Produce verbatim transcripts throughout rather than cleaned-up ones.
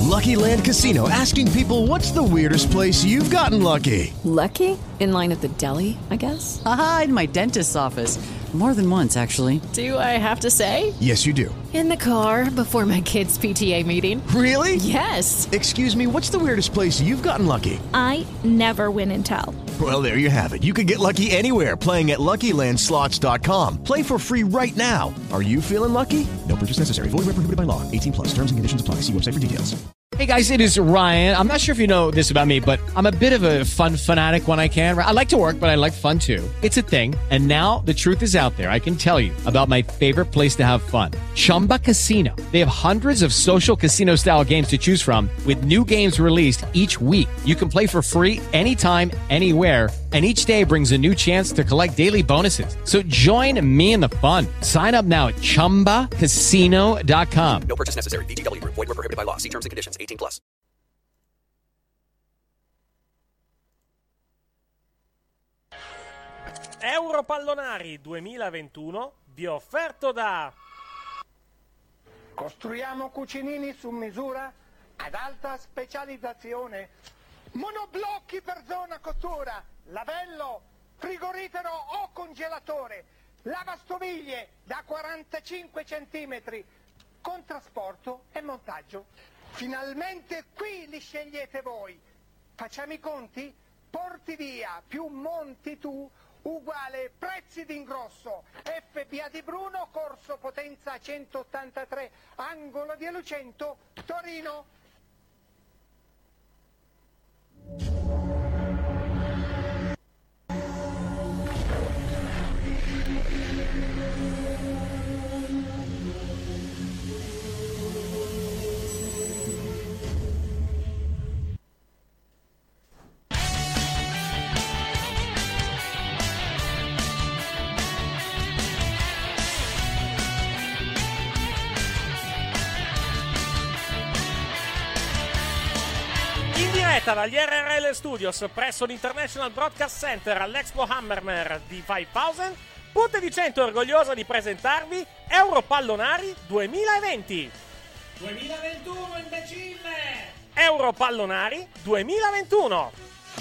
Lucky Land Casino, asking people, what's the weirdest place you've gotten lucky? Lucky? In line at the deli, I guess? Aha, in my dentist's office. More than once, actually. Do I have to say? Yes, you do. In the car before my kids' P T A meeting. Really? Yes. Excuse me, what's the weirdest place you've gotten lucky? I never win and tell. Well, there you have it. You can get lucky anywhere, playing at Lucky Land Slots dot com. Play for free right now. Are you feeling lucky? No purchase necessary. Void where prohibited by law. eighteen plus. Terms and conditions apply. See website for details. Hey guys, it is Ryan. I'm not sure if you know this about me, but I'm a bit of a fun fanatic when I can. I like to work, but I like fun too. It's a thing. And now the truth is out there. I can tell you about my favorite place to have fun. Chumba Casino. They have hundreds of social casino style games to choose from with new games released each week. You can play for free anytime, anywhere. And each day brings a new chance to collect daily bonuses. So join me in the fun. Sign up now at chumba casino dot com. No purchase necessary. V G W. Void where prohibited by law. See terms and conditions. eighteen plus. Europallonari duemilaventuno vi ho offerto da Costruiamo cucinini su misura ad alta specializzazione, monoblocchi per zona cottura, lavello, frigorifero o congelatore, lavastoviglie da quarantacinque centimetri, con trasporto e montaggio. Finalmente qui li scegliete voi. Facciamo i conti? Porti via più monti tu uguale prezzi d'ingrosso. F P A di Bruno, corso Potenza centottantatré, angolo di Lucento, Torino. in diretta dagli R R L Studios presso l'International Broadcast Center all'Expo Hammermer di cinquemila. Punte di cento è orgogliosa di presentarvi Europallonari duemilaventi. duemilaventuno, imbecille! Europallonari duemilaventuno.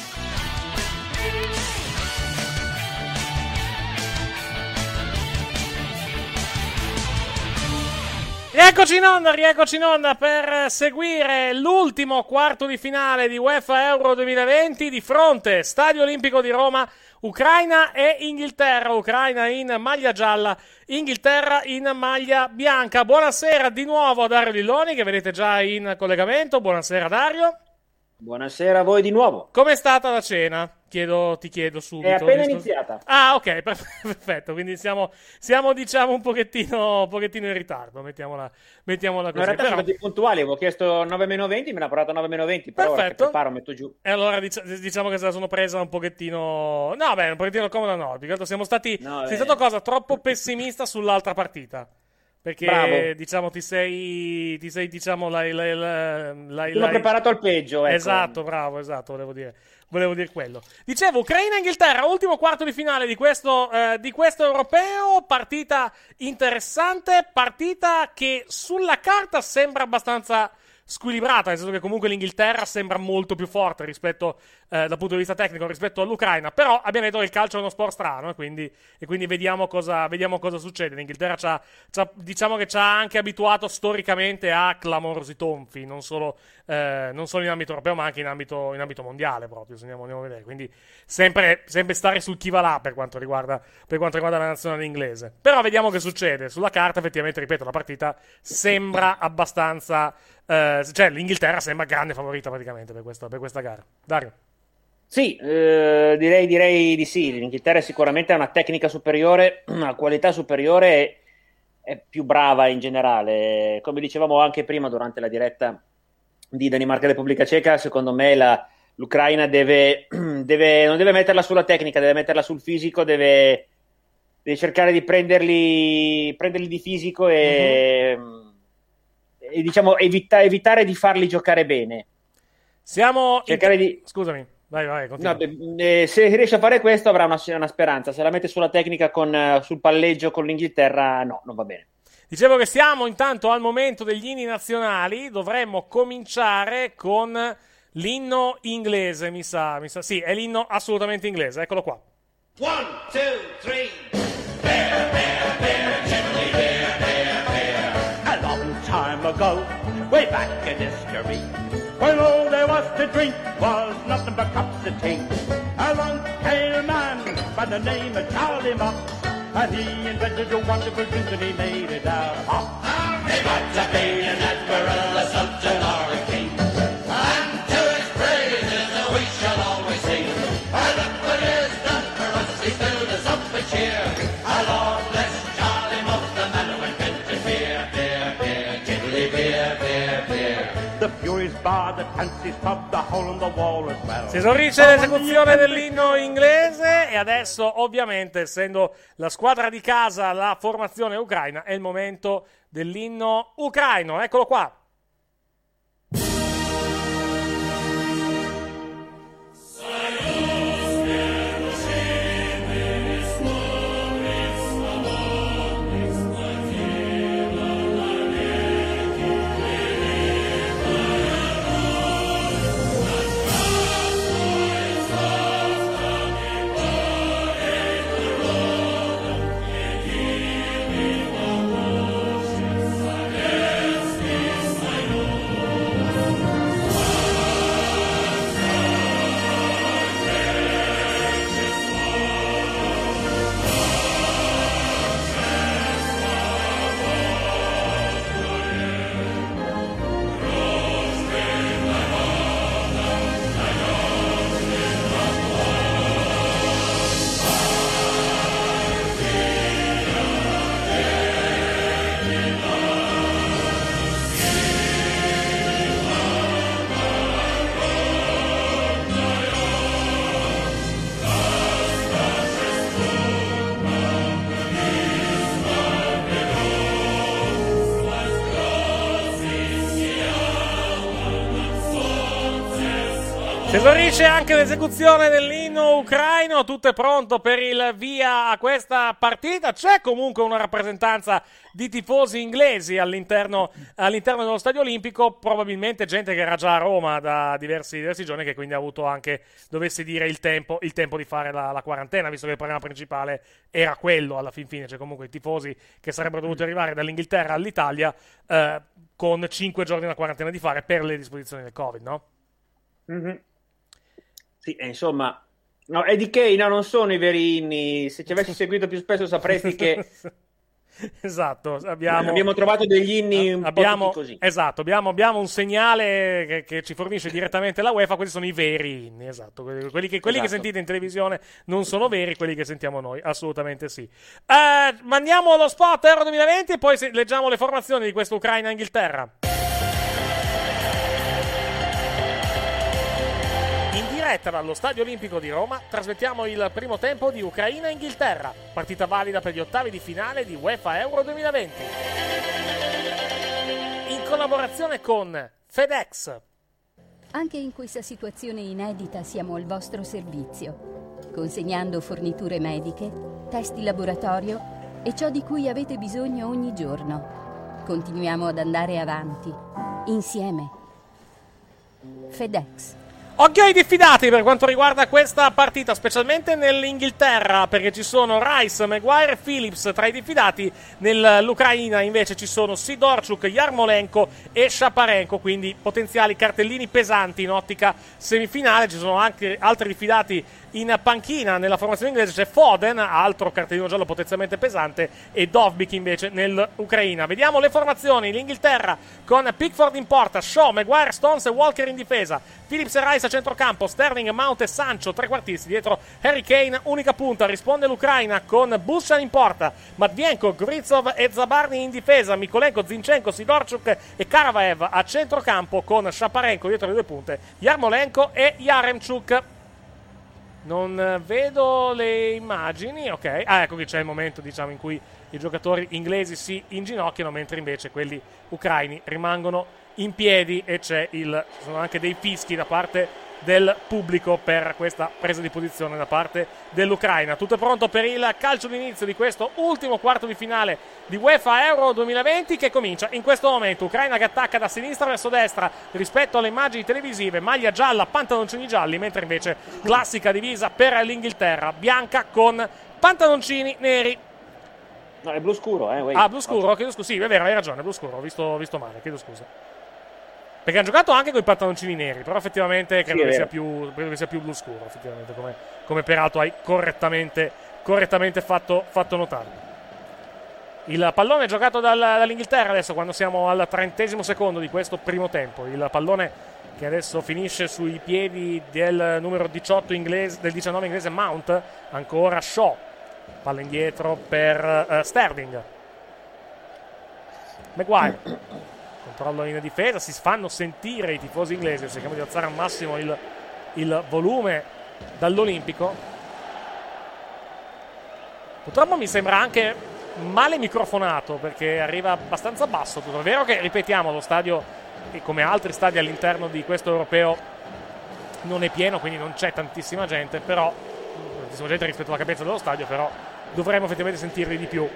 Rieccoci in onda, rieccoci in onda per seguire l'ultimo quarto di finale di UEFA Euro duemilaventi di fronte Stadio Olimpico di Roma, Ucraina e Inghilterra. Ucraina in maglia gialla, Inghilterra in maglia bianca. Buonasera di nuovo a Dario Lilloni, che vedete già in collegamento. Buonasera Dario. Buonasera a voi di nuovo. Com'è stata la cena? Chiedo, ti chiedo subito. È appena visto... iniziata. Ah, ok, perfetto. Quindi siamo, siamo diciamo un pochettino, un pochettino in ritardo. Mettiamola, mettiamola così. No, in realtà però... sono stati puntuali. Avevo chiesto nove meno venti, me l'ha portato nove meno venti. Però ora che preparo metto giù. E allora dic- diciamo che se la sono presa un pochettino. No, beh, un pochettino comoda, no. Più che altro siamo stati. No, sei stato cosa troppo pessimista sull'altra partita. Perché Bravo. diciamo ti sei ti sei diciamo l'hai, l'hai, l'hai, l'ho preparato al peggio, ecco. Esatto, bravo, esatto, volevo dire volevo dire quello. Dicevo Ucraina-Inghilterra, ultimo quarto di finale di questo eh, di questo europeo, partita interessante, partita che sulla carta sembra abbastanza squilibrata, nel senso che comunque l'Inghilterra sembra molto più forte rispetto eh, dal punto di vista tecnico rispetto all'Ucraina, però abbiamo detto che il calcio è uno sport strano e quindi, e quindi vediamo cosa vediamo cosa succede. L'Inghilterra c'ha, c'ha, diciamo che ci ha anche abituato storicamente a clamorosi tonfi, non solo, eh, non solo in ambito europeo ma anche in ambito, in ambito mondiale proprio, se andiamo, andiamo a vedere, quindi sempre, sempre stare sul chi va là per quanto riguarda per quanto riguarda la nazionale inglese. Però vediamo che succede. Sulla carta effettivamente, ripeto, la partita sembra abbastanza Uh, cioè l'Inghilterra sembra grande favorita praticamente per questa, per questa gara. Dario? Sì, eh, direi, direi di sì. L'Inghilterra sicuramente ha una tecnica superiore, una qualità superiore e è più brava in generale. Come dicevamo anche prima durante la diretta di Danimarca e Repubblica Ceca, secondo me la, l'Ucraina deve, deve non deve metterla sulla tecnica, deve metterla sul fisico, deve, deve cercare di prenderli, prenderli di fisico e... Mm-hmm. E diciamo evita- evitare di farli giocare bene. Siamo cercare in... di Scusami, vai vai continua. No, eh, se riesce a fare questo avrà una, una speranza. Se la mette sulla tecnica con, uh, sul palleggio con l'Inghilterra no, non va bene. Dicevo che siamo intanto al momento degli inni nazionali, dovremmo cominciare con l'inno inglese, mi sa, mi sa. Sì, è l'inno assolutamente inglese, eccolo qua. One, two, three. Bear, bear, bear, gently bear, bear, bear. A long time ago, way back in history, when all there was to drink was nothing but cups of tea, along came a man by the name of Charlie Mott, and he invented a wonderful drink and he made it out of hop. He got a Bain and Admiral, a Sultan or a King, and to his praises we shall always sing. And look what he has done for us, he's filled us up with cheer. Our Lord bless Charlie Mott, the man who invented beer, beer, beer, gently beer, beer, beer. The Furies bar, the Fancy's pub, the hole in the wall as well. Si esaurisce l'esecuzione dell'inno inglese e adesso, ovviamente, essendo la squadra di casa la formazione ucraina, è il momento dell'inno ucraino. Eccolo qua. Si esaurisce anche l'esecuzione dell'inno ucraino, tutto è pronto per il via a questa partita. C'è comunque una rappresentanza di tifosi inglesi all'interno, all'interno dello Stadio Olimpico, probabilmente gente che era già a Roma da diversi, diversi giorni, che quindi ha avuto anche, dovessi dire, il tempo, il tempo di fare la, la quarantena, visto che il programma principale era quello alla fin fine. C'è comunque i tifosi che sarebbero dovuti arrivare dall'Inghilterra all'Italia eh, con cinque giorni di quarantena di fare per le disposizioni del Covid, no? Mm-hmm. Sì, eh, insomma, no, Eddie Kane, no, non sono i veri inni. Se ci avessi seguito più spesso sapresti che esatto, abbiamo, abbiamo trovato degli inni un abbiamo, po' così. Esatto, abbiamo, abbiamo un segnale che, che ci fornisce direttamente la UEFA. Questi sono i veri inni, esatto. Quelli, quelli, che, quelli esatto. che sentite in televisione non sono veri, quelli che sentiamo noi, assolutamente sì. Eh, mandiamo lo spot Euro duemilaventi e poi leggiamo le formazioni di questa Ucraina-Inghilterra. Dallo Stadio Olimpico di Roma trasmettiamo il primo tempo di Ucraina-Inghilterra, partita valida per gli ottavi di finale di UEFA Euro duemilaventi. In collaborazione con FedEx. Anche in questa situazione inedita siamo al vostro servizio, consegnando forniture mediche, test di laboratorio e ciò di cui avete bisogno ogni giorno. Continuiamo ad andare avanti, insieme. FedEx. Occhio ai diffidati per quanto riguarda questa partita, specialmente nell'Inghilterra, perché ci sono Rice, Maguire e Phillips tra i diffidati. Nell'Ucraina invece ci sono Sidorchuk, Yarmolenko e Shaparenko, quindi potenziali cartellini pesanti in ottica semifinale. Ci sono anche altri diffidati in panchina. Nella formazione inglese c'è Foden, altro cartellino giallo potenzialmente pesante, e Dovbyk invece nell'Ucraina. Vediamo le formazioni. L'Inghilterra con Pickford in porta, Shaw, Maguire, Stones e Walker in difesa, Phillips e Rice a centrocampo, Sterling, Mount e Sancho trequartisti, dietro Harry Kane unica punta. Risponde l'Ucraina con Bushan in porta, Matvienko, Gritsov e Zabarny in difesa, Mikolenko, Zinchenko, Sidorchuk e Karavaev a centrocampo, con Shaparenko dietro le due punte, Yarmolenko e Yaremchuk. Non vedo le immagini, ok. Ah, ecco che c'è il momento, diciamo, in cui i giocatori inglesi si inginocchiano, mentre invece quelli ucraini rimangono in piedi, e c'è il, ci sono anche dei fischi da parte del pubblico per questa presa di posizione da parte dell'Ucraina. Tutto è pronto per il calcio d'inizio di questo ultimo quarto di finale di UEFA Euro duemilaventi che comincia in questo momento. Ucraina che attacca da sinistra verso destra rispetto alle immagini televisive, maglia gialla, pantaloncini gialli, mentre invece classica divisa per l'Inghilterra, bianca con pantaloncini neri. No, è blu scuro, eh. Wait. Ah, blu scuro, chiedo scusa. Sì, è vero, hai ragione, è blu scuro, ho visto, visto male, chiedo scusa. Perché hanno giocato anche con i pantaloncini neri, però effettivamente credo, Sì, che, sia più, credo che sia più blu scuro, effettivamente, come, come peraltro hai correttamente, correttamente fatto, fatto notare. Il pallone è giocato dal, dall'Inghilterra adesso, quando siamo al trentesimo secondo di questo primo tempo. Il pallone che adesso finisce sui piedi del numero diciotto inglese, del diciannove inglese Mount, ancora Shaw. Palla indietro per uh, Sterling. Maguire. Controllo in difesa, si fanno sentire i tifosi inglesi, cerchiamo di alzare al massimo il, il volume dall'Olimpico. Purtroppo mi sembra anche male microfonato perché arriva abbastanza basso tutto. È vero che, ripetiamo, lo stadio, come altri stadi all'interno di questo europeo, non è pieno, quindi non c'è tantissima gente, però tantissima gente rispetto alla capienza dello stadio, però dovremmo effettivamente sentirli di più.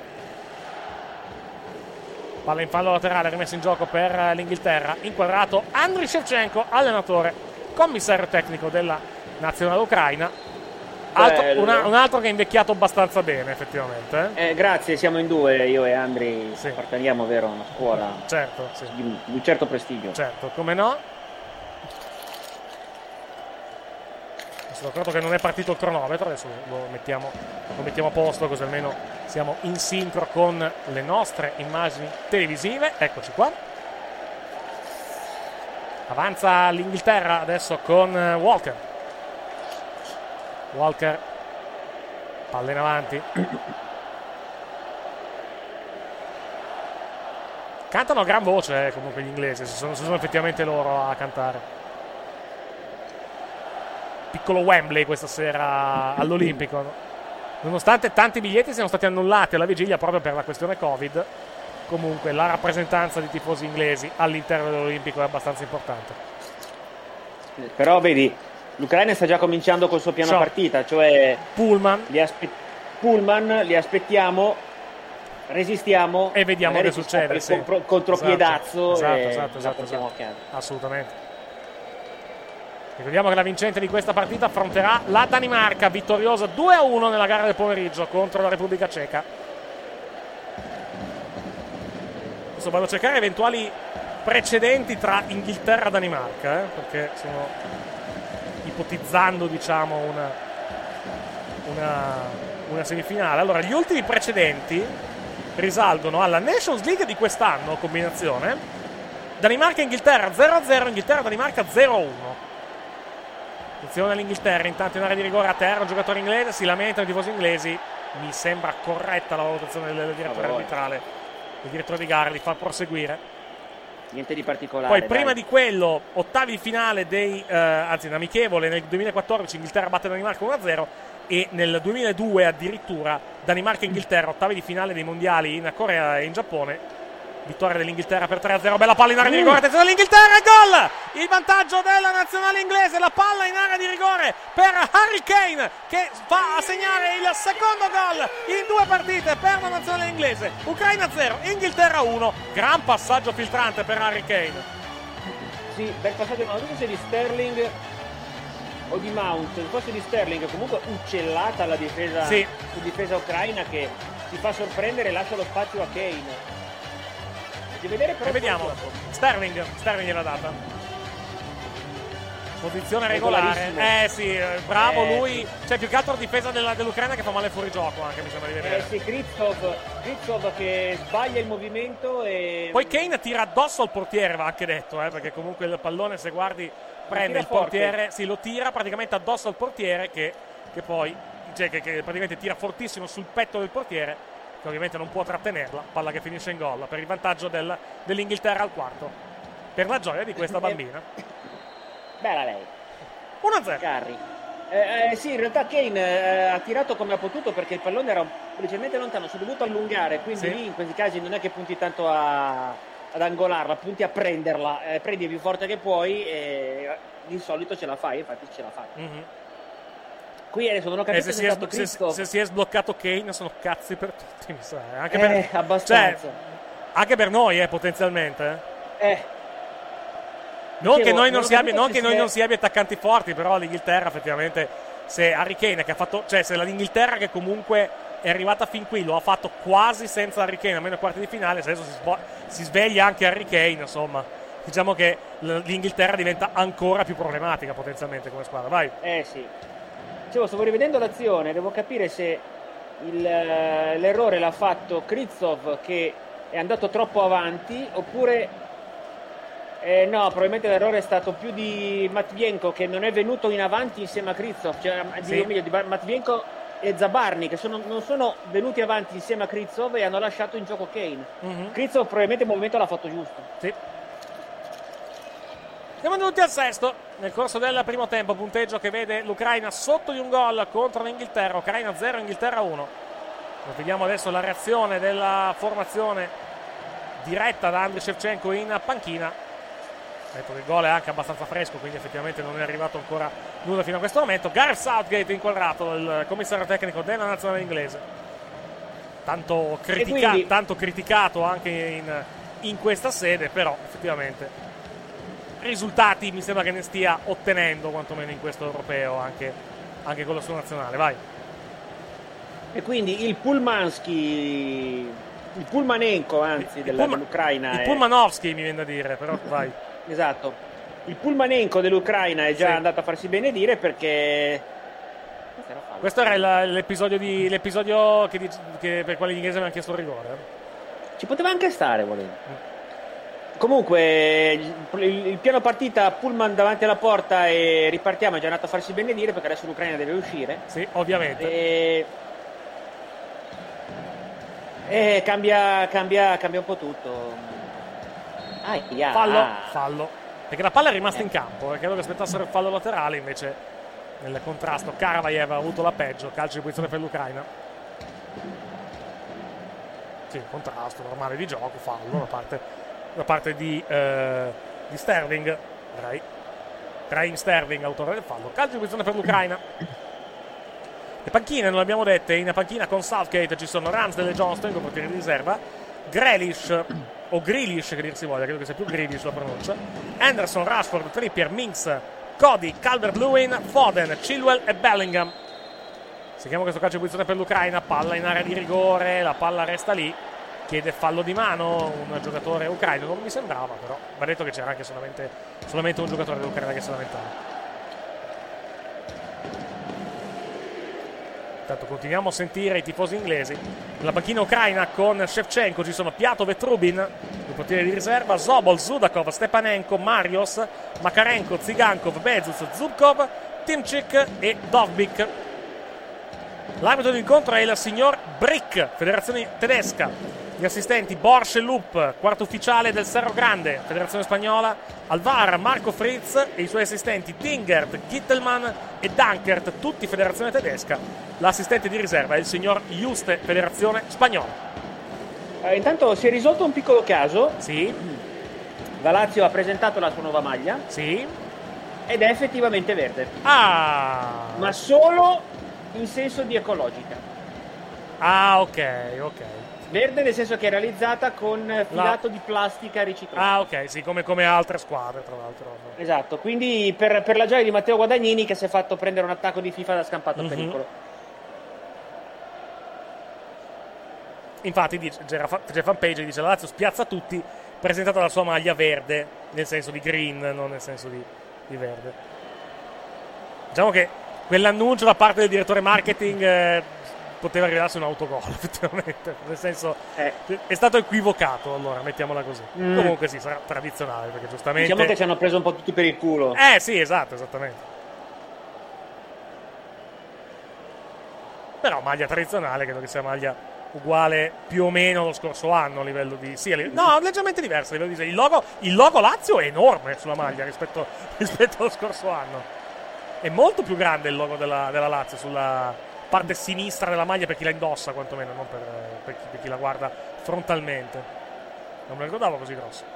Palla in fallo laterale, rimessa in gioco per l'Inghilterra, inquadrato Andriy Shevchenko, allenatore, commissario tecnico della nazionale ucraina. Altro, una, un altro che è invecchiato abbastanza bene, effettivamente. Eh? Eh, grazie, siamo in due, io e Andriy, sì. Apparteniamo, vero, a una scuola certo, sì. di, un, di un certo prestigio. Certo, come no? Sono d'accordo che non è partito il cronometro, adesso lo mettiamo, lo mettiamo a posto così almeno siamo in sincro con le nostre immagini televisive. Eccoci qua. Avanza l'Inghilterra adesso con Walker. Walker, palla in avanti. Cantano a gran voce eh, comunque gli inglesi, se sono, se sono effettivamente loro a cantare. Piccolo Wembley questa sera all'Olimpico, nonostante tanti biglietti siano stati annullati alla vigilia proprio per la questione Covid. Comunque la rappresentanza di tifosi inglesi all'interno dell'Olimpico è abbastanza importante. Però vedi, l'Ucraina sta già cominciando col suo piano Ciao. partita, cioè Pullman li, aspe- Pullman, li aspettiamo, resistiamo e vediamo che succede. Il sì. compro- contropiedazzo esatto, e esatto, esatto, portiamo esatto. a casa. Assolutamente. Ricordiamo che la vincente di questa partita affronterà la Danimarca, vittoriosa due a uno nella gara del pomeriggio contro la Repubblica Ceca. Adesso vado a cercare eventuali precedenti tra Inghilterra e Danimarca, eh, perché sono ipotizzando, diciamo, una, una, una semifinale. Allora, gli ultimi precedenti risalgono alla Nations League di quest'anno, combinazione Danimarca-Inghilterra zero a zero, Inghilterra-Danimarca zero a uno. Attenzione all'Inghilterra, intanto in area di rigore a terra un giocatore inglese, si lamentano i tifosi inglesi. Mi sembra corretta la valutazione del, del direttore arbitrale, il direttore di gara, li fa proseguire. Niente di particolare. Poi prima dai. di quello, ottavi di finale dei eh, anzi in amichevole nel duemilaquattordici Inghilterra batte Danimarca uno a zero e nel duemiladue addirittura Danimarca e Inghilterra ottavi di finale dei mondiali in Corea e in Giappone. Vittoria dell'Inghilterra per tre a zero, bella palla in area di rigore, attenzione all'Inghilterra, gol! Il vantaggio della nazionale inglese, la palla in area di rigore per Harry Kane che va a segnare il secondo gol in due partite per la nazionale inglese. Ucraina zero, Inghilterra uno, gran passaggio filtrante per Harry Kane. Sì, bel passaggio, non so se di Sterling o di Mount, forse di Sterling, comunque uccellata la difesa, sì. la difesa ucraina che si fa sorprendere e lascia lo spazio a Kane. Vedere però e vediamo Sterling Sterling gliel'ha data, posizione regolare, eh sì, bravo eh, lui sì. Cioè più che altro difesa della, dell'Ucraina che fa male fuori gioco anche, mi sembra di vedere. Eh sì, Kritsov, Kritsov che sbaglia il movimento e poi Kane tira addosso al portiere, va anche detto, eh, perché comunque il pallone, se guardi, prende il portiere, forte. Sì, lo tira praticamente addosso al portiere che, che poi cioè che, che praticamente tira fortissimo sul petto del portiere, che ovviamente non può trattenerla, palla che finisce in gol per il vantaggio del, dell'Inghilterra al quarto, per la gioia di questa bambina. Bella lei. uno a zero. Carri. Eh, eh, sì, in realtà Kane eh, ha tirato come ha potuto perché il pallone era leggermente lontano, si è dovuto allungare, quindi sì. lì in questi casi non è che punti tanto a, ad angolarla, punti a prenderla, eh, prendi più forte che puoi e di solito ce la fai, infatti ce la fai. Mm-hmm. Qui adesso non ho capito se, se, si è è, stato se, se si è sbloccato Kane sono cazzi per tutti, mi sa. Anche per, eh, abbastanza. Cioè, anche per noi, eh, potenzialmente. Eh. Non Dicevo, che noi non, non si abbia, non se che si noi è... non si abbia attaccanti forti, però l'Inghilterra effettivamente, se Harry Kane che ha fatto, cioè se l'Inghilterra che comunque è arrivata fin qui lo ha fatto quasi senza Harry Kane, almeno ai quarti di finale, se adesso si, sbo- si sveglia anche Harry Kane, insomma, diciamo che l'Inghilterra diventa ancora più problematica potenzialmente come squadra. Vai. Eh sì. Dicevo, stavo rivedendo l'azione, devo capire se il, l'errore l'ha fatto Kryzov che è andato troppo avanti oppure eh, no, probabilmente l'errore è stato più di Matvienko che non è venuto in avanti insieme a Kryzov, cioè sì. Dico meglio, di Matvienko e Zabarny che sono, non sono venuti avanti insieme a Kryzov e hanno lasciato in gioco Kane. Mm-hmm. Kryzov probabilmente il movimento l'ha fatto giusto. Sì. Siamo giunti al sesto nel corso del primo tempo, punteggio che vede l'Ucraina sotto di un gol contro l'Inghilterra. Ucraina zero, Inghilterra uno. Vediamo adesso la reazione della formazione diretta da Andriy Shevchenko in panchina. Detto che il gol è anche abbastanza fresco, quindi effettivamente non è arrivato ancora nulla fino a questo momento. Gareth Southgate inquadrato, il commissario tecnico della nazionale inglese, tanto, critica- quindi... tanto criticato anche in, in questa sede, però effettivamente risultati mi sembra che ne stia ottenendo quantomeno in questo europeo anche, anche con la sua nazionale. Vai. E quindi il Pulmansky, il Pulmanenko anzi il, della, il Pulma, dell'Ucraina il è... Pulmanovsky mi viene da dire, però vai. Esatto, il Pulmanenko dell'Ucraina è già sì. andato a farsi benedire perché questo era il, l'episodio, di, l'episodio che, che per quale gli inglesi avevano chiesto il rigore. Ci poteva anche stare volendo. Mm. Comunque il, il, il piano partita Pullman davanti alla porta e ripartiamo, è già andato a farsi benedire perché adesso l'Ucraina deve uscire. Sì, ovviamente. E, e cambia, cambia, cambia un po' tutto. Ah, yeah. Fallo, fallo. Perché la palla è rimasta eh. in campo, eh, credo che aspettassero il fallo laterale, invece nel contrasto Karavayev ha avuto la peggio, calcio di posizione per l'Ucraina. Sì, contrasto normale di gioco, fallo da parte, da parte di, eh, di Sterling. Ray. Raheem Sterling, autore del fallo. Calcio di posizione per l'Ucraina. Le panchine non le abbiamo dette, in panchina con Southgate ci sono Ramsdale e Johnston come portieri di riserva, Grealish o Grealish che dir si voglia, credo che sia più Grealish la pronuncia, Anderson, Rashford, Trippier, Minks, Cody, Calvert-Lewin, Foden, Chilwell e Bellingham. Seguiamo questo calcio di posizione per l'Ucraina, palla in area di rigore, la palla resta lì, chiede fallo di mano un giocatore ucraino, non mi sembrava, però va detto che c'era anche solamente, solamente un giocatore dell'Ucraina che si lamentava. Intanto continuiamo a sentire i tifosi inglesi. Nella panchina ucraina con Shevchenko ci sono Piatov e Trubin, due portieri di riserva, Zobol, Zudakov, Stepanenko, Marios, Makarenko, Zigankov, Bezus, Zubkov, Timchik e Dovbik. L'arbitro dell'incontro è il signor Brick, federazione tedesca. Gli assistenti Borsch e Lup, quarto ufficiale del Cerro Grande, federazione spagnola. Al V A R Marco Fritz e i suoi assistenti Tingert, Kittelman e Dankert, tutti federazione tedesca. L'assistente di riserva è il signor Juste, federazione spagnola. Eh, intanto si è risolto un piccolo caso. Sì. La Lazio ha presentato la sua nuova maglia. Sì. Ed è effettivamente verde. Ah. Ma solo in senso di ecologica. Ah, ok, ok. Verde nel senso che è realizzata con filato la... di plastica riciclata. Ah, ok, sì, come, come altre squadre, tra l'altro. Esatto, quindi per, per la gioia di Matteo Guadagnini che si è fatto prendere un attacco di FIFA da scampato mm-hmm. a pericolo. Infatti dice, Jeff Page dice la Lazio spiazza tutti, presentata la sua maglia verde, nel senso di green, non nel senso di, di verde. Diciamo che quell'annuncio da parte del direttore marketing eh, poteva rivelarsi un autogol, effettivamente, nel senso eh. è stato equivocato, allora mettiamola così. Mm. Comunque sì, sarà tradizionale, perché giustamente diciamo che ci hanno preso un po' tutti per il culo. Eh sì, esatto, esattamente. Però maglia tradizionale, credo che sia maglia uguale più o meno allo scorso anno a livello di... Sì, livello, no, leggermente diversa a livello di... Il logo, il logo Lazio è enorme sulla maglia rispetto, rispetto allo scorso anno. È molto più grande il logo della, della Lazio sulla parte sinistra della maglia per chi la indossa, quantomeno, non per, per, chi, per chi la guarda frontalmente. Non me lo ricordavo così grosso.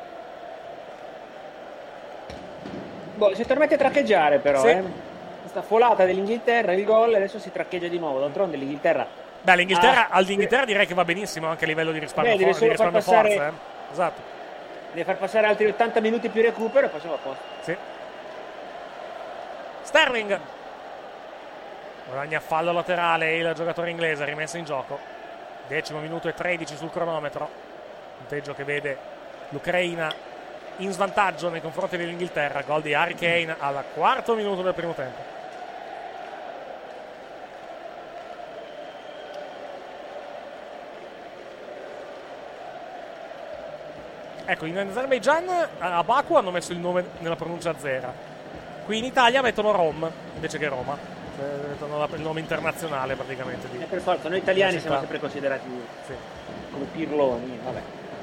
Boh, si permette a traccheggiare però, Sì. eh. Questa folata dell'Inghilterra, il gol, adesso si traccheggia di nuovo. D'altronde l'Inghilterra... Beh, l'Inghilterra, Ah, all'Inghilterra direi che va benissimo anche a livello di risparmio, Beh, deve for- di solo far risparmio passare- forza. Eh. Esatto. Deve far passare altri ottanta minuti più recupero e poi siamo a posto. Sì. Sterling guadagna fallo laterale il giocatore inglese, rimesso in gioco. Decimo minuto e tredici sul cronometro. Punteggio che vede l'Ucraina in svantaggio nei confronti dell'Inghilterra. Gol di Harry Kane al quarto minuto del primo tempo. Ecco, in Azerbaijan a Baku hanno messo il nome nella pronuncia azera. Qui in Italia mettono Rom invece che Roma. Eh, mettono la- il nome internazionale praticamente. Di, E per forza, noi italiani della siamo città. sempre considerati Sì. come pirloni, vabbè.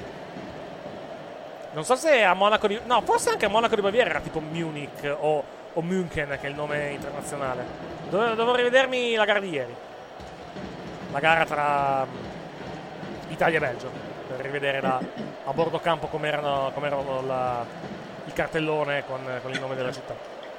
Non so se a Monaco di... No, forse anche a Monaco di Baviera era tipo Munich o, o München, che è il nome internazionale. Dove, devo rivedermi la gara di ieri. La gara tra mm, Italia e Belgio. Per rivedere da, a bordo campo com'erano, com'erano la, il cartellone con, con il nome della città.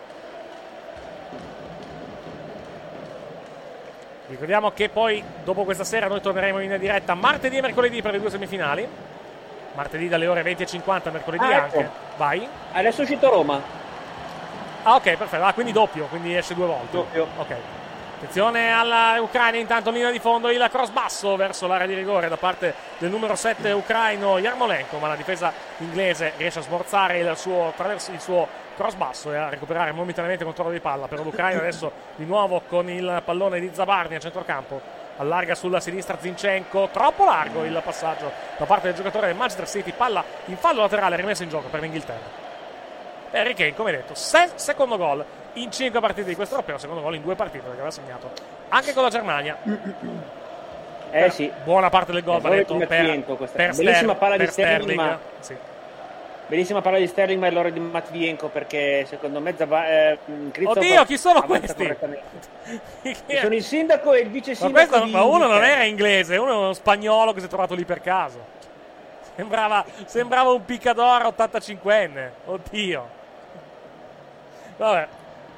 Ricordiamo che poi dopo questa sera noi torneremo in diretta martedì e mercoledì per le due semifinali. Martedì dalle ore venti e cinquanta, mercoledì Ah, ecco. anche. Vai. Adesso è uscito Roma. Ah, ok, perfetto. Ah, quindi doppio, quindi esce due volte. Doppio. Ok. Attenzione alla Ucraina, intanto linea di fondo, il cross basso verso l'area di rigore da parte del numero sette ucraino Yarmolenko, ma la difesa inglese riesce a smorzare il suo, attraverso il suo cross basso e a recuperare momentaneamente il controllo di palla. Per l'Ucraina adesso di nuovo con il pallone di Zabarni a centrocampo. Allarga sulla sinistra Zinchenko, troppo largo il passaggio da parte del giocatore del Manchester City, palla in fallo laterale rimessa in gioco per l'Inghilterra. E Harry Kane, come detto, se- secondo gol in cinque partite di questo europeo, secondo gol in due partite perché aveva segnato anche con la Germania. Eh Per sì. buona parte del gol Eh, va gol detto di per, Matvienko questa. per, Bellissima Ster- palla di per Sterling, Sterling. ma- Sì. Bellissima palla di Sterling, ma è l'ora di Matvienko perché secondo me Zaba- eh, Krzysztof Oddio, chi sono avanza questi? correttamente. Sono il sindaco e il vice Ma, sindaco questo, di ma uno non Inghilterra. era inglese, uno è uno spagnolo che si è trovato lì per caso. Sembrava, sembrava un piccador ottantacinquenne. Oddio. Vabbè.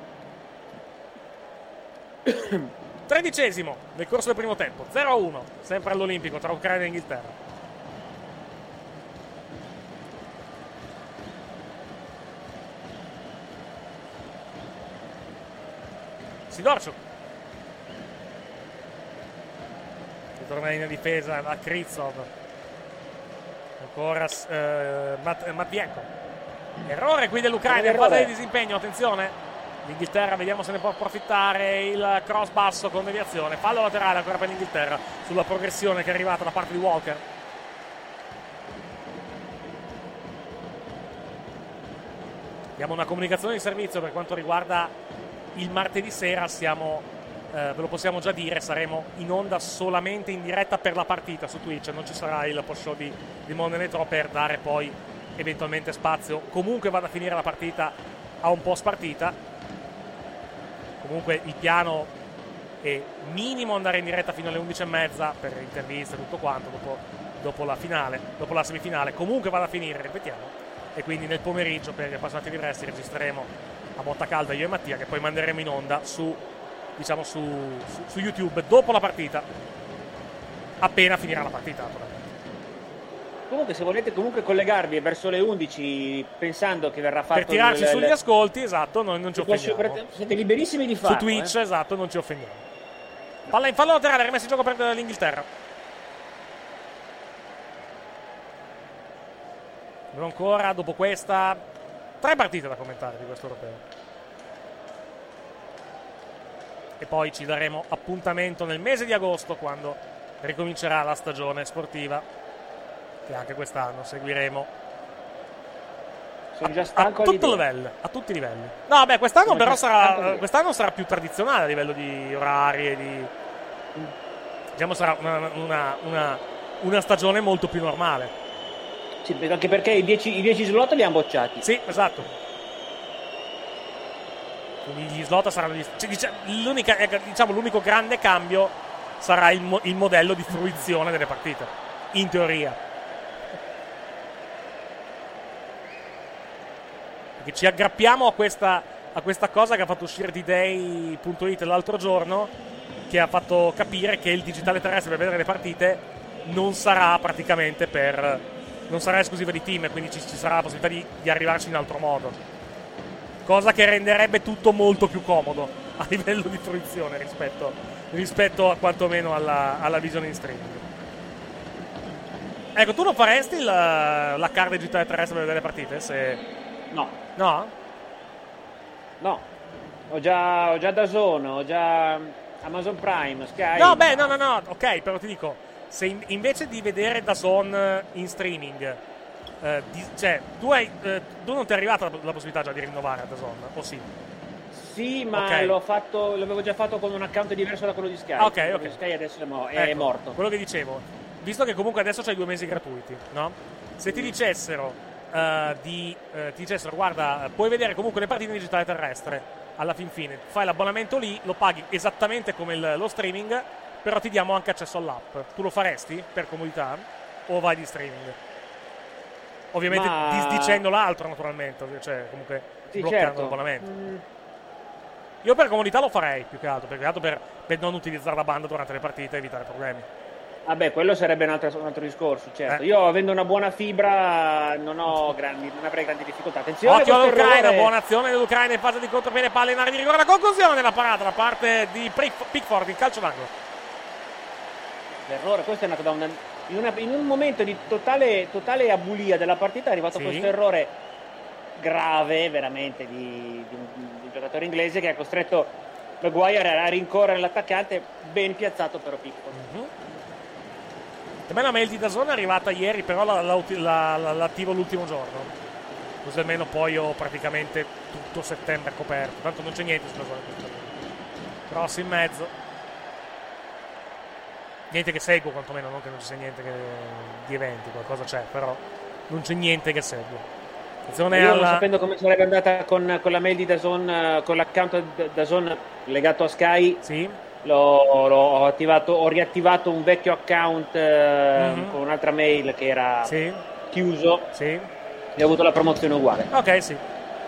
Tredicesimo nel corso del primo tempo, zero a uno, sempre all'Olimpico tra Ucraina e Inghilterra. Sidorciuk ritorna in difesa da Kritsov, ancora eh, Mat- Matvienko, errore qui dell'Ucraina in fase di disimpegno, attenzione l'Inghilterra, vediamo se ne può approfittare, il cross basso con deviazione, fallo laterale ancora per l'Inghilterra sulla progressione che è arrivata da parte di Walker. Abbiamo una comunicazione di servizio per quanto riguarda il martedì sera, siamo, eh, ve lo possiamo già dire, saremo in onda solamente in diretta per la partita su Twitch, non ci sarà il post show di, di Monday Night Raw per dare poi eventualmente spazio, comunque vada a finire la partita a un post partita. Comunque il piano è minimo andare in diretta fino alle undici e mezza per interviste e tutto quanto dopo, dopo la finale, dopo la semifinale, comunque vada a finire, ripetiamo, e quindi nel pomeriggio per gli appassionati di wrestling registreremo a botta calda io e Mattia, che poi manderemo in onda su, diciamo su, su, su YouTube dopo la partita, appena finirà la partita naturalmente. Comunque se volete comunque collegarvi verso le undici pensando che verrà fatto Per tirarci il, sugli il... ascolti, esatto, noi non ci offendiamo. Siete liberissimi di farlo. Su Twitch, eh. esatto, non ci offendiamo. Palla in fallo laterale, rimessa in gioco per l'Inghilterra. Abbiamo ancora, dopo questa, tre partite da commentare di questo europeo. E poi ci daremo appuntamento nel mese di agosto, quando ricomincerà la stagione sportiva, che anche quest'anno seguiremo. Sono già a, stanco a tutto livello, a tutti i livelli. No, beh, quest'anno però sarà, quest'anno sarà più tradizionale a livello di orari e di... Diciamo sarà una, una, una, una stagione molto più normale. Sì, anche perché i dieci slot li hanno bocciati. Sì, esatto. Quindi gli slot saranno gli, cioè, diciamo, l'unica, diciamo, l'unico grande cambio sarà il, mo, il modello di fruizione delle partite, in teoria. perché ci aggrappiamo a questa, a questa cosa che ha fatto uscire D Day punto it l'altro giorno, che ha fatto capire che il digitale terrestre per vedere le partite non sarà praticamente per non sarà esclusiva di team, quindi ci, ci sarà la possibilità di, di arrivarci in altro modo, cosa che renderebbe tutto molto più comodo a livello di fruizione rispetto, rispetto a quantomeno alla, alla visione in streaming. Ecco, tu non faresti il, la card digitale terrestre per vedere le partite? Se... No. No? No. Ho già, ho già DAZN, ho già Amazon Prime, Sky. No, beh, no, no, no, ok, però ti dico, se in, invece di vedere DAZN in streaming, eh, di, cioè, tu, hai, eh, tu non ti è arrivata la, la possibilità già di rinnovare a DAZN, o sì? Sì, ma okay. l'ho fatto, l'avevo già fatto con un account diverso da quello di Sky. Ok, ok. Sky adesso è, mo- è ecco, morto. Quello che dicevo, visto che comunque adesso c'hai due mesi gratuiti, no? Se ti dicessero uh, di uh, ti dicessero guarda, puoi vedere comunque le partite in digitale terrestre alla fin fine, fai l'abbonamento lì, lo paghi esattamente come il, lo streaming, però ti diamo anche accesso all'app. Tu lo faresti per comodità o vai di streaming? Ovviamente Ma... disdicendo l'altro naturalmente, cioè comunque sì, bloccando certo. l'abbonamento. Mm. Io per comodità lo farei più che altro, più che altro per, per non utilizzare la banda durante le partite e evitare problemi. Vabbè, quello sarebbe un altro, un altro discorso, certo. Eh. Io avendo una buona fibra non ho grandi, non avrei grandi difficoltà. Attenzione, occhio all'Ucraina, errore... buona azione dell'Ucraina in fase di contropiede, palla in area di rigore, la conclusione della parata da parte di Pickford in calcio d'angolo. L'errore, questo è nato da una, in, una, in un momento di totale, totale abulia della partita è arrivato sì. questo errore grave, veramente, di, di, un, di un giocatore inglese che ha costretto Maguire a rincorrere l'attaccante, ben piazzato però Pickford. Mm-hmm. A me la mail di DAZN è arrivata ieri, però la, la, la, la, l'attivo l'ultimo giorno, così almeno poi ho praticamente tutto settembre coperto, tanto non c'è niente sulla zona questa. Cross in mezzo, niente che seguo quantomeno, non che non ci sia niente che, di eventi, qualcosa c'è, però non c'è niente che seguo. Attenzione Io alla... non sapendo come sarebbe andata con, con la mail di DAZN, con l'account DAZN legato a Sky, sì. L'ho, l'ho attivato, ho riattivato un vecchio account eh, mm-hmm. con un'altra mail che era sì. chiuso sì. e ho avuto la promozione uguale. Ok, sì.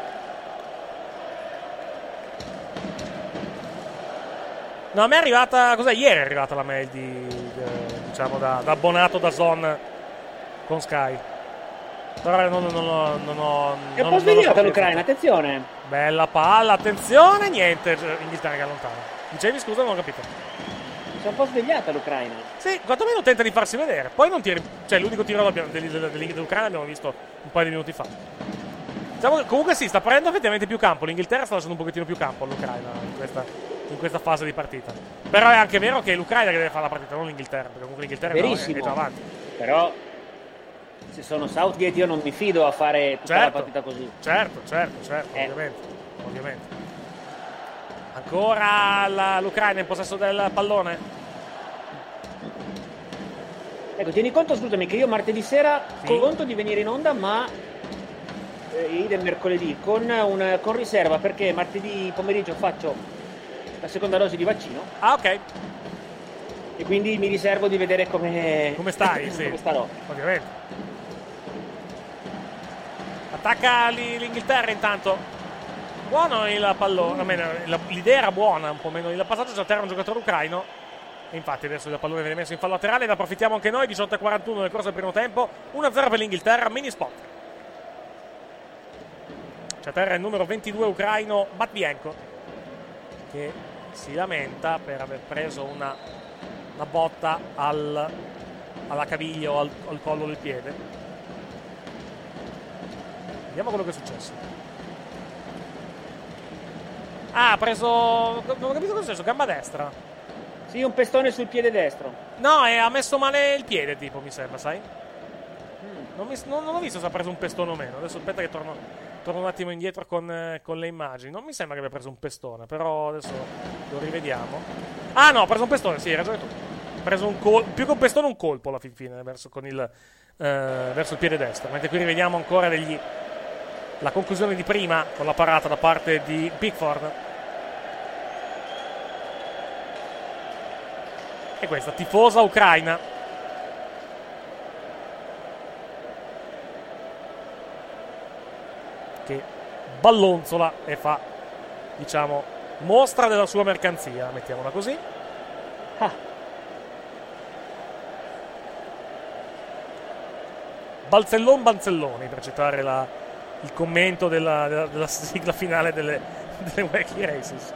No, a me è arrivata, cos'è? Ieri è arrivata la mail di, di diciamo da, da abbonato da DAZN con Sky. Però non, non, non, non ho. È un po' svegliata l'Ucraina, attenzione. Bella palla, attenzione, niente. Inghilterra che allontana. Dicevi, scusa, non ho capito. Si è un po' svegliata l'Ucraina. Sì, quantomeno tenta di farsi vedere. Poi non tira. Cioè, l'unico tiro dell'Ucraina l'abbiamo visto un paio di minuti fa. Diciamo, comunque sì, sta prendendo effettivamente più campo. L'Inghilterra sta lasciando un pochettino più campo all'Ucraina in questa, in questa fase di partita. Però è anche vero che è l'Ucraina che deve fare la partita, non l'Inghilterra. Perché comunque l'Inghilterra verissimo. è già avanti. Però se sono Southgate io non mi fido a fare tutta certo, la partita così. Certo, certo, certo, eh. ovviamente. Ovviamente. Ancora la, l'Ucraina in possesso del pallone. Ecco, tieni conto, scusami, che io martedì sera sì. conto di venire in onda, ma eh, idem mercoledì con, un, con riserva, perché martedì pomeriggio faccio la seconda dose di vaccino. Ah, ok. E quindi mi riservo di vedere come, come stai, sì. come starò. Ovviamente. Attacca l'Inghilterra intanto. Buono il pallone, l'idea era buona, un po' meno il passaggio già a terra un giocatore ucraino e infatti adesso il pallone viene messo in fallo laterale, ne approfittiamo anche noi. Diciotto e quarantuno nel corso del primo tempo, uno a zero per l'Inghilterra, mini spot. C'è a terra il numero ventidue ucraino Matvienko, che si lamenta per aver preso una, una botta al, alla caviglia o al, al collo del piede. Vediamo quello che è successo. Ah, ha preso... non ho capito cosa è successo, gamba destra. Sì, un pestone sul piede destro. No, e ha messo male il piede, tipo, mi sembra, sai? Mm. Non, mi, non, non ho visto se ha preso un pestone o meno. Adesso aspetta che torno, torno un attimo indietro con, eh, con le immagini. Non mi sembra che abbia preso un pestone, però adesso lo rivediamo. Ah no, ha preso un pestone, sì, hai ragione tu. Ha preso un colpo, più che un pestone un colpo alla fin fine, verso, con il, eh, verso il piede destro. Mentre qui rivediamo ancora degli... la conclusione di prima con la parata da parte di Pickford. E questa tifosa ucraina che sballonzola e fa, diciamo, mostra della sua mercanzia, mettiamola così. Ah. Balzellon Balzelloni, per citare la, il commento della, della, della sigla finale delle, delle Wacky Races.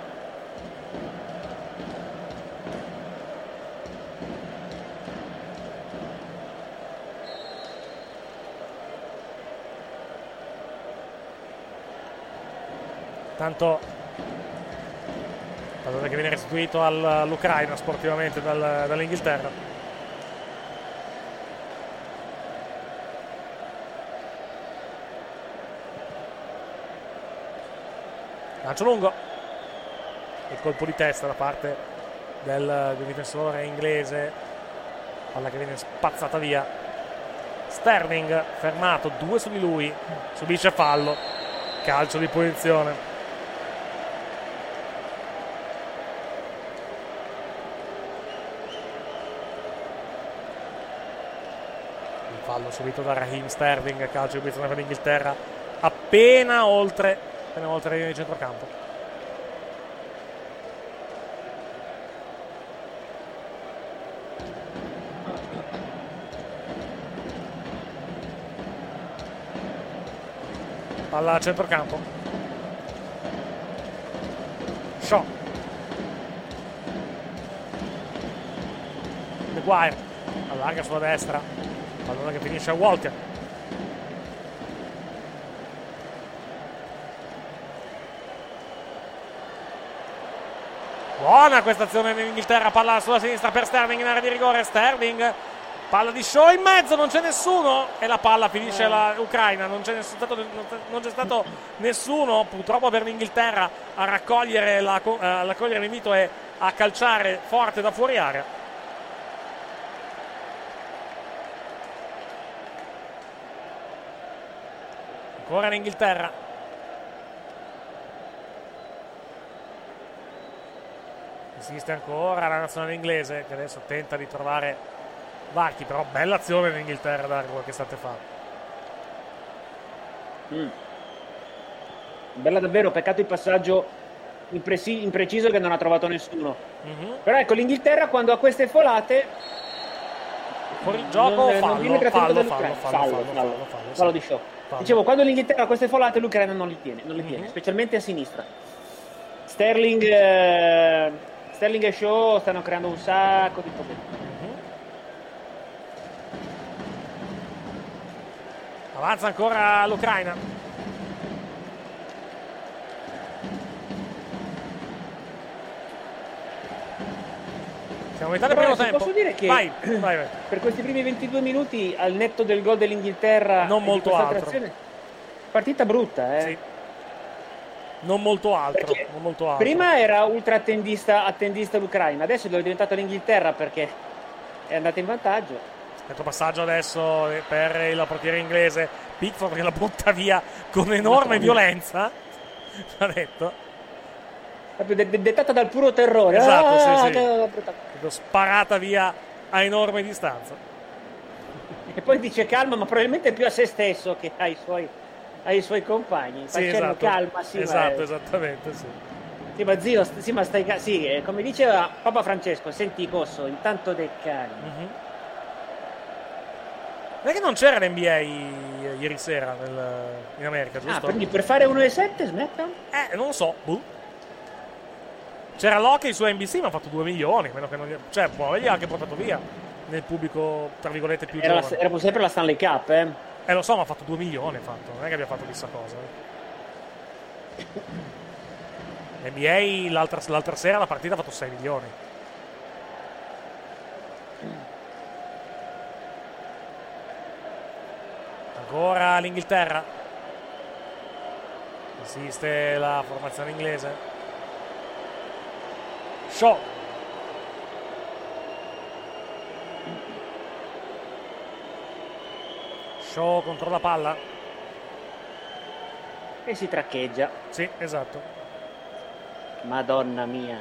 Tanto pallone che viene restituito all'Ucraina sportivamente dal, dall'Inghilterra. Lancio lungo, il colpo di testa da parte del, del difensore inglese, palla che viene spazzata via. Sterling fermato, due su di lui, subisce fallo, calcio di punizione. Fallo subito da Raheem Sterling, calcio di punizione per l'Inghilterra, appena oltre, appena oltre la linea di centrocampo. Palla a centrocampo. Shaw. Maguire allarga sulla destra. Pallone che finisce a Walker. Buona questa azione dell'Inghilterra, palla sulla sinistra per Sterling in area di rigore. Sterling, palla di Shaw in mezzo, non c'è nessuno e la palla finisce alla Ucraina. Non c'è, nessun, non c'è stato nessuno purtroppo per l'Inghilterra a raccogliere, la, a raccogliere l'invito e a calciare forte da fuori area. Ancora l'Inghilterra. Insiste ancora la nazionale inglese che adesso tenta di trovare varchi, però bella azione dell'Inghilterra da qualche istante fa. Mm. Bella davvero, peccato il passaggio impresi- impreciso che non ha trovato nessuno. Mm-hmm. Però ecco, l'Inghilterra quando ha queste folate fuori gioco, non, fallo, non fallo, fallo, fallo, fallo, fallo, fallo, fallo, fallo, fallo, fallo di Shaw. Fallo. Dicevo, quando l'Inghilterra ha queste folate l'Ucraina non li tiene, non le tiene, Mm-hmm. specialmente a sinistra. Sterling, eh, Sterling e Shaw stanno creando un sacco di problemi. Mm-hmm. Avanza ancora l'Ucraina. Siamo a metà del primo tempo. Posso dire che vai, vai, vai. per questi primi ventidue minuti, al netto del gol dell'Inghilterra, non molto altro. Azione, partita brutta, eh. Sì. Non molto altro, non molto altro. Prima era ultra attendista, attendista l'Ucraina, adesso lo è diventato l'Inghilterra perché è andata in vantaggio. Questo passaggio adesso per il portiere inglese Pickford che la butta via con enorme violenza. Va detto. Proprio de- de- dettata dal puro terrore. Esatto, ah, sì, sì. Sparata via a enorme distanza. E poi dice calma, ma probabilmente più a se stesso che ai suoi, ai suoi compagni. Sì, Facendo esatto. calma, sì. Esatto, ma, esattamente, sì. Sì, ma zio, sì, ma stai ca- sì, eh, come diceva Papa Francesco, senti Cosso, intanto dei cani. Mm-hmm. Perché non c'era l'N B A ieri sera nel, in America, giusto? Ah, quindi per fare uno e sette SmackDown? Eh, non lo so, boh. C'era l'hockey su N B C, ma ha fatto due milioni, meno che non gli... cioè, poi gli ha anche portato via nel pubblico, tra virgolette, più era, giovane. la, era sempre la Stanley Cup, eh? Eh, lo so, ma ha fatto due milioni, ha fatto. Non è che abbia fatto chissà cosa. Eh. N B A l'altra, l'altra sera la partita ha fatto sei milioni. Ancora l'Inghilterra. Insiste la formazione inglese. Shaw. Shaw contro la palla. E si traccheggia. Sì, esatto. Madonna mia.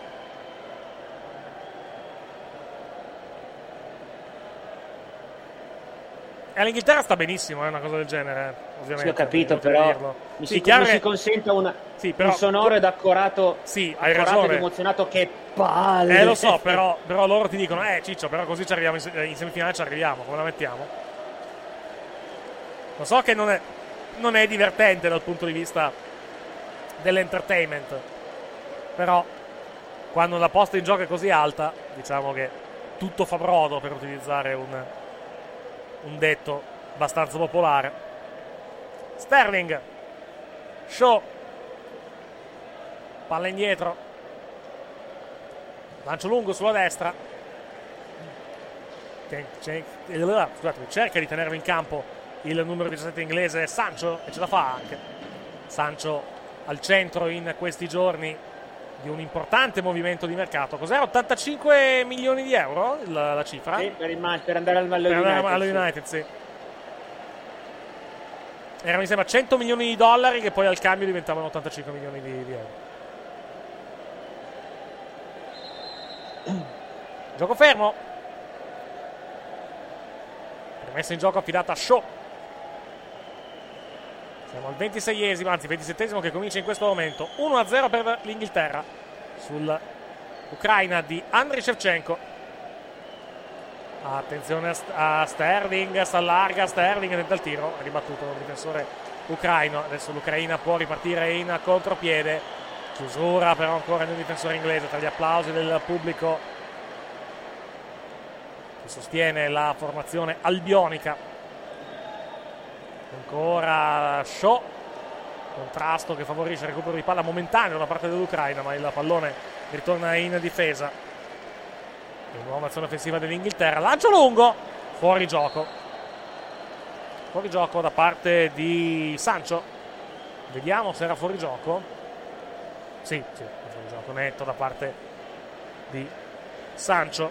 E l'Inghilterra sta benissimo, è eh, una cosa del genere. ovviamente. Sì, ho capito, per però dirlo. mi, Sì, si, chiaro mi che- si consenta una, Sì, però- un sonoro ed accorato, Sì, hai accorato ragione. ed emozionato. Che palle! Eh, lo so, però, però loro ti dicono, eh, Ciccio, però così ci arriviamo in, se- in semifinale, ci arriviamo, come la mettiamo? Lo so che non è, non è divertente dal punto di vista dell'entertainment, però quando la posta in gioco è così alta, diciamo che tutto fa brodo, per utilizzare un, un detto abbastanza popolare. Sterling, Shaw, palla indietro, lancio lungo sulla destra. Che- c'è- eh, Scusatemi, cerca di tenerlo in campo il numero diciassette inglese Sancho, e ce la fa anche. Sancho al centro in questi giorni di un importante movimento di mercato. Cos'era? ottantacinque milioni di euro la, la cifra? Sì, per, il ma- per andare al allo Per andare United, allo sì. United, sì. Erano mi sembra cento milioni di dollari che poi al cambio diventavano ottantacinque milioni di, di euro. Gioco fermo. Rimessa in gioco affidata a Shaw. Siamo al ventiseiesimo, anzi ventisettesimo che comincia in questo momento. uno a zero per l'Inghilterra sull'Ucraina di Andriy Shevchenko. Attenzione a St- a Sterling, si allarga Sterling, tenta il tiro, ha ribattuto un difensore ucraino. Adesso l'Ucraina può ripartire in contropiede. Chiusura però ancora di un difensore inglese, tra gli applausi del pubblico che sostiene la formazione albionica. Ancora Shaw, contrasto che favorisce il recupero di palla momentaneo da parte dell'Ucraina, ma il pallone ritorna in difesa. E nuova azione offensiva dell'Inghilterra, lancio lungo, fuori gioco. Fuori gioco da parte di Sancho. Vediamo se era fuori gioco. Sì, sì, è fuori gioco netto da parte di Sancho,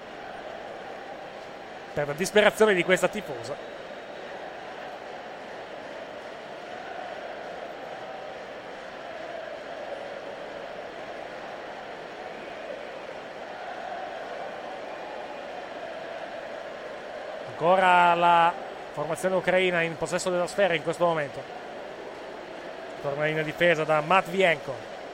per la disperazione di questa tifosa. Ancora la formazione ucraina in possesso della sfera in questo momento. Torna in difesa da Matvienko.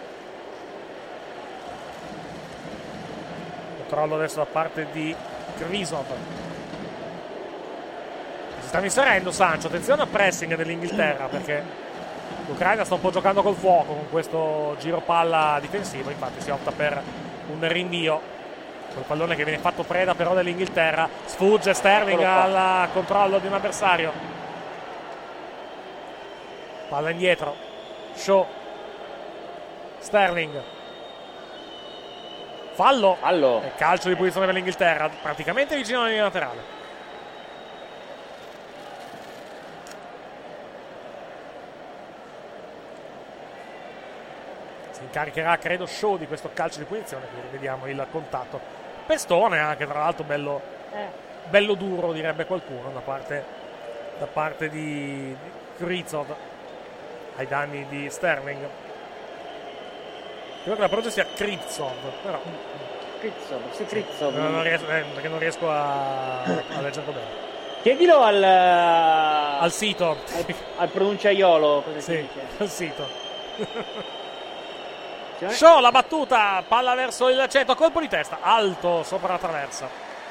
Controllo adesso da parte di Krivizov. Si sta inserendo Sancho. Attenzione al pressing dell'Inghilterra, perché l'Ucraina sta un po' giocando col fuoco con questo giro palla difensivo. Infatti si opta per un rinvio. Quel pallone che viene fatto preda però dell'Inghilterra. Sfugge Sterling al controllo di un avversario. Palla indietro. Shaw. Sterling. Fallo. Fallo. E calcio di punizione per l'Inghilterra, praticamente vicino alla linea laterale. Si incaricherà, credo, Shaw di questo calcio di punizione. Quindi vediamo il contatto. Pestone anche, tra l'altro, bello, Eh. bello duro, direbbe qualcuno, da parte, da parte di, di Krivizov ai danni di Sterling. Credo che la pronuncia sia Krivizov, però Krivizov, sì, Krivizov. non, non riesco, eh, perché non riesco a, a leggerlo bene. Chiedilo al, Al sito. al, al pronunciaiolo, cosa si Sì, dice? al sito. Cioè, Shaw, la battuta, palla verso il centro, colpo di testa, alto sopra la traversa.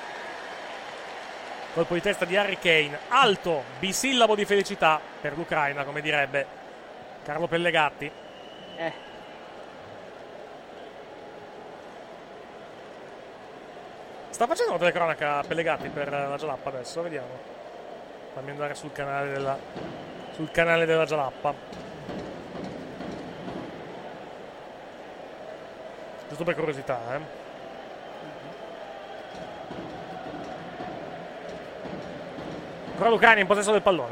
Colpo di testa di Harry Kane, alto, bisillabo di felicità per l'Ucraina, come direbbe Carlo Pellegatti. eh. Sta facendo una telecronaca Pellegatti per la Jalappa adesso, vediamo. Fammi andare sul canale della, sul canale della Jalappa. Giusto per curiosità, eh. Ancora l'Ucraina in possesso del pallone.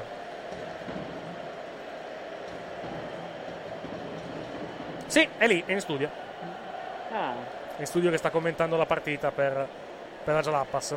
Sì, è lì, è in studio. Ah. È in studio che sta commentando la partita per, per la Jalapas.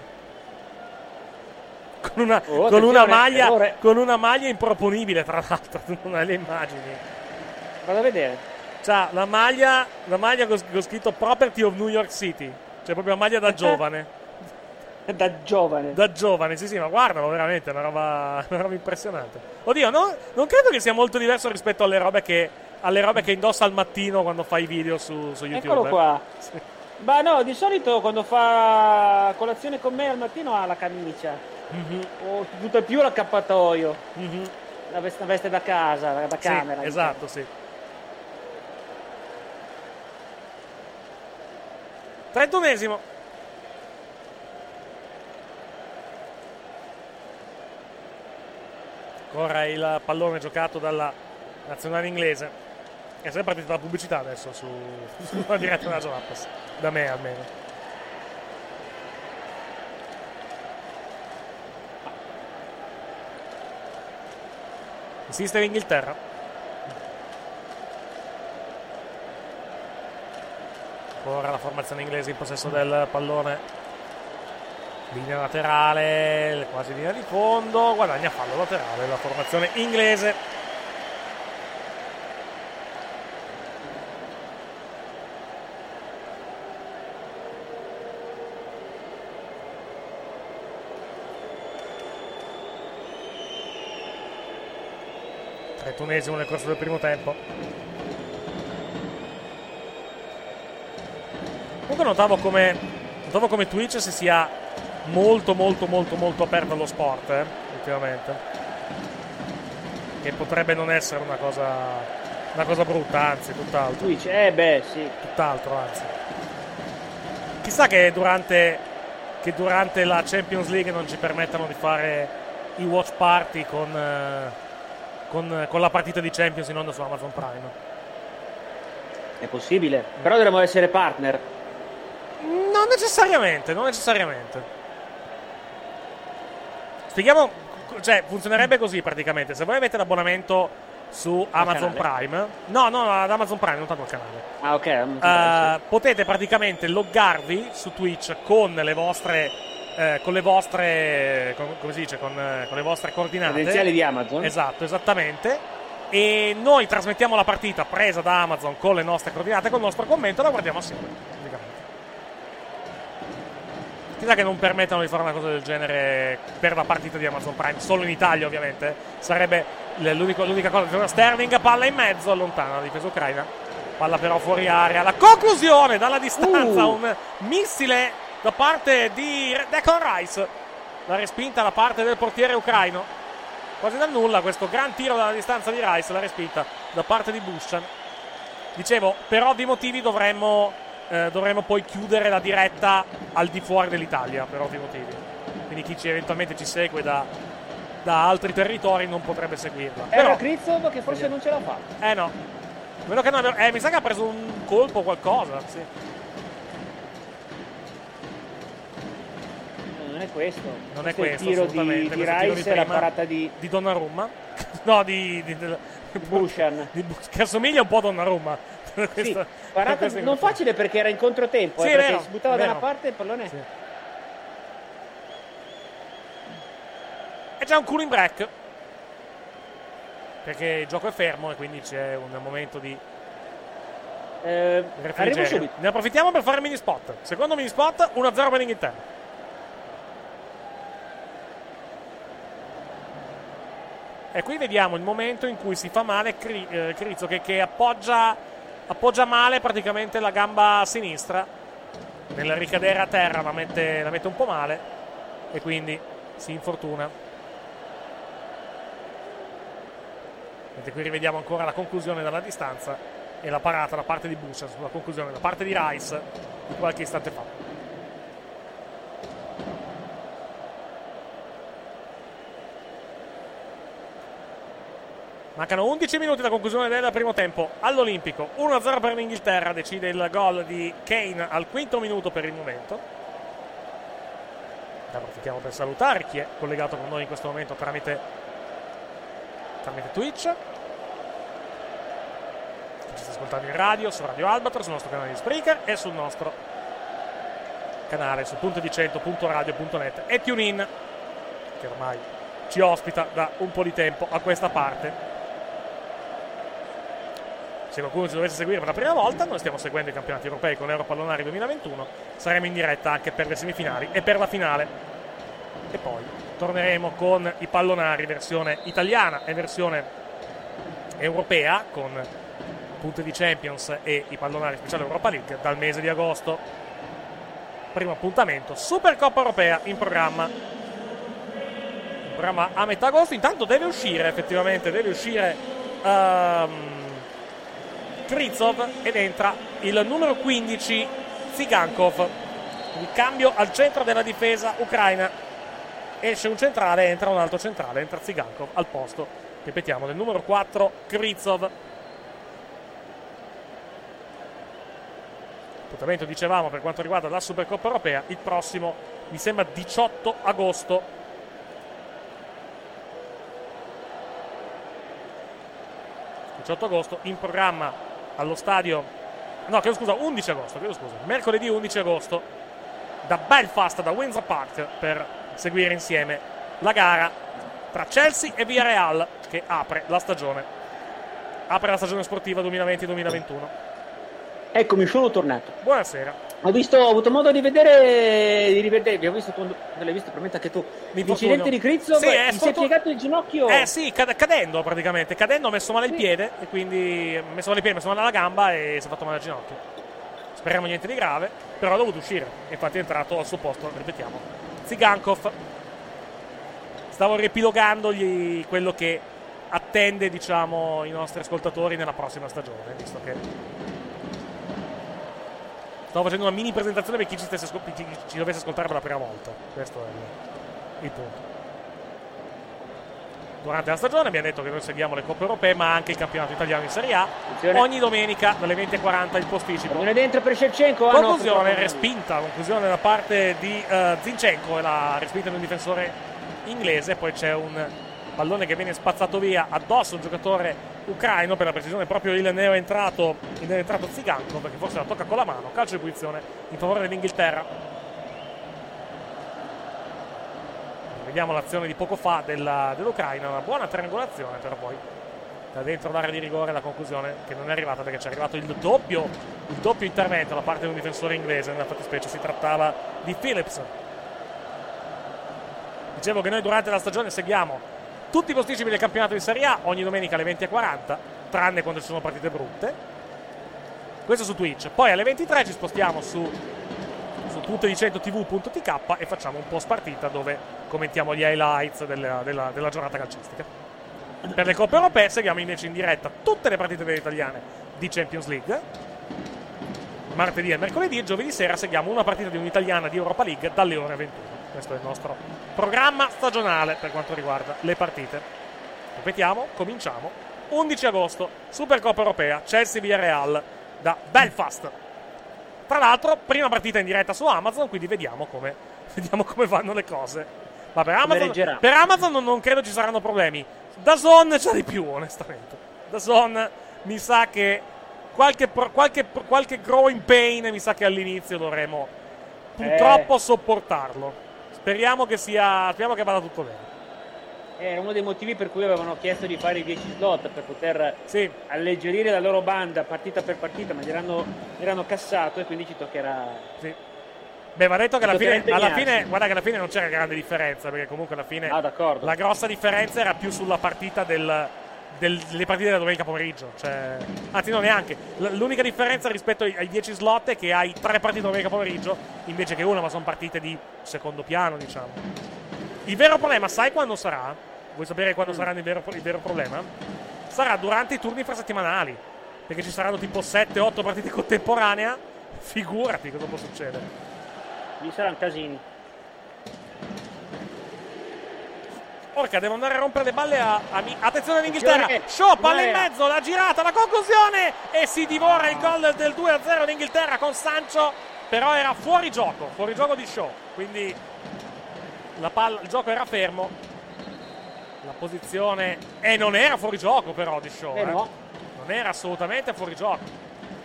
Con una, Oh, con una attenzione, maglia errore. con una maglia improponibile, tra l'altro. Tu non hai le immagini. Vado a vedere. C'ha la maglia, la maglia con, con scritto Property of New York City. Cioè proprio la maglia da giovane. Da giovane. Da giovane, sì sì, ma guardalo, veramente, è una roba, una roba impressionante. Oddio, no, non credo che sia molto diverso rispetto alle robe che, alle robe che indossa al mattino quando fa i video su, su YouTube. Eccolo qua. Sì. Ma no, di solito quando fa colazione con me al mattino ha la camicia. Mm-hmm. O tutto più l'accappatoio. Mm-hmm. La veste, la veste da casa, da camera. Sì, esatto, sì. trentunesimo. Ancora il pallone giocato dalla nazionale inglese. È sempre partita la pubblicità adesso su, sulla diretta della Jalapas. Da me almeno. Insiste l'Inghilterra. Ancora la formazione inglese in possesso del pallone. Linea laterale, quasi linea di fondo. Guadagna fallo laterale la formazione inglese. trentunesimo nel corso del primo tempo. Comunque notavo come notavo come Twitch si sia molto molto molto molto aperto allo sport, eh, ultimamente. Che potrebbe non essere una cosa una cosa brutta, anzi, tutt'altro. Twitch, eh beh, sì. Tutt'altro, anzi. Chissà che durante che durante la Champions League non ci permettano di fare i watch party con eh, Con, con la partita di Champions in onda su Amazon Prime. È possibile, però dovremmo essere partner. Non necessariamente, non necessariamente. Spieghiamo, cioè funzionerebbe così praticamente. Se voi avete l'abbonamento su Amazon Prime, no, no, ad Amazon Prime, non tanto al canale. Ah, ok. Uh, potete praticamente loggarvi su Twitch con le vostre Eh, con le vostre con, come si dice con, eh, con le vostre coordinate credenziali di Amazon. Esatto, esattamente. E noi trasmettiamo la partita presa da Amazon con le nostre coordinate, con il nostro commento, e la guardiamo assieme praticamente. Chissà che non permettano di fare una cosa del genere per la partita di Amazon Prime solo in Italia, ovviamente. Sarebbe l'unico, l'unica cosa. Sterling, palla in mezzo, allontana la difesa ucraina, palla però fuori area. La conclusione dalla distanza, uh. un missile da parte di Declan Rice, la respinta da parte del portiere ucraino, quasi dal nulla questo gran tiro dalla distanza di Rice, la respinta da parte di Bushan. Dicevo, per ovvi motivi dovremmo eh, dovremmo poi chiudere la diretta al di fuori dell'Italia, per ovvi motivi, quindi chi ci, eventualmente ci segue da, da altri territori non potrebbe seguirla. Era però Krizov che forse non ce l'ha fatta. Eh no, quello che non avevo, eh, mi sa che ha preso un colpo o qualcosa, sì. Non è questo. Non questo è questo, il tiro assolutamente. di, di Rice e la parata di... Di Donnarumma? No, di... di, di Bushan. Di, che assomiglia un po' a Donnarumma. Questa, sì, parata non facile perché era in controtempo. Sì, eh, è perché vero, si buttava da vero. una parte e il pallone... Sì. È già un cooling break. Perché il gioco è fermo e quindi c'è un momento di... Eh, arrivo subito. Ne approfittiamo per fare il mini spot. Secondo mini spot, uno a zero per l'Inghilterra. E qui vediamo il momento in cui si fa male Cri- eh, Crizzo che, che appoggia, appoggia male praticamente la gamba sinistra. Nel ricadere a terra la mette, la mette un po' male e quindi si infortuna. Mentre qui rivediamo ancora la conclusione dalla distanza e la parata da parte di Bushan sulla conclusione da parte di Rice di qualche istante fa. Mancano undici minuti alla conclusione del primo tempo all'Olimpico. uno a zero per l'Inghilterra, decide il gol di Kane al quinto minuto per il momento. Approfittiamo per salutare chi è collegato con noi in questo momento tramite, tramite Twitch. Chi ci sta ascoltando in radio, su Radio Albatros, sul nostro canale di Spreaker e sul nostro canale su punto di cento punto radio punto net e TuneIn, che ormai ci ospita da un po' di tempo a questa parte. se qualcuno ci dovesse seguire per la prima volta, noi stiamo seguendo i campionati europei con Europallonari duemilaventuno, saremo in diretta anche per le semifinali e per la finale, e poi torneremo con i pallonari versione italiana e versione europea con punti di Champions e i pallonari speciale Europa League dal mese di agosto. Primo appuntamento, Supercoppa Europea in programma in programma a metà agosto. Intanto deve uscire, effettivamente deve uscire um, Kryzov ed entra il numero quindici Tsigankov. Il cambio al centro della difesa ucraina, esce un centrale, entra un altro centrale, entra Tsigankov al posto, ripetiamo, del numero quattro Kryzov. Appuntamento, dicevamo, per quanto riguarda la Supercoppa Europea il prossimo, mi sembra diciotto agosto. diciotto agosto in programma allo stadio, no, chiedo scusa, undici agosto, chiedo scusa, mercoledì undici agosto da Belfast, da Windsor Park, per seguire insieme la gara tra Chelsea e Villarreal che apre la stagione apre la stagione sportiva duemilaventi duemilaventuno. Eccomi, sono tornato. Buonasera. Ho visto, ho avuto modo di vedere, di rivedere, ho visto quando, l'hai visto probabilmente anche tu, l'incidente di Kryzov, sì, è si sfortun- è piegato il ginocchio. Eh sì, cad- cadendo praticamente, cadendo ha messo male il piede, e quindi ha messo male il piede, ha messo male la gamba e si è fatto male al ginocchio. Speriamo niente di grave, però ha dovuto uscire, infatti è entrato al suo posto, ripetiamo, Tsigankov. Stavo riepilogandogli quello che attende, diciamo, i nostri ascoltatori nella prossima stagione, visto che stavo facendo una mini presentazione per chi ci, stesse, chi ci dovesse ascoltare per la prima volta. Questo è il, il punto. Durante la stagione abbiamo detto che noi seguiamo le coppe europee, ma anche il campionato italiano in Serie A. Attenzione. Ogni domenica dalle venti e quaranta il posticipo. Non è dentro per Shevchenko. Conclusione, ah, no, respinta. Conclusione da parte di uh, Zinchenko, e la respinta di un difensore inglese. Poi c'è un pallone che viene spazzato via addosso a un giocatore ucraino, per la precisione proprio il neo entrato, il neo entrato Tsigankov, perché forse la tocca con la mano. Calcio di punizione in favore dell'Inghilterra. Vediamo l'azione di poco fa della, dell'Ucraina, una buona triangolazione, però poi da dentro l'area di rigore la conclusione che non è arrivata, perché c'è arrivato il doppio il doppio intervento da parte di un difensore inglese. Nella fattispecie si trattava di Phillips. Dicevo che noi durante la stagione seguiamo tutti i posticipi del campionato di Serie A ogni domenica alle venti e quaranta, tranne quando ci sono partite brutte. Questo su Twitch. Poi alle ventitré ci spostiamo su, su punto di cento t v punto t k e facciamo un post partita dove commentiamo gli highlights della, della, della giornata calcistica. Per le coppe europee seguiamo invece in diretta tutte le partite delle italiane di Champions League. Martedì e mercoledì, e giovedì sera seguiamo una partita di un'italiana di Europa League dalle ore ventuno. Questo è il nostro programma stagionale per quanto riguarda le partite. Ripetiamo, cominciamo undici agosto, Supercoppa Europea, Chelsea-Villarreal da Belfast. Tra l'altro, prima partita in diretta su Amazon, quindi vediamo come, vediamo come vanno le cose. Ma per Amazon, per Amazon non, non credo ci saranno problemi. DAZN c'ha di più, onestamente. DAZN mi sa che qualche, qualche, qualche growing pain mi sa che all'inizio dovremo purtroppo eh. sopportarlo. Speriamo che sia, speriamo che vada tutto bene. Era uno dei motivi per cui avevano chiesto di fare i dieci slot, per poter sì. alleggerire la loro banda partita per partita, ma gli erano, gli erano cassato, e quindi ci toccherà. Sì. Beh, va detto che alla fine, alla fine, guarda che alla fine non c'era grande differenza, perché comunque alla fine ah, d'accordo. la grossa differenza era più sulla partita del, del, delle partite della domenica pomeriggio. Cioè, anzi, no, neanche. L'unica differenza rispetto ai, ai dieci slot è che hai tre partite domenica pomeriggio invece che una, ma sono partite di secondo piano, diciamo. Il vero problema, sai quando sarà? Vuoi sapere quando mm. sarà il vero, il vero problema? Sarà durante i turni infrasettimanali, perché ci saranno tipo sette otto partite contemporanea. Figurati cosa può succedere. Lì saranno casini. Porca, devo andare a rompere le balle a, a mi... Attenzione all'Inghilterra. Shaw, palla in mezzo, la girata, la conclusione, e si divora il gol del due a zero l'Inghilterra con Sancho, però era fuori gioco, fuori gioco di Shaw, quindi la palla, il gioco era fermo. La posizione e eh, non era fuori gioco però di Shaw, eh, eh. no. Non era assolutamente fuori gioco.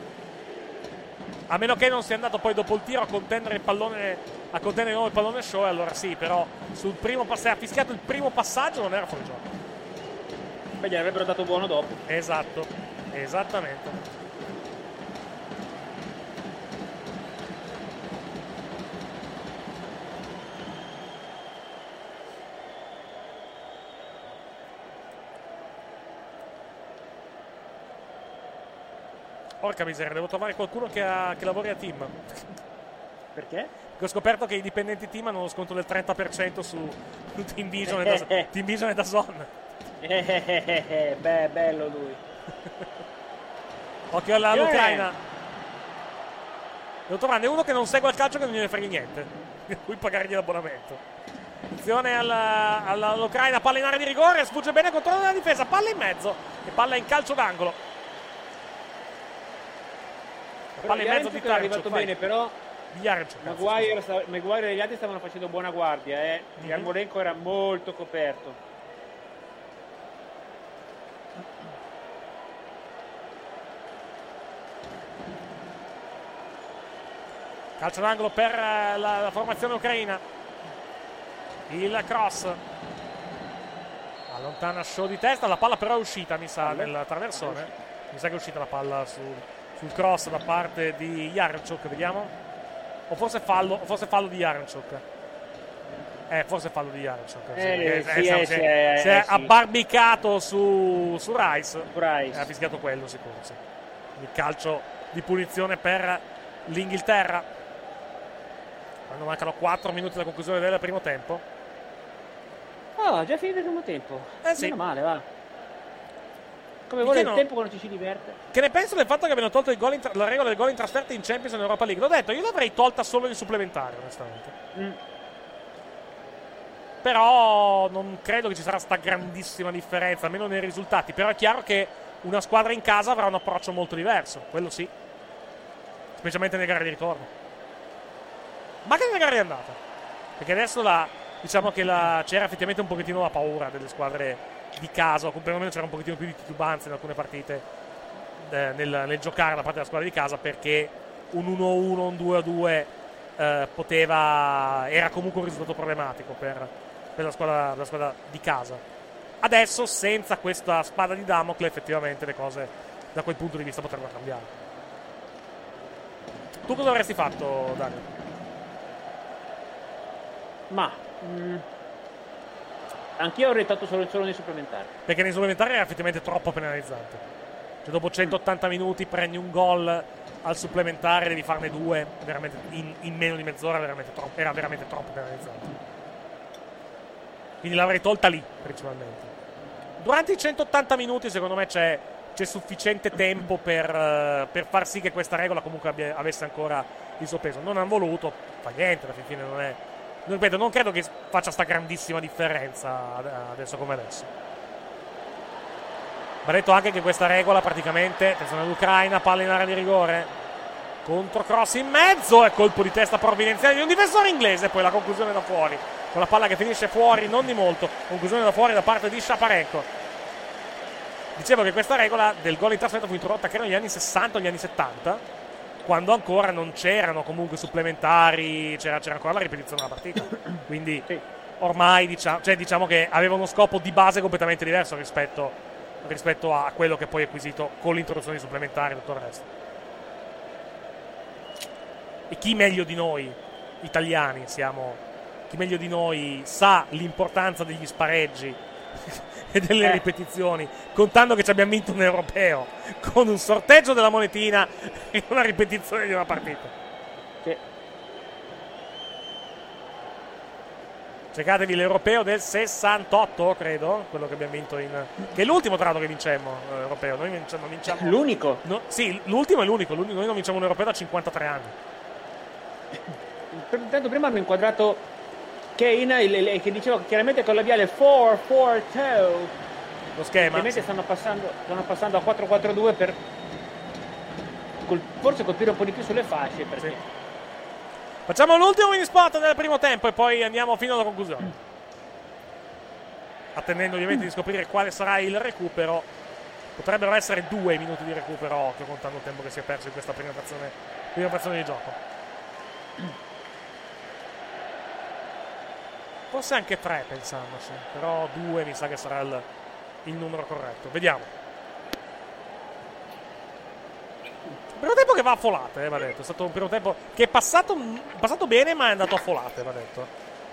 A meno che non sia andato poi dopo il tiro a contendere il pallone, a contendere di nuovo il pallone Shaw, allora sì, però sul primo passaggio, ha fischiato il primo passaggio, non era fuori gioco. Beh, gli avrebbero dato buono dopo. Esatto. Esattamente. Porca miseria, devo trovare qualcuno che, ha, che lavori a team. Perché? Perché ho scoperto che i dipendenti team hanno uno sconto del trenta per cento su Team Vision e da, Team Vision e da Zone. Eh, beh, bello lui. Occhio alla, all'Ucraina. Devo trovarne uno che non segue il calcio, che non gliene frega niente. Per cui pagargli l'abbonamento. Attenzione alla, alla, all'Ucraina, palla in area di rigore, sfugge bene, controllo della difesa, palla in mezzo e palla in calcio d'angolo. Palla in mezzo di Yaremchuk è arrivato bene, però Maguire, sta, Maguire e gli altri stavano facendo buona guardia, eh. Mm-hmm. Yarmolenko era molto coperto. Calcio d'angolo per la, la formazione ucraina. Il cross allontana Shaw di testa, la palla però è uscita, mi sa, nel traversone. Mi sa che è uscita la palla su, sul cross da parte di Yaremchuk, vediamo. O forse fallo, o forse fallo di Yaremchuk. Eh, forse fallo di Yaremchuk. Eh, sì, sì, eh, eh, si sì, è, eh, si è eh, sì. abbarbicato su, su Rice. Rice. E ha fischiato quello, sicuro, sì. Il calcio di punizione per l'Inghilterra. Quando mancano quattro minuti alla conclusione del primo tempo. Oh, già finito il primo tempo. Eh sì. Meno male, va. Come Di vuole che il no? tempo quando ci si diverte. Che ne penso del fatto che abbiano tolto il gol in tra- la regola del gol in trasferta in Champions e in Europa League? L'ho detto, io l'avrei tolta solo in supplementare, onestamente. Mm. Però non credo che ci sarà sta grandissima differenza, almeno nei risultati. Però è chiaro che una squadra in casa avrà un approccio molto diverso, quello sì. Specialmente nelle gare di ritorno. Ma che nelle gare di andata. Perché adesso la, diciamo che la, c'era effettivamente un pochettino la paura delle squadre di casa, o perlomeno c'era un pochettino più di titubanza in alcune partite eh, nel, nel giocare da parte della squadra di casa, perché un uno a uno, un due a due eh, poteva, era comunque un risultato problematico per, per la, squadra, la squadra di casa. Adesso, senza questa spada di Damocle, effettivamente le cose da quel punto di vista potrebbero cambiare. Tu cosa avresti fatto, Dario? Ma mh, anch'io avrei tolto solo, solo nei supplementari. Perché nei supplementari era effettivamente troppo penalizzante. Cioè dopo centottanta minuti prendi un gol al supplementare, devi farne due veramente in, in meno di mezz'ora, veramente troppo, era veramente troppo penalizzante. Quindi l'avrei tolta lì principalmente. Durante i centottanta minuti secondo me c'è, c'è sufficiente tempo per, per far sì che questa regola comunque abbia, avesse ancora il suo peso. Non hanno voluto, fa niente, alla fine non è... Non, ripeto, non credo che faccia sta grandissima differenza adesso come adesso. Va detto anche che questa regola praticamente, attenzione all'Ucraina, palla in area di rigore, controcross in mezzo e colpo di testa provvidenziale di un difensore inglese, poi la conclusione da fuori, con la palla che finisce fuori, non di molto, conclusione da fuori da parte di Shaparenko. Dicevo che questa regola del gol in trasferta fu introdotta credo negli anni sessanta o negli anni settanta, quando ancora non c'erano comunque supplementari, c'era, c'era ancora la ripetizione della partita. Quindi sì. Ormai diciamo, cioè, diciamo che aveva uno scopo di base completamente diverso rispetto, rispetto a quello che poi è acquisito con l'introduzione di supplementari e tutto il resto. E chi meglio di noi italiani siamo, chi meglio di noi sa l'importanza degli spareggi e delle eh. ripetizioni, contando che ci abbiamo vinto un europeo con un sorteggio della monetina e una ripetizione di una partita. Sì. Cercatevi l'europeo del sessantotto, credo, quello che abbiamo vinto in... che è l'ultimo tra l'altro che vincemmo, eh, europeo. Noi vinciamo, vinciamo... L'unico? No, sì, l'ultimo è l'unico. l'unico. Noi non vinciamo un europeo da cinquantatré anni. Tanto prima hanno inquadrato Kane, il, il, che diceva chiaramente con la labiale quattro quattro due. Lo schema. Ovviamente stanno passando, stanno passando a quattro quattro due per col, forse colpire un po' di più sulle fasce. Perché... Sì. Facciamo l'ultimo mini spot del primo tempo e poi andiamo fino alla conclusione. Attendendo ovviamente di scoprire quale sarà il recupero. Potrebbero essere due minuti di recupero, occhio, contando il tempo che si è perso in questa prima frazione, prima frazione di gioco. Forse anche tre pensandoci, però due mi sa che sarà il, il numero corretto. Vediamo. che va a folate, eh, va detto. È stato un primo tempo che è passato, passato bene, ma è andato a folate, va detto.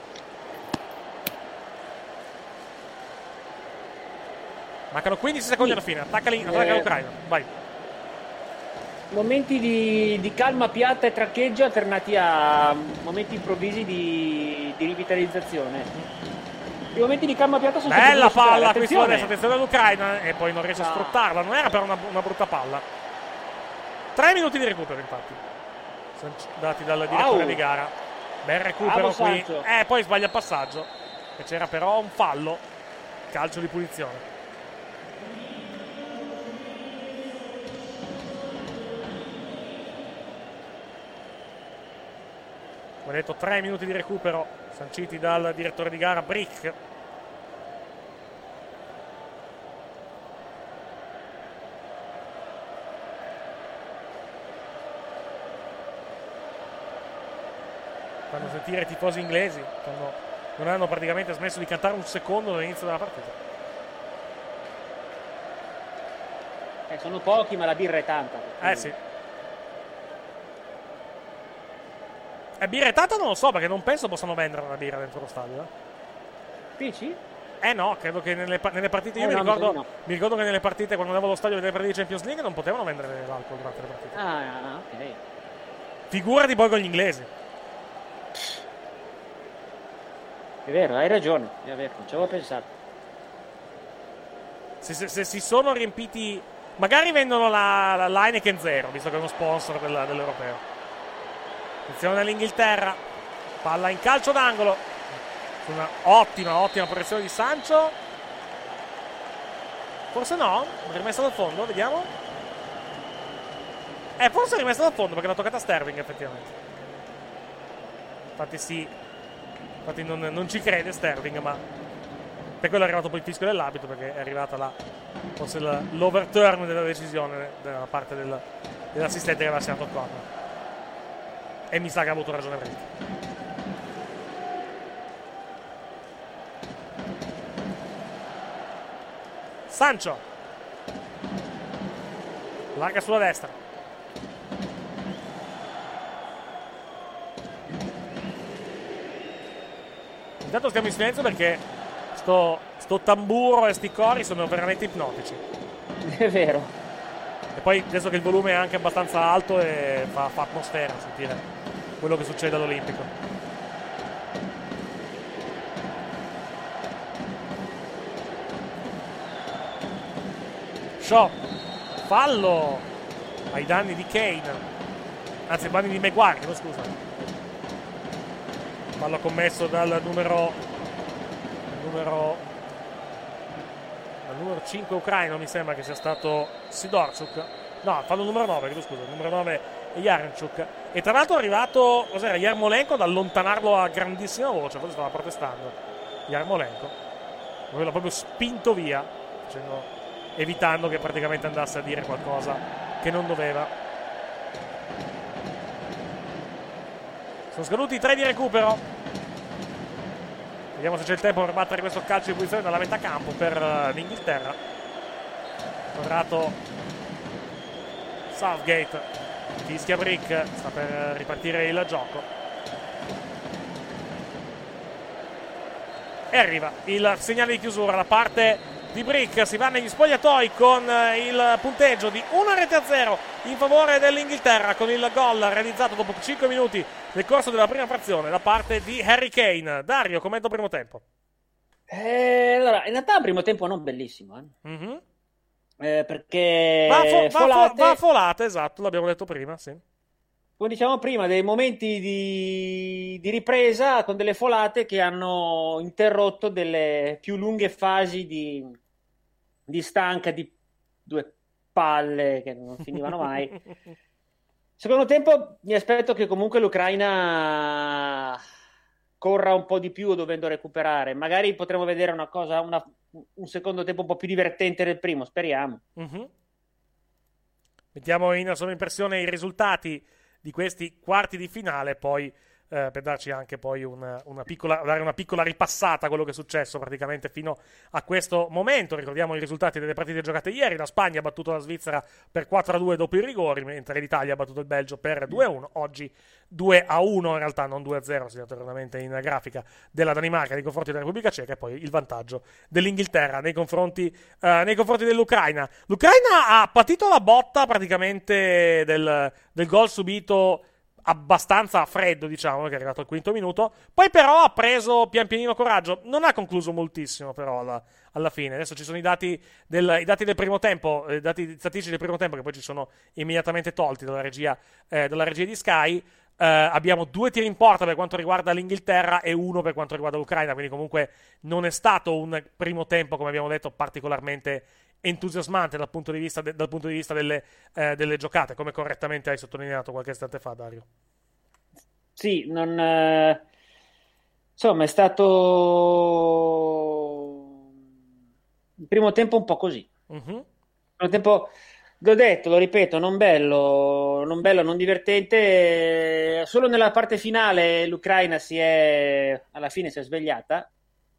Mancano quindici secondi alla fine. Attacca, lì, attacca Eh. l'Ucraina. Vai. Momenti di, di calma piatta e traccheggio alternati a momenti improvvisi di, di rivitalizzazione. I momenti di calma piatta sono stati Bella molto palla sociali. qui sulla Attenzione. destra, attenzione all'Ucraina e poi non riesce a No. sfruttarla. Non era però una, una brutta palla. Tre minuti di recupero, infatti. Sono dati dal direttore Wow. di gara. Bel recupero Bravo, qui. Sancho. Eh, poi sbaglia il passaggio. E c'era però un fallo. Calcio di punizione. Come detto, tre minuti di recupero sanciti dal direttore di gara Brick. Fanno sentire i tifosi inglesi che hanno- non hanno praticamente smesso di cantare un secondo dall'inizio della partita. Eh, sono pochi, ma la birra è tanta. Eh sì. E birra e tanta non lo so, perché non penso possano vendere una birra dentro lo stadio. Eh, Dici? eh no, credo che nelle, pa- nelle partite. Io Eh, mi, no, ricordo, no. mi ricordo che nelle partite, quando andavo allo stadio a vedere le partite di Champions League, non potevano vendere l'alcol durante le partite. Ah, ah, ok. Figurati poi con gli inglesi. È vero, hai ragione. È vero, non ci avevo pensato. Se, se- se si sono riempiti. Magari vendono la, la Heineken Zero, visto che è uno sponsor della- dell'Europeo. Attenzione all'Inghilterra. Palla in calcio d'angolo. Una ottima, ottima progressione di Sancho. Forse no? È rimessa dal fondo, vediamo. Eh, forse è rimessa dal fondo perché l'ha toccata Sterling, effettivamente. Infatti sì. Infatti non, non ci crede Sterling, ma per quello è arrivato poi il fischio dell'arbitro, perché è arrivata la, forse la, l'overturn della decisione da parte del, dell'assistente che aveva segnato il corner. E mi sa che ha avuto ragione Brick. Sancho larga sulla destra. Intanto stiamo in silenzio perché sto, sto tamburo e sti cori sono veramente ipnotici. È vero. E poi adesso che il volume è anche abbastanza alto e fa, fa atmosfera sentire quello che succede all'Olimpico. Shaw, fallo ai danni di Kane, anzi ai danni di Maguire, no, scusa. Fallo commesso dal numero numero dal numero cinque ucraino, mi sembra che sia stato Sidorchuk. No, fallo numero nove, chiedo scusa, il numero nove è Yarenchuk. E tra l'altro è arrivato, cos'era, Yarmolenko ad allontanarlo a grandissima voce, forse stava protestando Yarmolenko. Poi l'ha proprio spinto via, facendo, evitando che praticamente andasse a dire qualcosa che non doveva. Sono scaduti i tre di recupero. Vediamo se c'è il tempo per battere questo calcio di punizione dalla metà campo per uh, l'Inghilterra. Quadrato Southgate, fischia Brick, sta per ripartire il gioco. E arriva il segnale di chiusura da parte di Brick. Si va negli spogliatoi con il punteggio di una rete a zero in favore dell'Inghilterra, con il gol realizzato dopo cinque minuti nel corso della prima frazione da parte di Harry Kane. Dario, commento primo tempo. Eh, allora, in realtà il primo tempo non bellissimo, eh. Mm-hmm. Eh, perché va, a fo- va, folate, va a folate, esatto, l'abbiamo detto prima, sì. Come diciamo prima, dei momenti di, di ripresa con delle folate che hanno interrotto delle più lunghe fasi di, di stanca di due palle che non finivano mai. Secondo tempo mi aspetto che comunque l'Ucraina corra un po' di più dovendo recuperare. Magari potremo vedere una cosa, una, un secondo tempo un po' più divertente del primo, speriamo. Mm-hmm. Mettiamo in sovraimpressione i risultati di questi quarti di finale, poi eh, per darci anche poi una, una piccola, dare una piccola ripassata a quello che è successo praticamente fino a questo momento. Ricordiamo i risultati delle partite giocate ieri: la Spagna ha battuto la Svizzera per quattro a due dopo i rigori, mentre l'Italia ha battuto il Belgio per due a uno. Oggi due a uno, in realtà non due a zero, si è naturalmente in grafica, della Danimarca nei confronti della Repubblica Ceca, e poi il vantaggio dell'Inghilterra nei confronti, uh, nei confronti dell'Ucraina. L'Ucraina ha patito la botta praticamente del, del gol subito abbastanza a freddo, diciamo, che è arrivato al quinto minuto. Poi però ha preso pian pianino coraggio. Non ha concluso moltissimo però alla, alla fine. Adesso ci sono i dati del, i dati del primo tempo, i dati statistici del primo tempo, che poi ci sono immediatamente tolti dalla regia, eh, dalla regia di Sky. Uh, abbiamo due tiri in porta per quanto riguarda l'Inghilterra e uno per quanto riguarda l'Ucraina, quindi comunque non è stato un primo tempo, come abbiamo detto, particolarmente entusiasmante dal punto di vista, de- dal punto di vista delle, eh, delle giocate, come correttamente hai sottolineato qualche istante fa, Dario. Sì, non, eh, insomma è stato il primo tempo un po' così. Mm-hmm. Il primo tempo, l'ho detto, lo ripeto, non bello, non bello, non divertente. Solo nella parte finale l'Ucraina si è, alla fine si è svegliata.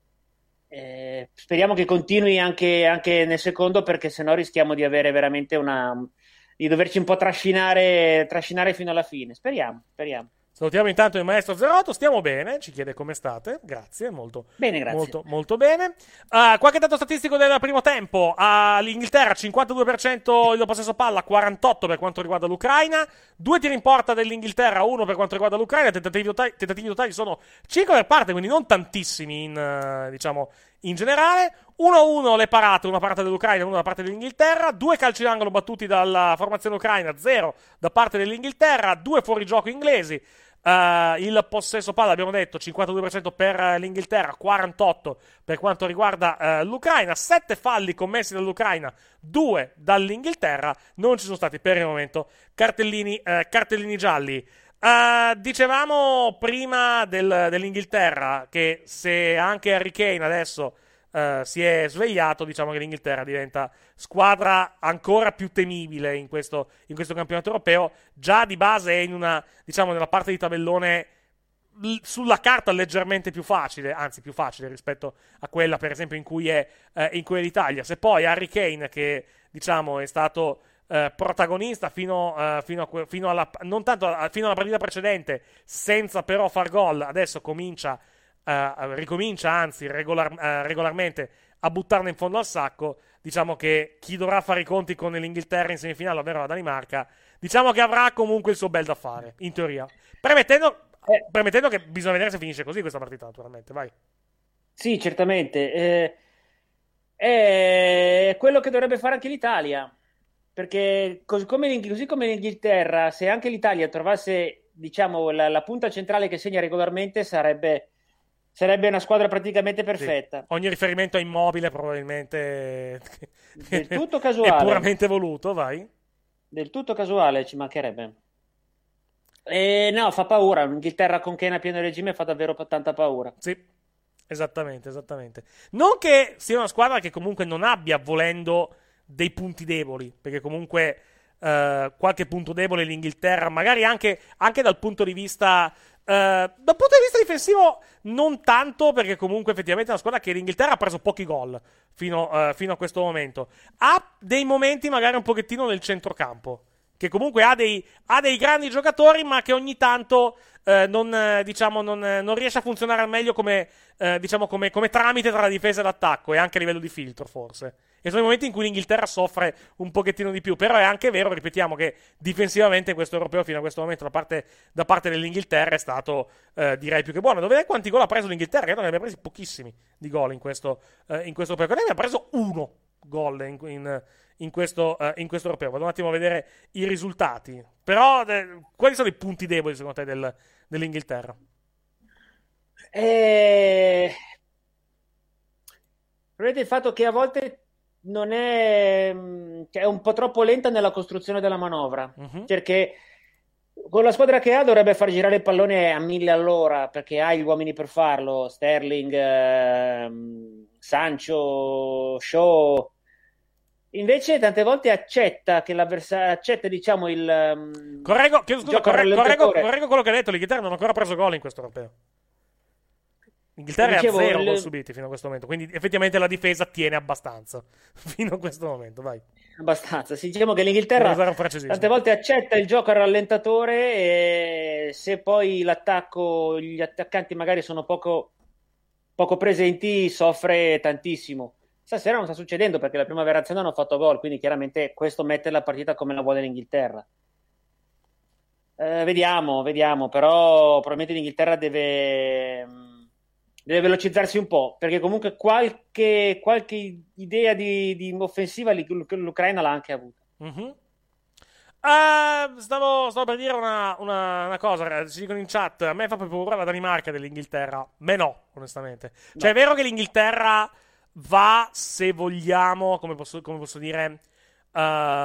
Eh, speriamo che continui anche, anche nel secondo, perché sennò rischiamo di avere veramente una, di doverci un po' trascinare, trascinare fino alla fine. Speriamo, speriamo. Salutiamo intanto il maestro Zerotto, stiamo bene, ci chiede come state, grazie, molto bene, grazie. Molto, molto bene. Uh, qualche dato statistico del primo tempo: all'Inghilterra cinquantadue per cento il possesso palla, quarantotto per quanto riguarda l'Ucraina, due tiri in porta dell'Inghilterra, uno per quanto riguarda l'Ucraina, tentativi totali, tentativi totali sono cinque per parte, quindi non tantissimi in, uh, diciamo, in generale. uno a uno le parate, una parata dell'Ucraina, una da parte dell'Inghilterra, due calci d'angolo battuti dalla formazione ucraina, zero da parte dell'Inghilterra, due fuorigioco inglesi. Uh, il possesso palla, abbiamo detto, cinquantadue per cento per uh, l'Inghilterra, quarantotto per quanto riguarda uh, l'Ucraina. Sette falli commessi dall'Ucraina, due dall'Inghilterra. Non ci sono stati per il momento cartellini, uh, cartellini gialli. Uh, dicevamo prima del, dell'Inghilterra che se anche Harry Kane adesso uh, si è svegliato, diciamo che l'Inghilterra diventa squadra ancora più temibile in questo, in questo campionato europeo. Già di base è in una, diciamo, nella parte di tabellone l- sulla carta leggermente più facile, anzi più facile rispetto a quella per esempio in cui è, eh, in cui è l'Italia. Se poi Harry Kane, che diciamo è stato eh, protagonista fino, eh, fino, a que- fino alla non tanto a- fino alla partita precedente, senza però far gol, adesso comincia eh, ricomincia anzi regolar- eh, regolarmente a buttarne in fondo al sacco. Diciamo che chi dovrà fare i conti con l'Inghilterra in semifinale, ovvero la Danimarca, diciamo che avrà comunque il suo bel da fare, in teoria. Premettendo, eh, premettendo che bisogna vedere se finisce così questa partita, naturalmente. Vai. Sì, certamente. Eh, è quello che dovrebbe fare anche l'Italia. Perché così come, così come l'Inghilterra, se anche l'Italia trovasse, diciamo, la, la punta centrale che segna regolarmente, sarebbe... Sarebbe una squadra praticamente perfetta. Sì. Ogni riferimento a Immobile probabilmente del tutto casuale. È puramente voluto, vai. Del tutto casuale, ci mancherebbe. E no, fa paura. L'Inghilterra con Kane a pieno regime fa davvero tanta paura. Sì, esattamente, esattamente. Non che sia una squadra che comunque non abbia, volendo, dei punti deboli, perché comunque uh, qualche punto debole l'Inghilterra, magari anche, anche dal punto di vista... Uh, dal punto di vista difensivo non tanto, perché comunque effettivamente è una squadra che l'Inghilterra ha preso pochi gol fino, uh, fino a questo momento. Ha dei momenti magari un pochettino nel centrocampo, che comunque ha dei, ha dei grandi giocatori, ma che ogni tanto uh, non, uh, diciamo, non, uh, non riesce a funzionare al meglio come, uh, diciamo, come, come tramite tra la difesa e l'attacco, e anche a livello di filtro forse. E sono i momenti in cui l'Inghilterra soffre un pochettino di più. Però è anche vero, ripetiamo, che difensivamente in questo europeo fino a questo momento da parte, da parte dell'Inghilterra è stato eh, direi più che buono. Dove quanti gol ha preso l'Inghilterra? Credo che ne abbia presi pochissimi di gol in questo, eh, in questo europeo. Ne abbia preso uno gol in, in, in, questo, eh, in questo europeo. Vado un attimo a vedere i risultati. Però eh, quali sono i punti deboli secondo te del, dell'Inghilterra? Eh... Vedete il fatto che a volte non è, cioè è un po' troppo lenta nella costruzione della manovra, uh-huh. Perché con la squadra che ha dovrebbe far girare il pallone a mille all'ora, perché ha gli uomini per farlo. Sterling, eh, Sancho, Shaw, Invece tante volte accetta che l'avversario accetta diciamo il um, correggo, chiedo scusa, gioco correggo, correggo, rallentatore. correggo quello che hai detto. L'Inghilterra non ha ancora preso gol in questo europeo. L'Inghilterra Dicevo, è a zero il- gol subiti fino a questo momento, quindi effettivamente la difesa tiene abbastanza fino a questo momento. Vai. Abbastanza, sì, diciamo che l'Inghilterra Per usare un francesismo. tante volte accetta il gioco al rallentatore e se poi l'attacco, gli attaccanti magari sono poco, poco presenti, soffre tantissimo. Stasera non sta succedendo perché la prima reazione hanno fatto gol, quindi chiaramente questo mette la partita come la vuole l'Inghilterra. Eh, vediamo, vediamo, però probabilmente l'Inghilterra deve, deve velocizzarsi un po', perché comunque qualche, qualche idea di, di offensiva l'Ucraina l'ha anche avuta. Mm-hmm. Uh, stavo, stavo per dire una, una, una cosa, ci dicono in chat, a me fa più paura la Danimarca dell'Inghilterra. Beh no, onestamente. No. Cioè è vero che l'Inghilterra va, se vogliamo, come posso, come posso dire, uh,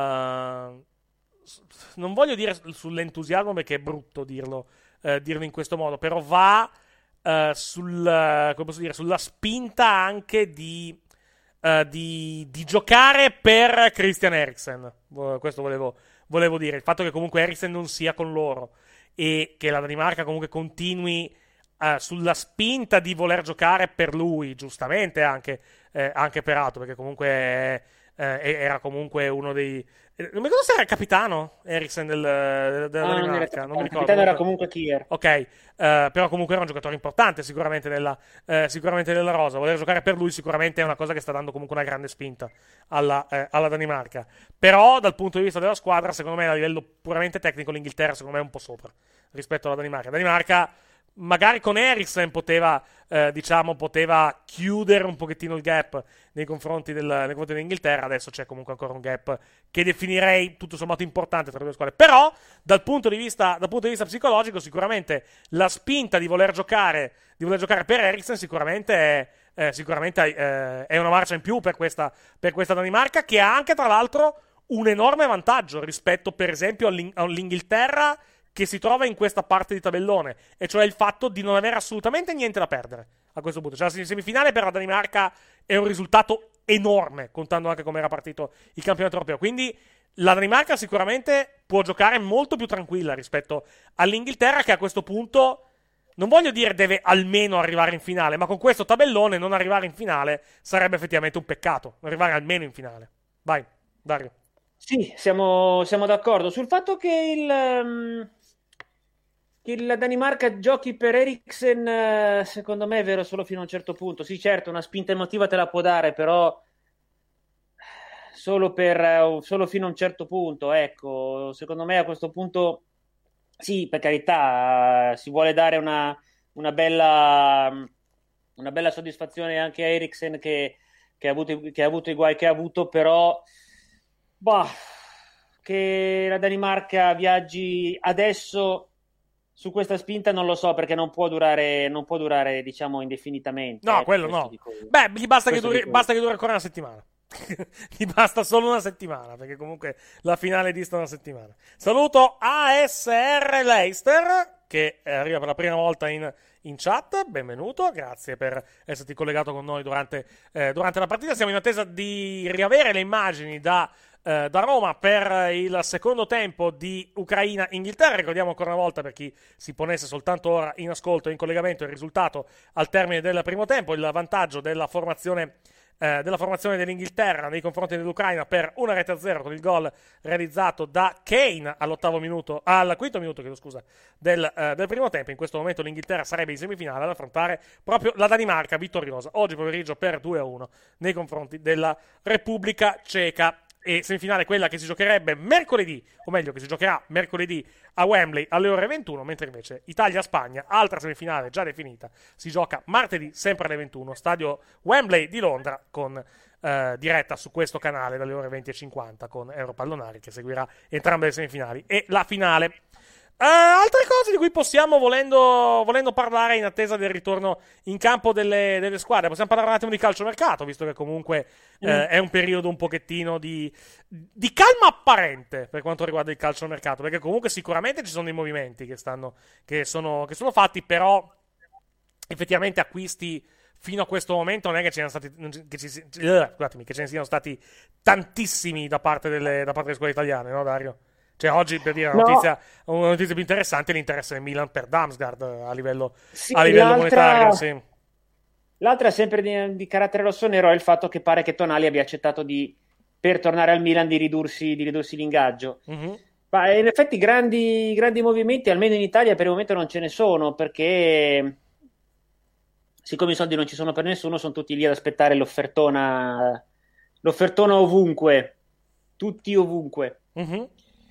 non voglio dire sull'entusiasmo perché è brutto dirlo, uh, dirlo in questo modo, però va uh, sul, uh, come posso dire, sulla spinta anche di, uh, di, di giocare per Christian Eriksen. Uh, questo volevo, volevo dire, il fatto che comunque Eriksen non sia con loro e che la Danimarca comunque continui Uh, sulla spinta di voler giocare per lui, giustamente anche, eh, anche peraltro, perché comunque eh, eh, era comunque uno dei... Eh, non mi ricordo se era il capitano Eriksen del, del, della No, non Danimarca, era non mi il ricordo. capitano era comunque Kier. Ok, eh, però comunque era un giocatore importante sicuramente nella, eh, sicuramente nella rosa. Voler giocare per lui sicuramente è una cosa che sta dando comunque una grande spinta alla, eh, alla Danimarca. Però dal punto di vista della squadra, secondo me a livello puramente tecnico l'Inghilterra secondo me è un po' sopra rispetto alla Danimarca. La Danimarca magari con Eriksen poteva, eh, diciamo, poteva chiudere un pochettino il gap nei confronti, del, nei confronti dell'Inghilterra. Adesso c'è comunque ancora un gap che definirei tutto sommato importante tra le due squadre. Però, dal punto di vista, dal punto di vista psicologico, sicuramente la spinta di voler giocare, di voler giocare per Eriksen sicuramente è, eh, sicuramente, eh, è una marcia in più per questa, per questa Danimarca, che ha anche, tra l'altro, un enorme vantaggio rispetto, per esempio, all'Ing- all'Inghilterra che si trova in questa parte di tabellone, e cioè il fatto di non avere assolutamente niente da perdere a questo punto. Cioè la semifinale per la Danimarca è un risultato enorme, contando anche come era partito il campionato europeo. Quindi la Danimarca sicuramente può giocare molto più tranquilla rispetto all'Inghilterra, che a questo punto, non voglio dire deve almeno arrivare in finale, ma con questo tabellone non arrivare in finale sarebbe effettivamente un peccato, arrivare almeno in finale. Vai, Dario. Sì, siamo, siamo d'accordo sul fatto che il... Um... che la Danimarca giochi per Eriksen, secondo me è vero solo fino a un certo punto. Sì, certo, una spinta emotiva te la può dare, però solo, per, solo fino a un certo punto. Ecco, secondo me a questo punto, sì, per carità, si vuole dare una, una, bella, una bella soddisfazione anche a Eriksen che, che, ha avuto, che ha avuto i guai che ha avuto, però bah, che la Danimarca viaggi adesso su questa spinta non lo so, perché non può durare, non può durare diciamo indefinitamente. No, eh, quello no. Beh, gli basta che, duri, basta che duri ancora una settimana. Gli basta solo una settimana, perché comunque la finale dista una settimana. Saluto A S R Leicester, che arriva per la prima volta in, in chat. Benvenuto, grazie per esserti collegato con noi durante, eh, durante la partita. Siamo in attesa di riavere le immagini da... Uh, da Roma per il secondo tempo di Ucraina-Inghilterra. Ricordiamo ancora una volta, per chi si ponesse soltanto ora in ascolto e in collegamento, il risultato al termine del primo tempo, il vantaggio della formazione uh, della formazione dell'Inghilterra nei confronti dell'Ucraina per una rete a zero, con il gol realizzato da Kane all'ottavo minuto, al quinto minuto, chiedo scusa, del, uh, del primo tempo. In questo momento l'Inghilterra sarebbe in semifinale ad affrontare proprio la Danimarca vittoriosa oggi pomeriggio per due a uno nei confronti della Repubblica Ceca. E semifinale quella che si giocherebbe mercoledì, o meglio che si giocherà mercoledì a Wembley alle ore ventuno, mentre invece Italia-Spagna, altra semifinale già definita, si gioca martedì sempre alle ventuno, stadio Wembley di Londra, con eh, diretta su questo canale dalle ore venti e cinquanta con Europallonari, che seguirà entrambe le semifinali e la finale. Uh, altre cose di cui possiamo, volendo, volendo parlare in attesa del ritorno in campo delle, delle squadre, possiamo parlare un attimo di calciomercato, visto che comunque mm. eh, è un periodo un pochettino di, di calma apparente per quanto riguarda il calciomercato, perché comunque sicuramente ci sono dei movimenti che, stanno, che, sono, che sono fatti, però effettivamente acquisti fino a questo momento non è che ce ne stati che ci, scusatemi, che ce ne siano stati tantissimi da parte delle, da parte delle scuole italiane, no Dario? Cioè oggi, per dire una No. notizia, una notizia più interessante è l'interesse del Milan per Damsgaard a livello, Sì, a livello l'altra- monetario, sì. L'altra sempre di, di carattere rossonero è il fatto che pare che Tonali abbia accettato di, per tornare al Milan, di ridursi, di ridursi l'ingaggio. Mhm. Ma in effetti grandi, grandi movimenti, almeno in Italia, per il momento non ce ne sono, perché siccome i soldi non ci sono per nessuno, sono tutti lì ad aspettare l'offertona, l'offertona ovunque, tutti ovunque. Mhm.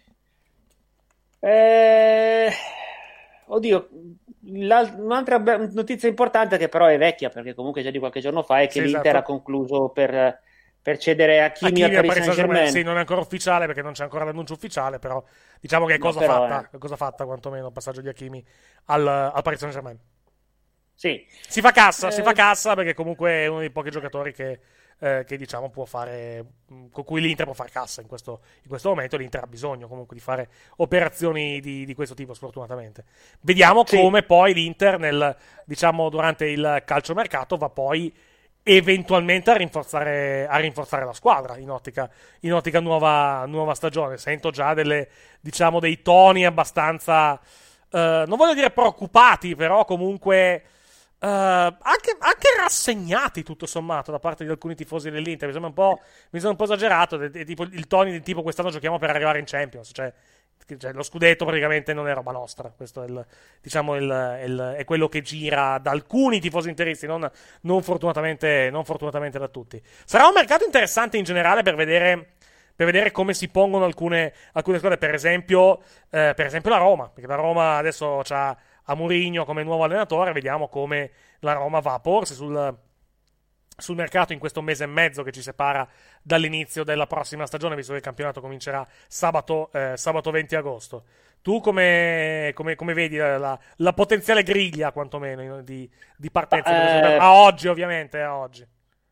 Eh, oddio, l'al- un'altra be- notizia importante, che però è vecchia, perché comunque già di qualche giorno fa, è che Sì, l'Inter esatto. ha concluso per, per cedere Hakimi Hakimi al al Paris Paris Saint-Germain, Saint-Germain. sì, non è ancora ufficiale perché non c'è ancora l'annuncio ufficiale, però diciamo che è No, cosa però, fatta, eh. è cosa fatta quantomeno il passaggio di Hakimi al, al Paris Saint-Germain. Sì. Si fa cassa, Eh. si fa cassa perché comunque è uno dei pochi giocatori che, eh, che diciamo può fare, mh, con cui l'Inter può fare cassa in questo, in questo momento. L'Inter ha bisogno comunque di fare operazioni di, di questo tipo, sfortunatamente. Vediamo Sì. come poi l'Inter nel, diciamo, durante il calciomercato va poi eventualmente a rinforzare, a rinforzare la squadra in ottica, in ottica nuova, nuova stagione. Sento già delle, diciamo, dei toni abbastanza, eh, non voglio dire preoccupati, però comunque eh, anche, anche rassegnati tutto sommato da parte di alcuni tifosi dell'Inter. Mi sembra un po', mi sembra un po' esagerato, de- de- tipo, il tono del tipo quest'anno giochiamo per arrivare in Champions, cioè, cioè, lo scudetto praticamente non è roba nostra. Questo è, il, diciamo, il, il- è quello che gira da alcuni tifosi interisti, non, non fortunatamente, non fortunatamente da tutti. Sarà un mercato interessante in generale per vedere, per vedere come si pongono alcune, alcune squadre, per esempio, eh, per esempio la Roma, perché la Roma adesso c'ha a Mourinho come nuovo allenatore. Vediamo come la Roma va a porsi sul, sul mercato in questo mese e mezzo che ci separa dall'inizio della prossima stagione, visto che il campionato comincerà sabato, eh, sabato venti agosto. Tu come, come, come vedi la, la, la potenziale griglia, quantomeno, di, di partenza? Eh, a oggi, ovviamente, a oggi.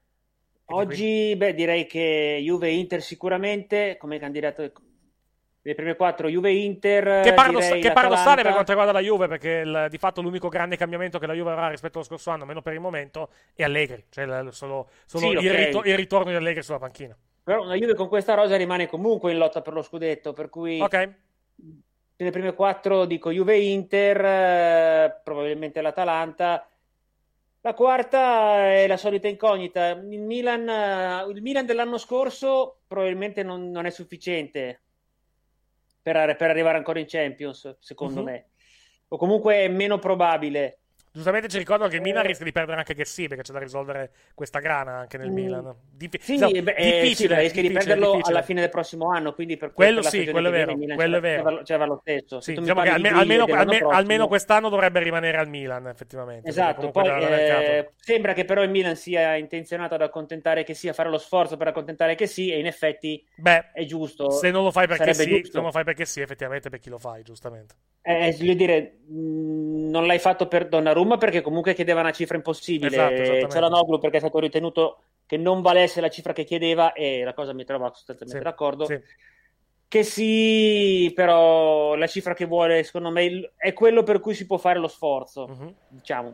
Oggi, beh, direi che Juve-Inter sicuramente come candidato. Le prime quattro Juve-Inter. Che, paradoss- direi che paradossale l'Atalanta. per quanto riguarda la Juve, perché il- di fatto l'unico grande cambiamento che la Juve avrà rispetto allo scorso anno, almeno per il momento, è Allegri, cioè il- solo, solo Sì, il, ok. rito- il ritorno di Allegri sulla panchina. Però la Juve con questa rosa rimane comunque in lotta per lo scudetto, per cui Ok. nelle prime quattro dico Juve-Inter, eh, probabilmente l'Atalanta. La quarta è la solita incognita. Il Milan, eh, il Milan dell'anno scorso probabilmente non, non è sufficiente per, ar- per arrivare ancora in Champions, secondo Mhm. me. O comunque è meno probabile. Giustamente ci ricordo che il Milan rischia di perdere anche Gessi, perché c'è da risolvere questa grana anche nel Mm. Milan. Dif- Sì, no, beh, eh, difficile, sì, rischi di difficile, perderlo difficile. alla fine del prossimo anno, quindi per Quello questo la sì, stagione quello è che vero, viene il Milan quello è c'è- vero. c'è va- c'è va lo stesso. Se Sì, tu mi diciamo che parli di almeno, griglie almeno, dell'anno almeno- prossimo- almeno quest'anno dovrebbe rimanere al Milan, effettivamente. perché Esatto, comunque poi da- da mercato- eh, sembra che però il Milan sia intenzionato ad accontentare che sì, a fare lo sforzo per accontentare che sì, e in effetti Beh, è giusto. se non lo fai perché sarebbe sì, se giusto. non lo fai perché sì, effettivamente per chi lo fai, giustamente. Eh, voglio dire, mh, non l'hai fatto per Donnarumma perché comunque chiedeva una cifra impossibile. Esatto, esattamente. Cialanoglu perché è stato ritenuto che non valesse la cifra che chiedeva, e la cosa mi trova sostanzialmente Sì, d'accordo. sì. Che sì, però la cifra che vuole, secondo me, il- è quello per cui si può fare lo sforzo, Mhm. diciamo.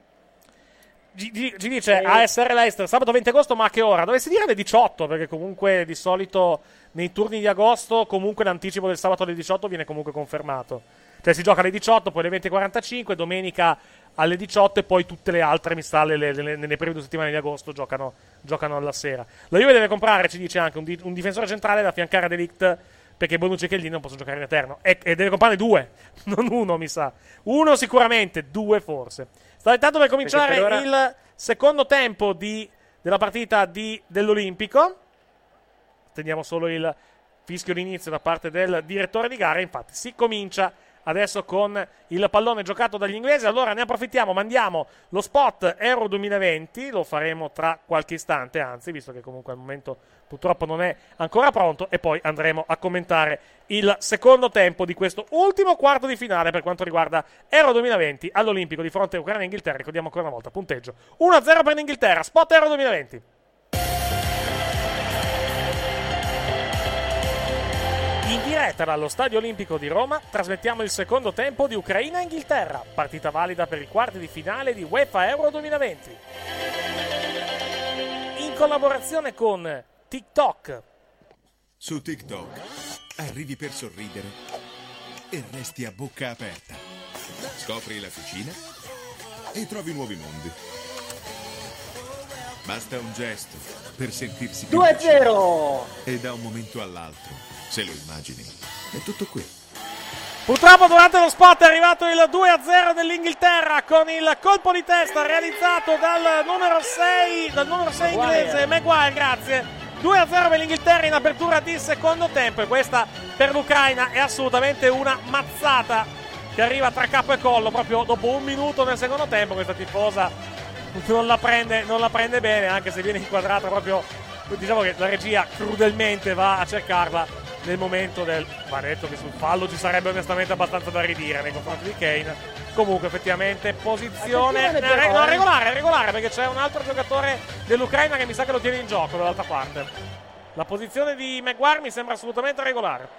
Ci, ci- ci dice Eh. A S R Leicester sabato venti agosto, ma a che ora? Dovessi dire alle diciotto, perché comunque di solito nei turni di agosto comunque l'anticipo del sabato alle diciotto viene comunque confermato. Cioè si gioca alle diciotto, poi alle venti e quarantacinque, domenica alle diciotto, e poi tutte le altre, mi sa, le- le- le- nelle prime due settimane di agosto giocano, giocano alla sera. La Juve deve comprare, ci dice anche, un, di- un difensore centrale da affiancare a De Ligt, perché Bonucci e Chiellini non possono giocare in eterno. E, e deve comprare due, non uno, mi sa. Uno sicuramente, due forse. Sta intanto per cominciare per ora- il secondo tempo di- della partita di- dell'Olimpico. Teniamo solo il fischio d'inizio da parte del direttore di gara. Infatti si comincia adesso con il pallone giocato dagli inglesi. Allora ne approfittiamo, mandiamo lo spot Euro duemilaventi, lo faremo tra qualche istante, anzi, visto che comunque al momento purtroppo non è ancora pronto, e poi andremo a commentare il secondo tempo di questo ultimo quarto di finale per quanto riguarda Euro duemilaventi all'Olimpico di fronte a Ucraina e Inghilterra. Ricordiamo ancora una volta, punteggio uno a zero per l'Inghilterra, spot Euro duemilaventi. In diretta dallo Stadio Olimpico di Roma trasmettiamo il secondo tempo di Ucraina e Inghilterra, partita valida per i quarti di finale di UEFA Euro duemilaventi. collaborazione con TikTok. Su TikTok arrivi per sorridere e resti a bocca aperta. Scopri la cucina e trovi nuovi mondi. Basta un gesto per sentirsi più due a vicini. zero! E da un momento all'altro, se lo immagini, è tutto qui. Purtroppo durante lo spot è arrivato il due a zero dell'Inghilterra con il colpo di testa realizzato dal numero sei, dal numero sei inglese Maguire, grazie. due a zero per l'Inghilterra in apertura di secondo tempo, e questa per l'Ucraina è assolutamente una mazzata che arriva tra capo e collo proprio dopo un minuto nel secondo tempo. Questa tifosa non la prende, non la prende bene, anche se viene inquadrata proprio, diciamo che la regia crudelmente va a cercarla nel momento del... va detto che sul fallo ci sarebbe onestamente abbastanza da ridire nei confronti di Kane. Comunque effettivamente posizione Attenzione, eh, però, no, eh. regolare, regolare, perché c'è un altro giocatore dell'Ucraina che mi sa che lo tiene in gioco dall'altra parte. La posizione di Maguire mi sembra assolutamente regolare.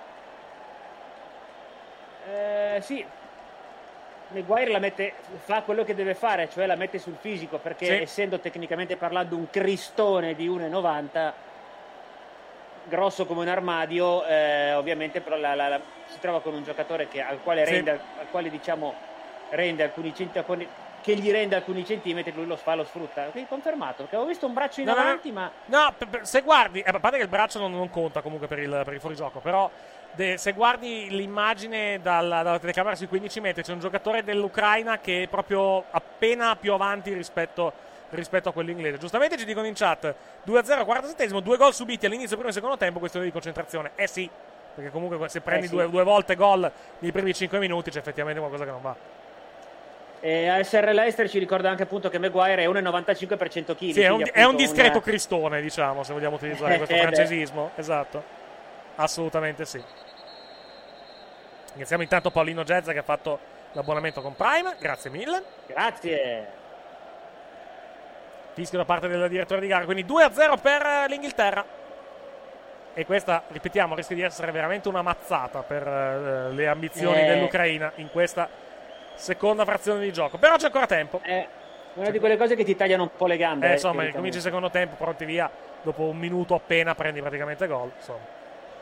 Eh, sì, Maguire la mette, fa quello che deve fare, cioè la mette sul fisico, perché Sì. essendo tecnicamente parlando un cristone di uno e novanta, grosso come un armadio, eh, ovviamente però la, la, la, si trova con un giocatore che, al quale Sì. rende, al quale diciamo rende alcuni centimetri, che gli rende alcuni centimetri, lui lo fa, lo sfrutta. Quindi confermato, perché avevo visto un braccio in No, no, avanti, ma No, per- per- se guardi, eh, a parte che il braccio non, non conta comunque per il, per il fuorigioco, però de- se guardi l'immagine dalla, dalla telecamera sui quindici metri, c'è un giocatore dell'Ucraina che è proprio appena più avanti rispetto, rispetto a quello inglese. Giustamente ci dicono in chat due a zero, quarantasettesimo, due gol subiti all'inizio primo e secondo tempo, questione di concentrazione. Eh sì, perché comunque se prendi Eh sì. due, due volte gol nei primi cinque minuti c'è effettivamente qualcosa che non va. eh, A S R Leicester ci ricorda anche appunto che Maguire è uno virgola novantacinque per cento chili. Sì, è un, quindi è un appunto discreto una- cristone, diciamo, se vogliamo utilizzare questo Eh, beh. francesismo. Esatto, assolutamente sì. Iniziamo intanto Paolino Gezza che ha fatto l'abbonamento con Prime, grazie mille. Grazie. Fischio da parte del direttore di gara, quindi due a zero per eh, l'Inghilterra. E questa, ripetiamo, rischia di essere veramente una mazzata per eh, le ambizioni Eh. dell'Ucraina in questa seconda frazione di gioco. Però c'è ancora tempo. È una di quelle cose che ti tagliano un po' le gambe. Eh, insomma, teoricamente. cominci il secondo tempo, pronti via. Dopo un minuto appena prendi praticamente gol. Insomma.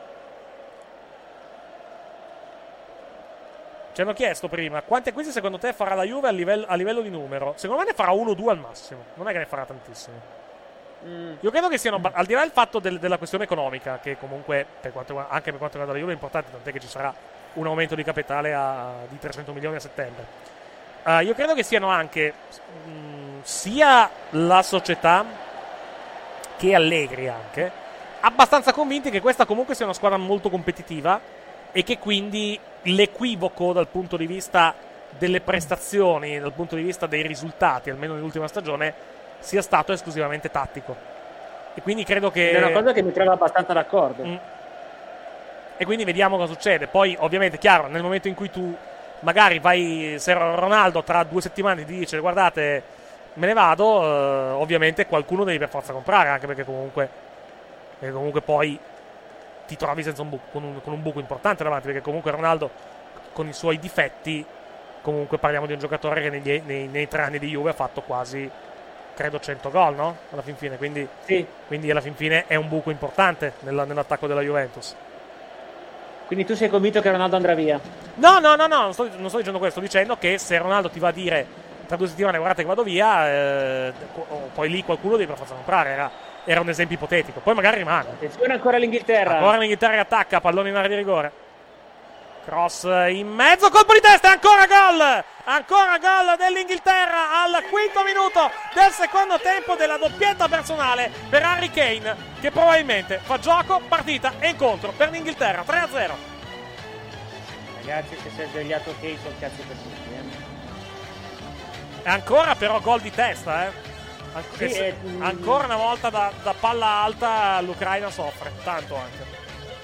Ci hanno chiesto prima quanti acquisti secondo te farà la Juve a livello, a livello di numero. Secondo me ne farà uno o due al massimo. Non è che ne farà tantissimi. Mm. Io credo che siano, al di là del fatto del- della questione economica, che comunque per quanto, anche per quanto riguarda la Juve è importante, tant'è che ci sarà un aumento di capitale a- di trecento milioni a settembre. Uh, io credo che siano anche mh, sia la società che Allegri anche abbastanza convinti che questa comunque sia una squadra molto competitiva e che quindi l'equivoco dal punto di vista delle prestazioni, dal punto di vista dei risultati, almeno nell'ultima stagione, sia stato esclusivamente tattico. E quindi credo che È una cosa che mi trovo abbastanza d'accordo. Mm. E quindi vediamo cosa succede. Poi, ovviamente, chiaro, nel momento in cui tu magari vai, se Ronaldo tra due settimane ti dice guardate, me ne vado, eh, ovviamente qualcuno devi per forza comprare, anche perché comunque, perché comunque poi ti trovi senza un buco, con, un, con un buco importante davanti, perché comunque Ronaldo, con i suoi difetti, comunque parliamo di un giocatore che negli, nei, nei tre anni di Juve ha fatto quasi, credo, cento gol, no? Alla fin fine, quindi, Sì. quindi alla fin fine è un buco importante nella- nell'attacco della Juventus. Quindi tu sei convinto che Ronaldo andrà via? No, no, no, no, non sto, non sto dicendo questo, sto dicendo che se Ronaldo ti va a dire tra due settimane guardate che vado via, eh, poi lì qualcuno deve per forza comprare, era, era un esempio ipotetico, poi magari rimane. Attenzione ancora l'Inghilterra. Ancora l'Inghilterra che attacca, pallone in area di rigore. Cross in mezzo, colpo di testa e ancora gol! Ancora gol dell'Inghilterra al quinto minuto del secondo tempo della doppietta personale per Harry Kane, che probabilmente fa gioco, partita e incontro per l'Inghilterra. tre a zero. Ragazzi, se si è svegliato Kane sono cazzi per tutti. Eh. E ancora però gol di testa, eh. An- Sì, se- eh, mm. ancora una volta da, da palla alta l'Ucraina soffre, tanto anche.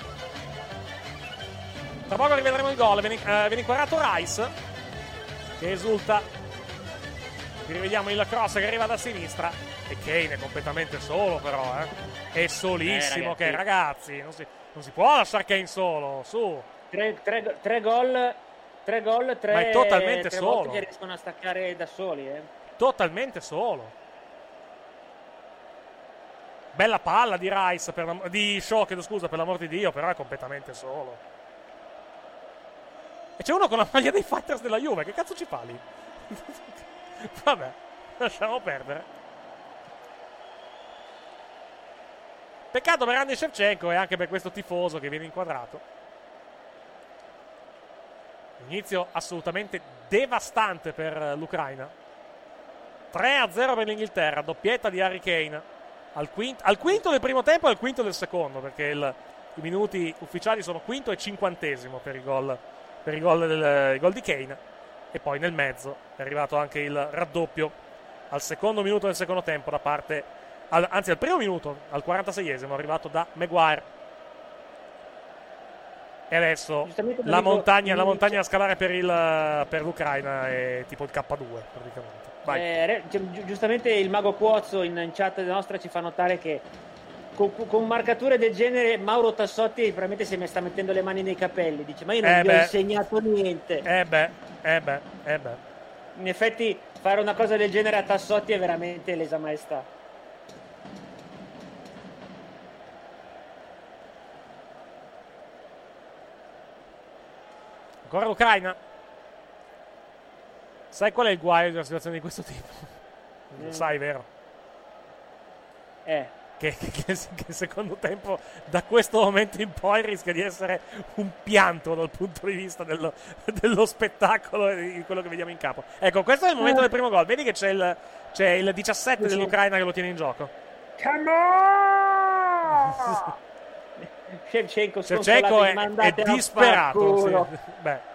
Tra poco rivedremo il gol, viene, eh, viene inquadrato Rice, che esulta. Rivediamo il cross che arriva da sinistra. E Kane è completamente solo però, eh. È solissimo, Eh, che ragazzi, non si, non si può lasciare Kane solo, su. Tre, tre, tre gol, tre gol, tre, Ma è totalmente tre solo. volte che riescono a staccare da soli. Eh. Totalmente solo. Bella palla di Rice, per la, di Shaw, chiedo scusa, per l'amor di Dio, però è completamente solo. E c'è uno con la maglia dei Fighters della Juve, che cazzo ci fa lì? Vabbè, lasciamo perdere. Peccato per Andy Shevchenko e anche per questo tifoso che viene inquadrato. Inizio assolutamente devastante per l'Ucraina. tre a zero per l'Inghilterra, doppietta di Harry Kane. Al quinto, al quinto del primo tempo e al quinto del secondo, perché il, i minuti ufficiali sono quinto e cinquantesimo per il gol, per il gol, del, il gol di Kane. E poi nel mezzo è arrivato anche il raddoppio al secondo minuto del secondo tempo da parte, al, anzi al primo minuto, al quarantaseiesimo, arrivato da Maguire. E adesso la montagna, la montagna da scalare per, il, per l'Ucraina è tipo il K due praticamente. Eh, gi- giustamente il mago Cuozzo in, in chat nostra ci fa notare che con, con marcature del genere Mauro Tassotti probabilmente si sta mettendo le mani nei capelli, dice ma io non eh gli beh. ho insegnato niente. Eh beh, eh beh, eh beh. In effetti fare una cosa del genere a Tassotti è veramente lesa maestà. Ancora l'Ucraina. Sai qual è il guaio di una situazione di questo tipo? Lo sai, vero? Eh. Che, che, che, che il secondo tempo, da questo momento in poi, rischia di essere un pianto dal punto di vista dello, dello spettacolo e di quello che vediamo in campo. Ecco, questo è il momento del primo gol. Vedi che c'è il, c'è il diciassette dell'Ucraina che lo tiene in gioco. Come on! Shevchenko, Shevchenko è, è disperato. Sì. Beh.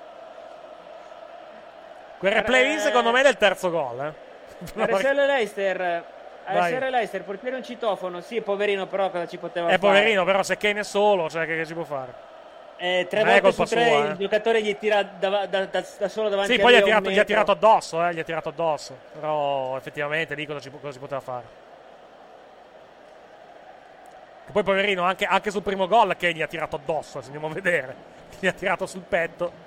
Quel replay in secondo me è del terzo gol, eh. R S L Leicester, R S L Leicester, portiere un citofono, sì, poverino, però cosa ci poteva è fare? È poverino, però se Kane è solo, cioè che, che ci può fare? Eh, tre volte su tre sua, eh. Il giocatore gli tira da, da, da, da solo davanti sì, a poi lui gli ha, tirato, gli ha tirato addosso, eh, gli ha tirato addosso, però effettivamente lì cosa, ci, cosa si poteva fare? E poi poverino, anche, anche sul primo gol Kane gli ha tirato addosso, se andiamo a vedere, gli ha tirato sul petto.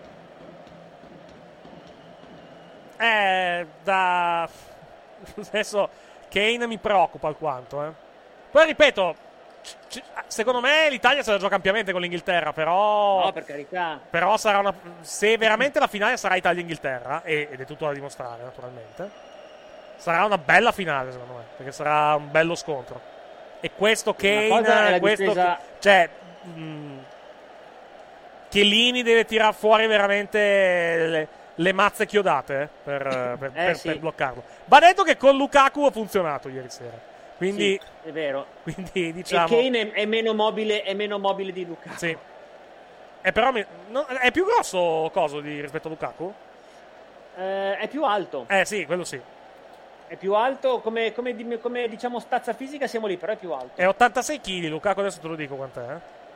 Eh, da... Adesso Kane mi preoccupa alquanto, eh. Poi ripeto, c- c- secondo me l'Italia se la gioca ampiamente con l'Inghilterra, però... No, per carità. Però sarà una... Se veramente la finale sarà Italia-Inghilterra, e, ed è tutto da dimostrare, naturalmente, sarà una bella finale, secondo me, perché sarà un bello scontro. E questo Kane... Questo, difesa... Cioè... Mh, Chiellini deve tirare fuori veramente... Le, le mazze chiodate eh, per, per, eh, per, sì. per bloccarlo. Va detto che con Lukaku ha funzionato ieri sera. Quindi, sì, è vero. Quindi diciamo. E Kane è, è meno mobile, è meno mobile di Lukaku. Sì. È, però, no, è più grosso coso di, rispetto a Lukaku? Eh, è più alto. Eh sì, quello sì. È più alto, come, come, come diciamo stazza fisica siamo lì, però è più alto. È ottantasei chili, Lukaku adesso te lo dico quant'è. Eh?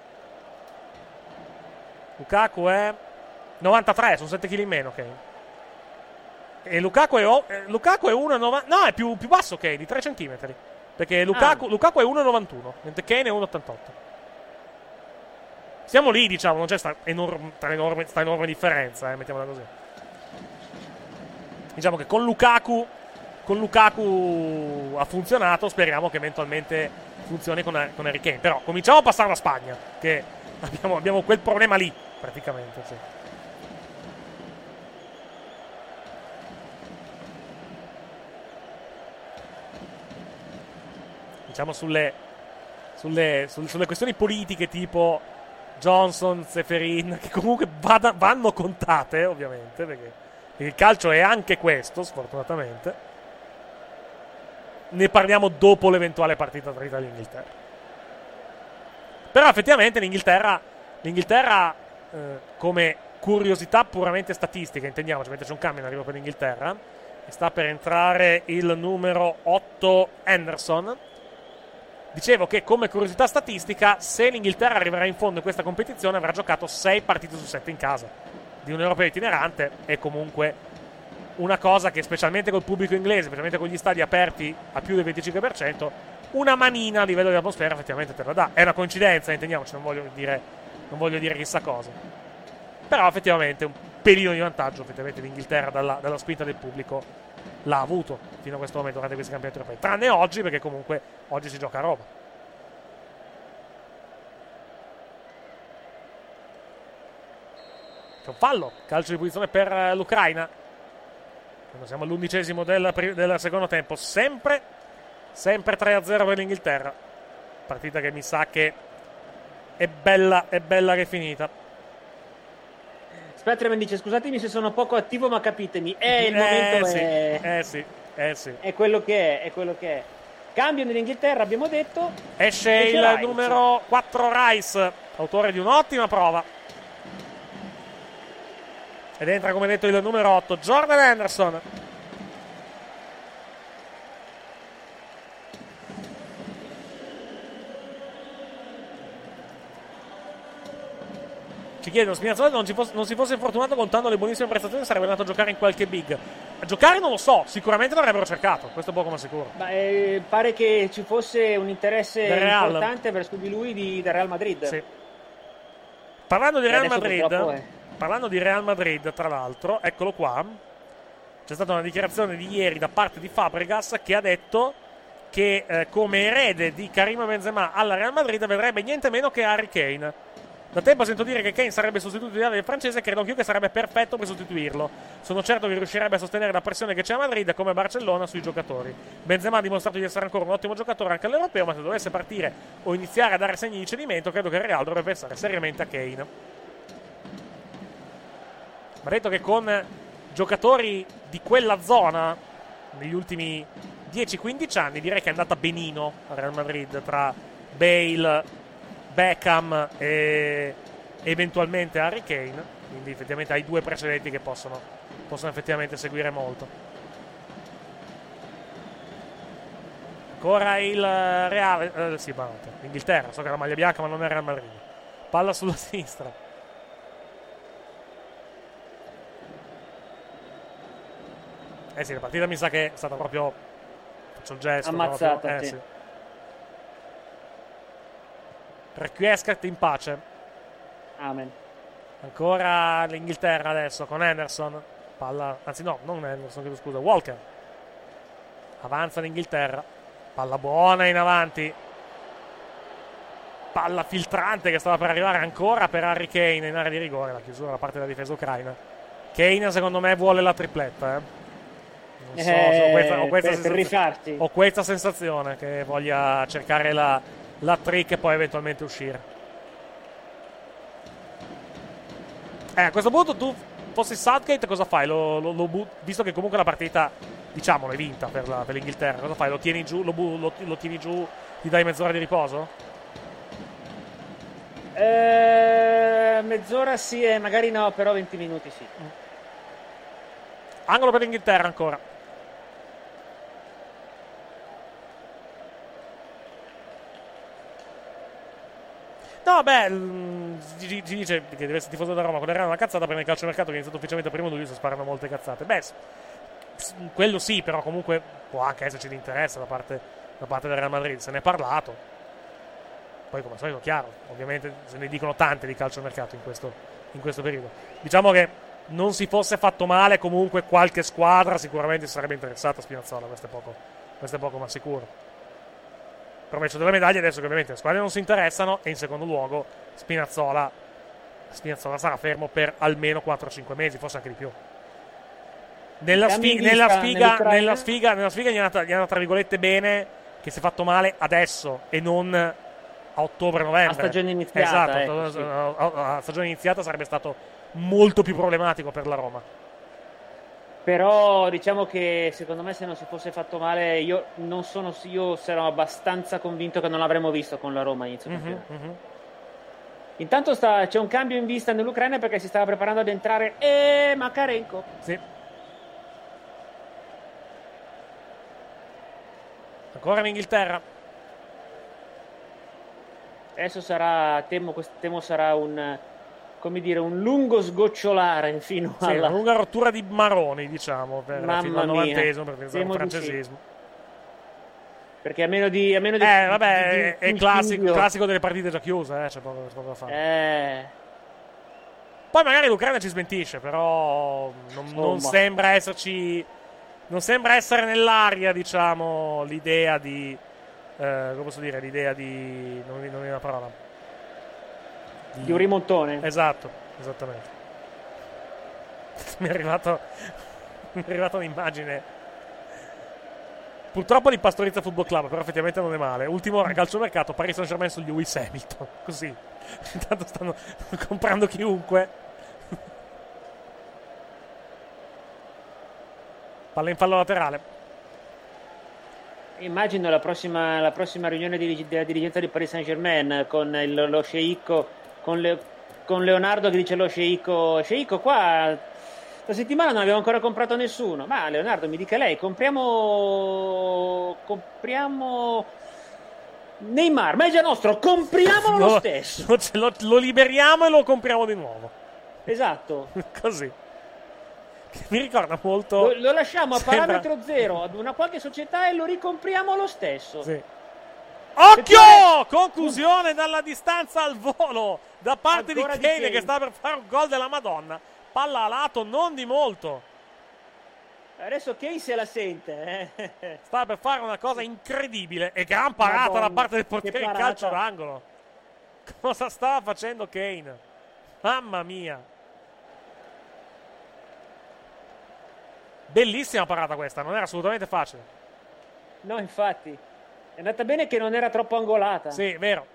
Lukaku è novantatré, sono sette chili in meno Kane. E Lukaku è, eh, Lukaku è uno virgola novanta. No, è più, più basso Kane, di tre centimetri. Perché Lukaku, ah. Lukaku è uno virgola novantuno, mentre Kane è uno virgola ottantotto. Siamo lì, diciamo, non c'è sta enorme, sta enorme, sta enorme differenza, eh, mettiamola così. Diciamo che con Lukaku, con Lukaku ha funzionato, speriamo che eventualmente funzioni con, con Harry Kane. Però cominciamo a passare la Spagna, che abbiamo, abbiamo quel problema lì, praticamente, sì. Diciamo sulle, sulle, sulle, sulle questioni politiche tipo Johnson, Ceferin, che comunque vada, vanno contate ovviamente, perché il calcio è anche questo, sfortunatamente. Ne parliamo dopo l'eventuale partita tra Italia e Inghilterra. Però effettivamente l'Inghilterra, l'Inghilterra eh, come curiosità puramente statistica, intendiamoci, mentre c'è un cambio in arrivo per l'Inghilterra, e sta per entrare il numero otto Henderson. Dicevo che come curiosità statistica, se l'Inghilterra arriverà in fondo in questa competizione, avrà giocato sei partite su sette in casa. Di un europeo itinerante è comunque una cosa che, specialmente col pubblico inglese, specialmente con gli stadi aperti a più del venticinque per cento, una manina a livello di atmosfera effettivamente te la dà. È una coincidenza, intendiamoci, non voglio dire, non voglio dire chissà cosa. Però effettivamente un pelino di vantaggio effettivamente l'Inghilterra dalla, dalla spinta del pubblico l'ha avuto fino a questo momento durante questi campionati europei, tranne oggi, perché comunque oggi si gioca a Roma. C'è un fallo, calcio di punizione per l'Ucraina. Siamo all'undicesimo del, del secondo tempo, sempre sempre tre a zero per l'Inghilterra, partita che mi sa che è bella, è bella che è finita. Spetterman dice: scusatemi se sono poco attivo, ma capitemi, è il eh, momento, sì, è... Eh sì, eh sì. È quello che è, è quello che è. Cambio nell'Inghilterra, abbiamo detto. Esce il Rice. numero quattro Rice, autore di un'ottima prova. Ed entra, come detto, il numero otto Jordan Henderson. Ci chiedono: Spinazzola non, ci fosse, non si fosse infortunato contando le buonissime prestazioni, sarebbe andato a giocare in qualche big. A giocare non lo so, sicuramente l'avrebbero cercato, questo è poco ma sicuro. Ma, eh, pare che ci fosse un interesse importante verso di lui di, del Real Madrid. Sì. Parlando di E Real adesso purtroppo Madrid, è- parlando di Real Madrid, tra l'altro, eccolo qua. C'è stata una dichiarazione di ieri da parte di Fabregas che ha detto che eh, come erede di Karim Benzema alla Real Madrid vedrebbe niente meno che Harry Kane. Da tempo sento dire che Kane sarebbe sostituto ideale del francese e credo anch'io che sarebbe perfetto per sostituirlo. Sono certo che riuscirebbe a sostenere la pressione che c'è a Madrid come a Barcellona sui giocatori. Benzema ha dimostrato di essere ancora un ottimo giocatore anche all'europeo, ma se dovesse partire o iniziare a dare segni di cedimento, credo che il Real dovrebbe pensare seriamente a Kane. Ma detto che con giocatori di quella zona negli ultimi dieci quindici anni direi che è andata benino al Real Madrid, tra Bale, Beckham e eventualmente Harry Kane, quindi effettivamente hai due precedenti che possono, possono effettivamente seguire molto. Ancora il Real, eh, sì, ma l'Inghilterra, so che è la maglia bianca ma non è Real Madrid. Palla sulla sinistra. Eh sì, la partita mi sa che è stata proprio, faccio il gesto, ammazzata, proprio, eh, sì. sì. Requiescat in pace. Amen. Ancora l'Inghilterra adesso con Henderson. Palla, anzi no, non Henderson, chiedo scusa, Walker. Avanza l'Inghilterra. Palla buona in avanti. Palla filtrante che stava per arrivare ancora per Harry Kane in area di rigore. La chiusura da parte della difesa ucraina. Kane secondo me vuole la tripletta, eh. Non so, Eh, ho questa, ho questa per- per rifarti. ho questa sensazione che voglia cercare la, la trick e poi eventualmente uscire. Eh, a questo punto tu fossi Southgate cosa fai? Lo, lo, lo but- visto che comunque la partita, diciamo, è vinta per, la, per l'Inghilterra, cosa fai? Lo tieni giù, lo, bu- lo, lo tieni giù, ti dai mezz'ora di riposo? Eh, mezz'ora sì, e magari no, però venti minuti sì. Angolo per l'Inghilterra ancora. No, beh, mm, ci, ci dice che deve essere tifoso da Roma. Quella era una cazzata, perché nel calciomercato che è iniziato ufficialmente a primo luglio si sparano molte cazzate. Beh, s- s- quello sì, però comunque può anche esserci l'interesse da parte, da parte del Real Madrid. Se ne è parlato. Poi, come al solito, chiaro, ovviamente se ne dicono tante di calciomercato in questo, in questo periodo. Diciamo che non si fosse fatto male, comunque qualche squadra sicuramente si sarebbe interessata a Spinazzola. Questo è poco, questo è poco ma sicuro. Promesso della medaglia adesso che ovviamente le squadre non si interessano, e in secondo luogo Spinazzola Spinazzola sarà fermo per almeno quattro cinque mesi, forse anche di più. Nella, Cambio sfi- in nella vista sfiga nell'Ucraina? nella sfiga nella sfiga gli è andata, gli è andata tra virgolette bene che si è fatto male adesso e non a ottobre-novembre. A stagione iniziata, Esatto, ecco, sì. a, a- a stagione iniziata sarebbe stato molto più problematico per la Roma. Però diciamo che secondo me se non si fosse fatto male, io non sono, io sarò abbastanza convinto che non l'avremmo visto con la Roma a inizio Mhm, campionato. mhm. Intanto sta- c'è un cambio in vista nell'Ucraina perché si stava preparando ad entrare e Makarenko. Sì. Ancora in Inghilterra. Adesso sarà, temo, quest- temo sarà un, come dire, un lungo sgocciolare fino Sì, alla... una lunga rottura di maroni, diciamo, per, Mamma fino al mia. novantesimo, per utilizzare un Temo di sì. francesismo. Perché a meno di... A meno di Eh, vabbè, di- di- è, è di il classico, figlio. classico delle partite già chiuse, eh, c'è poco, c'è poco da fare. Eh... Poi magari l'Ucraina ci smentisce, però non, non sembra esserci, non sembra essere nell'aria, diciamo, l'idea di, eh, come posso dire, l'idea di, non mi non mi viene una parola, di, di un rimontone. Esatto, esattamente. mi è arrivato, mi è arrivata un'immagine. Purtroppo di Pastorizza Football Club, però effettivamente non è male. Ultimo ora, calciomercato, Paris Saint-Germain su Lewis Hamilton. Così. Intanto stanno comprando chiunque. Palla in fallo laterale. Immagino la prossima, la prossima riunione di, della dirigenza di Paris Saint-Germain con il, lo sceicco, con, le, con Leonardo che dice allo sceicco, sceicco qua... Questa settimana non abbiamo ancora comprato nessuno. Ma Leonardo, mi dica lei, compriamo. Compriamo. Neymar, ma è già nostro, compriamolo no, lo stesso. Lo, lo, lo liberiamo e lo compriamo di nuovo. Esatto. Così. Che mi ricorda molto. Lo, lo lasciamo a Sembra... parametro zero ad una qualche società e lo ricompriamo lo stesso. Sì. Occhio! Perché... Conclusione dalla distanza al volo da parte Ancora di Kane, di Kane che sta per fare un gol della Madonna. Palla a lato, non di molto. Adesso Kane se la sente. Eh. Sta per fare una cosa incredibile. E gran parata Madonna, da parte del portiere in calcio d'angolo. Cosa stava facendo Kane? Mamma mia. Bellissima parata questa, non era assolutamente facile. No, infatti. È andata bene che non era troppo angolata. Sì, vero.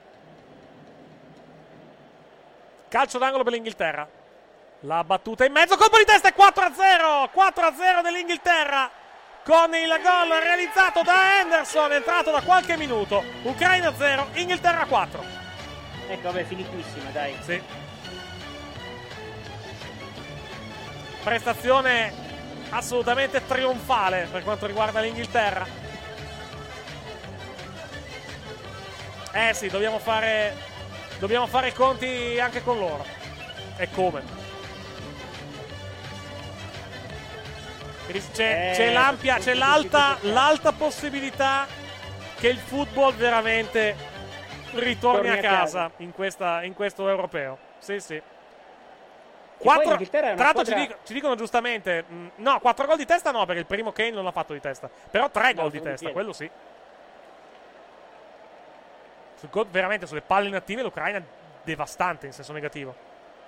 Calcio d'angolo per l'Inghilterra. La battuta in mezzo, colpo di testa e quattro a zero. quattro a zero dell'Inghilterra con il gol realizzato da Henderson, entrato da qualche minuto. Ucraina zero, Inghilterra quattro. Ecco, vabbè, finitissima, dai. Sì. Prestazione assolutamente trionfale per quanto riguarda l'Inghilterra. Eh sì, dobbiamo fare dobbiamo fare i conti anche con loro. E come? C'è, eh, c'è l'ampia, c'è l'alta, l'alta possibilità che il football veramente ritorni a casa in, questa, in questo europeo. Sì, sì. Quattro, tra l'altro squadra... ci, dico, ci dicono giustamente, mh, no, quattro gol di testa no, perché il primo Kane non l'ha fatto di testa. Però tre no, gol di testa, quello sì. Sul gol, veramente sulle palle inattive l'Ucraina devastante in senso negativo.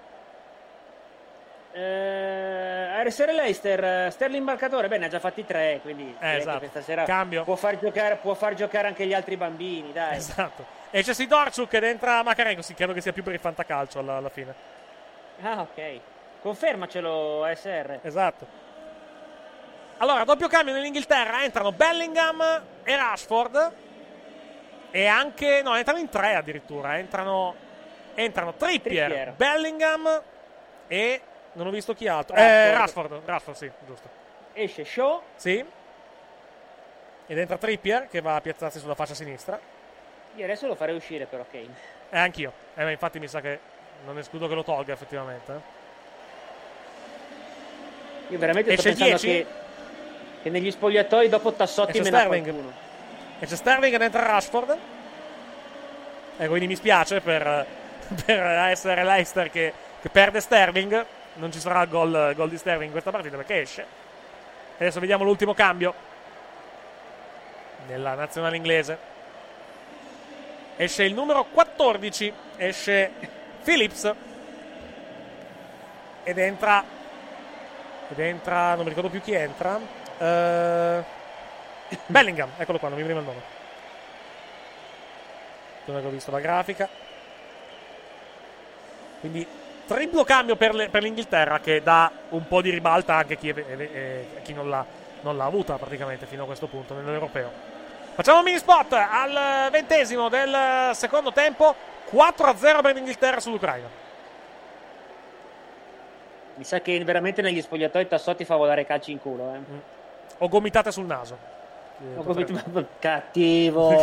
Eh, R S R Leicester, Sterling marcatore, beh, ne ha già fatti tre, quindi eh, esatto. questa sera Cambio. Può far giocare, può far giocare anche gli altri bambini, dai. Esatto. E c'è Sidorchuk ed entra Makarenko, sì, credo che sia più per il fantacalcio alla, alla fine. Ah, ok. Confermacelo A S R. Esatto. Allora, doppio cambio nell'Inghilterra, entrano Bellingham e Rashford. E anche, no, entrano in tre addirittura, entrano entrano Trippier, Trippier. Bellingham e non ho visto chi altro. Rashford. Eh, Rashford, Rashford, sì, giusto. Esce Shaw. Sì. Ed entra Trippier che va a piazzarsi sulla fascia sinistra. Io adesso lo farei uscire però Kane. Eh, anch'io. Eh, infatti mi sa che non escludo che lo tolga effettivamente. Io veramente sto pensando che, che negli spogliatoi dopo Tassotti me ne qualcuno. E c'è Sterling ed entra Rashford. E quindi mi spiace per, per A S R Leicester che, che perde Sterling. Non ci sarà gol, gol di Sterling in questa partita perché esce. E adesso vediamo l'ultimo cambio nella nazionale inglese. Esce il numero quattordici, esce Phillips ed entra ed entra, non mi ricordo più chi entra, uh, Bellingham, eccolo qua, non mi veniva il nome, non ho visto la grafica. Quindi triplo cambio per, le, per l'Inghilterra, che dà un po' di ribalta anche a chi, è, è, è, chi non, l'ha, non l'ha avuta praticamente fino a questo punto nell'europeo. Facciamo un mini spot al ventesimo del secondo tempo. Quattro a zero per l'Inghilterra sull'Ucraina. Mi sa che veramente negli spogliatoi Tassotti fa volare calci in culo, eh. mm. O gomitate sul naso. Ho gomitato... Cattivo.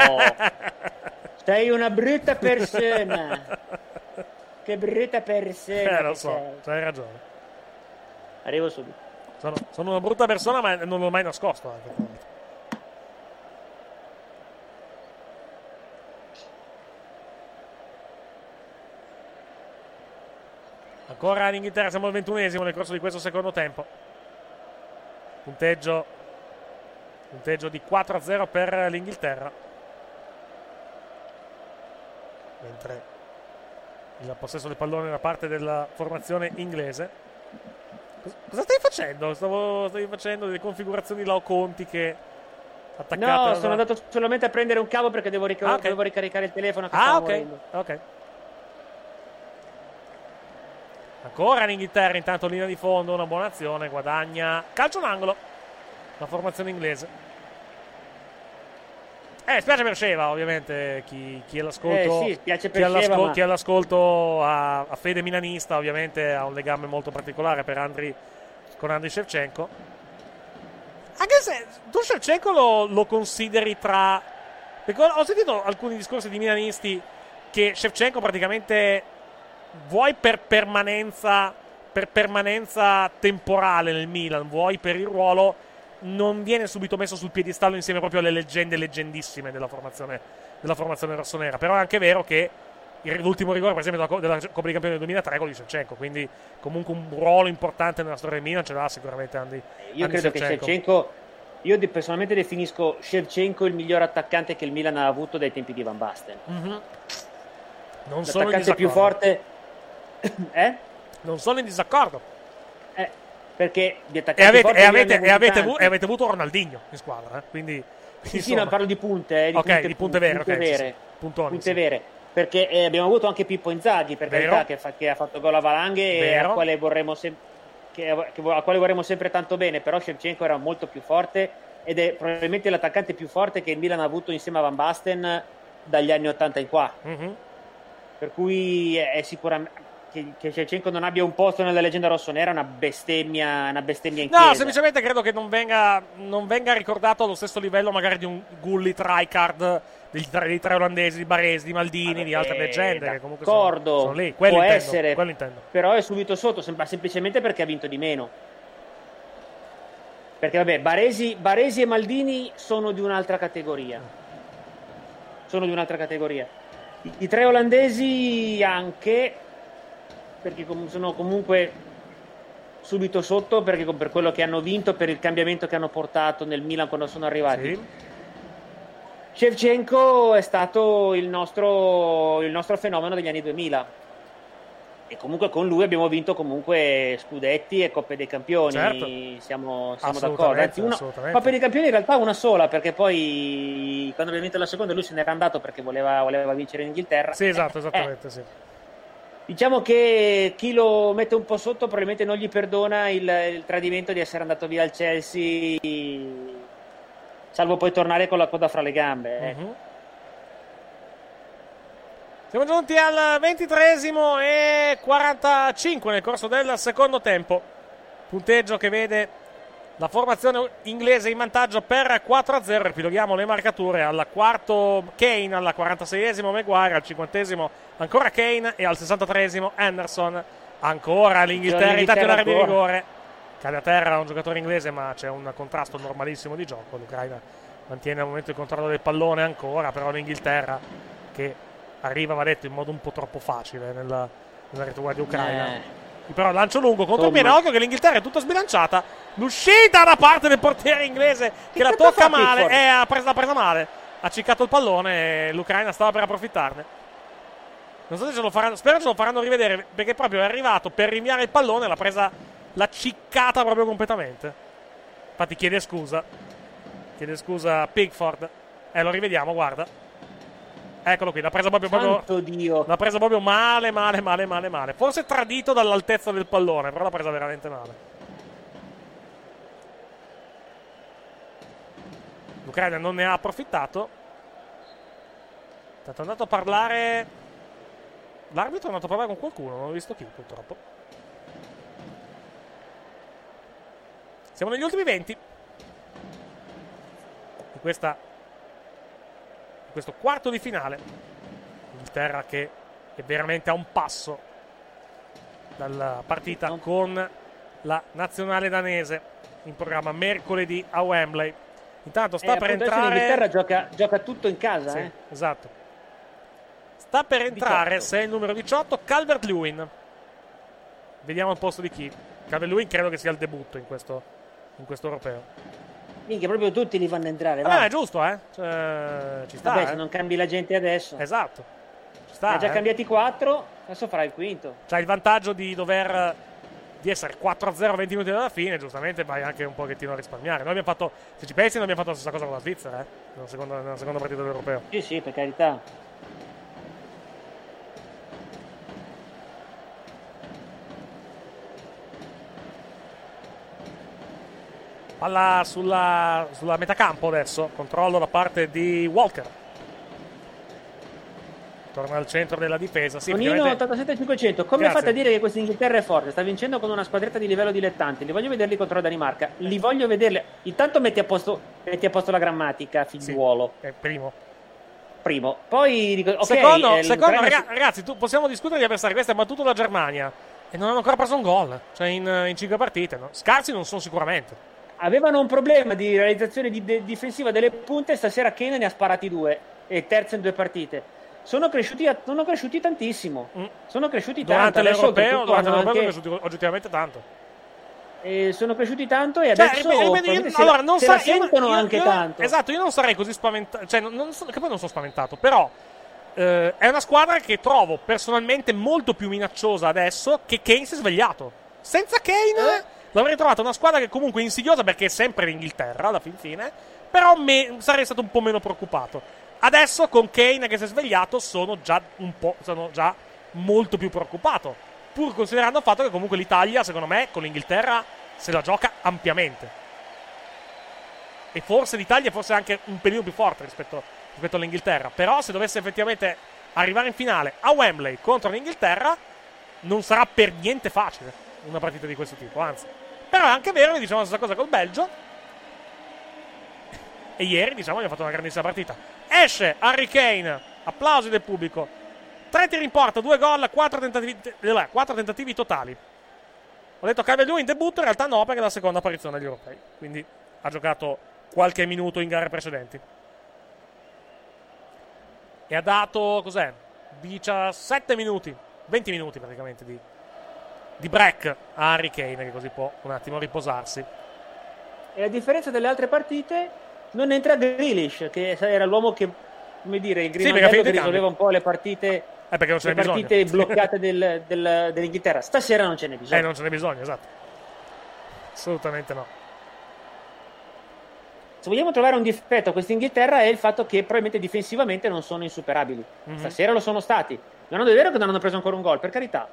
Sei una brutta persona. Che brutta persona. Eh, lo so, hai ragione. Arrivo subito. Sono, sono una brutta persona, ma non l'ho mai nascosto anche. Ancora l'Inghilterra, siamo al ventunesimo nel corso di questo secondo tempo. Punteggio, punteggio di quattro a zero per l'Inghilterra. Mentre il possesso del pallone da parte della formazione inglese. Cosa stai facendo? Stavo, stavi facendo delle configurazioni laocontiche attaccate. No, alla... sono andato solamente a prendere un cavo perché devo, ric- ah, okay. devo ricaricare il telefono. Che ah, ok. morendo. Ok. Ancora l'Inghilterra, intanto linea di fondo, una buona azione, guadagna calcio d'angolo la formazione inglese. Eh, spiace per Sheva, ovviamente, chi, chi è all'ascolto, eh, sì, spiace per chi, all'ascol- Sheva, ma... chi è all'ascolto a, a fede milanista, ovviamente ha un legame molto particolare per Andriy, con Andriy Shevchenko. Anche se tu Shevchenko lo, lo consideri tra... Perché ho sentito alcuni discorsi di milanisti che Shevchenko praticamente... vuoi per permanenza per permanenza temporale nel Milan, vuoi per il ruolo, non viene subito messo sul piedistallo insieme proprio alle leggende leggendissime della formazione della formazione rossonera. Però è anche vero che il, l'ultimo rigore per esempio della, della Coppa dei Campioni del duemilatré con di Shevchenko, quindi comunque un ruolo importante nella storia del Milan ce l'ha sicuramente Andy. Io Andy credo Shevchenko. che Shevchenko, io personalmente definisco Shevchenko il miglior attaccante che il Milan ha avuto dai tempi di Van Basten. Mm-hmm. Non sono in l'attaccante più forte. Eh? Non sono in disaccordo. Eh, perché di attaccanti e avete, forti e avete, ne e avete, tanti. e avete avuto Ronaldinho in squadra, eh? Quindi sì, sì, no, parlo di punte, eh, di ok, punte, di punte vere, punte okay, vere, sì, sì. Puntoni, punte sì. vere. Perché eh, abbiamo avuto anche Pippo Inzaghi, per Vero. carità, che, fa, che ha fatto gol a valanghe e Vero. a quale vorremmo sem- che, che, a quale vorremmo sempre tanto bene, però Shevchenko era molto più forte ed è probabilmente l'attaccante più forte che il Milan ha avuto insieme a Van Basten dagli anni ottanta in qua. Mm-hmm. Per cui è sicuramente che, che Shevchenko non abbia un posto nella leggenda rossonera è una bestemmia, una bestemmia in No, chiesa. semplicemente credo che non venga, non venga ricordato allo stesso livello magari di un Gullit, Rijkaard, dei, dei tre olandesi, di Baresi, di Maldini, Vabbè, di altre leggende che comunque d'accordo, sono, sono lì. Quello può intendo, essere, quello intendo. Però è subito sotto, sembra semplicemente perché ha vinto di meno. Perché vabbè, Baresi, Baresi e Maldini sono di un'altra categoria. Sono di un'altra categoria. I, i tre olandesi anche, perché com- sono comunque subito sotto, perché per quello che hanno vinto, per il cambiamento che hanno portato nel Milan quando sono arrivati. Sì. Shevchenko è stato il nostro, il nostro fenomeno degli anni duemila. E comunque con lui abbiamo vinto comunque scudetti e Coppe dei Campioni. Certo. Siamo, siamo d'accordo. Anzi, una Coppe dei Campioni in realtà una sola, perché poi quando abbiamo vinto la seconda lui se n'era andato perché voleva, voleva vincere in Inghilterra. Sì, esatto, Eh, esattamente, sì. Diciamo che chi lo mette un po' sotto probabilmente non gli perdona il, il tradimento di essere andato via al Chelsea, salvo poi tornare con la coda fra le gambe. Eh. Mm-hmm. Siamo giunti al ventitreesimo e quarantacinque nel corso del secondo tempo. Punteggio che vede la formazione inglese in vantaggio per quattro a zero. Ripiloghiamo le marcature. Al quarto Kane, al quarantaseiesimo Maguire, al cinquantesimo ancora Kane e al sessantatreesimo Henderson. Ancora l'Inghilterra in area di rigore. Cade a terra un giocatore inglese, ma c'è un contrasto normalissimo di gioco. L'Ucraina mantiene al momento il controllo del pallone ancora, però l'Inghilterra che arriva, va detto, in modo un po' troppo facile nella, nella retaguardia ucraina. Eh. Però lancio lungo contro il piede, occhio che l'Inghilterra è tutta sbilanciata. L'uscita da parte del portiere inglese che, che la tocca male e ha presa, l'ha presa male. Ha ciccato il pallone e l'Ucraina stava per approfittarne. Non so se ce lo faranno, spero ce lo faranno rivedere, perché proprio è arrivato per rinviare il pallone e l'ha presa, l'ha ciccata proprio completamente. Infatti chiede scusa. Chiede scusa Pickford. Eh, lo rivediamo, guarda. Eccolo qui, l'ha presa proprio, proprio Dio. L'ha presa proprio male, male, male, male, male. Forse tradito dall'altezza del pallone, però l'ha presa veramente male. L'Ucraina non ne ha approfittato. È andato a parlare. L'arbitro è andato a parlare con qualcuno, non ho visto chi, purtroppo. Siamo negli ultimi venti di questa questo quarto di finale. Inghilterra che è veramente a un passo dalla partita con la nazionale danese in programma mercoledì a Wembley. Intanto sta eh, per entrare l'Inghilterra gioca, gioca tutto in casa, sì, eh? Esatto. Sta per entrare, se è il numero diciotto, Calvert-Lewin. Vediamo il posto di chi. Calvert-Lewin credo che sia il debutto in questo, in questo europeo. Minchia, proprio tutti li fanno entrare. Vabbè, va. è giusto, eh? Cioè, ci sta. Vabbè, eh. se non cambi la gente adesso. Esatto. Ci sta. Ne ha già eh. cambiati quattro, adesso farà il quinto. C'hai il vantaggio di dover. Di essere quattro a zero venti minuti dalla fine, giustamente vai anche un pochettino a risparmiare. Noi abbiamo fatto, se ci pensi, noi abbiamo fatto la stessa cosa con la Svizzera, eh? Nella seconda, nella seconda partita dell'Europeo. Sì, sì, per carità. Palla sulla, sulla metacampo adesso, controllo da parte di Walker. Torna al centro della difesa. Sì, Tonino effettivamente- ottantasette cinquecento. Come Grazie. fate a dire che questa Inghilterra è forte? Sta vincendo con una squadretta di livello dilettante. Li voglio vederli contro la Danimarca. Li voglio vederli. Intanto metti a posto, metti a posto la grammatica, figliuolo. È primo. Primo. Poi dico, ok, secondo, eh, secondo l'Ucraina raga- ragazzi, tu, possiamo discutere di avversari. Questo è battuto la Germania e non hanno ancora preso un gol. Cioè, in, in cinque partite. No? Scarsi non sono sicuramente. avevano un problema di realizzazione di de- difensiva delle punte. Stasera Kane ne ha sparati due. E terzo in due partite. Sono cresciuti, a- sono cresciuti tantissimo. Sono cresciuti Durante tanto. Adesso l'Europeo, oltretutto durante hanno l'Europeo anche- sono cresciuti oggettivamente tanto. eh, sono cresciuti tanto e Cioè, adesso ripeto, ripeto, io- probabilmente se, allora, la, non se sa- la io- sentono io- anche io- tanto. Esatto, io non sarei così spaventato. Cioè, non, non so- che poi non sono spaventato, però eh, è una squadra che trovo personalmente molto più minacciosa adesso che Kane si è svegliato. Senza Kane Eh? l'avrei trovata una squadra che comunque è insidiosa perché è sempre l'Inghilterra alla fin fine, però me, sarei stato un po' meno preoccupato. Adesso con Kane che si è svegliato sono già un po' sono già molto più preoccupato, pur considerando il fatto che comunque l'Italia, secondo me, con l'Inghilterra se la gioca ampiamente. E forse l'Italia è forse anche un pelino più forte rispetto, rispetto all'Inghilterra. Però se dovesse effettivamente arrivare in finale a Wembley contro l'Inghilterra, non sarà per niente facile una partita di questo tipo, anzi. Però è anche vero che diciamo la stessa cosa col Belgio. E ieri, diciamo, abbiamo fatto una grandissima partita. Esce Harry Kane, applausi del pubblico. Tre tiri in porta, due gol, quattro tentativi, eh, quattro tentativi totali. Ho detto Calvert-Lewin in debutto, in realtà no, perché è la seconda apparizione agli europei. Quindi ha giocato qualche minuto in gare precedenti. E ha dato, cos'è? diciassette minuti, venti minuti praticamente di, di break a Harry Kane, che così può un attimo riposarsi. E a differenza delle altre partite non entra Grealish, che era l'uomo che, come dire, il Sì, perché ha grimaldello finito che i cambi. risolveva un po' le partite, Eh, perché non ce le n'è partite bisogno. bloccate del, del- dell'Inghilterra. Stasera non ce n'è bisogno. Eh, non ce n'è bisogno, esatto. Assolutamente no. Se vogliamo trovare un difetto a questa Inghilterra è il fatto che probabilmente difensivamente non sono insuperabili. Mhm. Stasera lo sono stati. Non è vero che non hanno preso ancora un gol, per carità.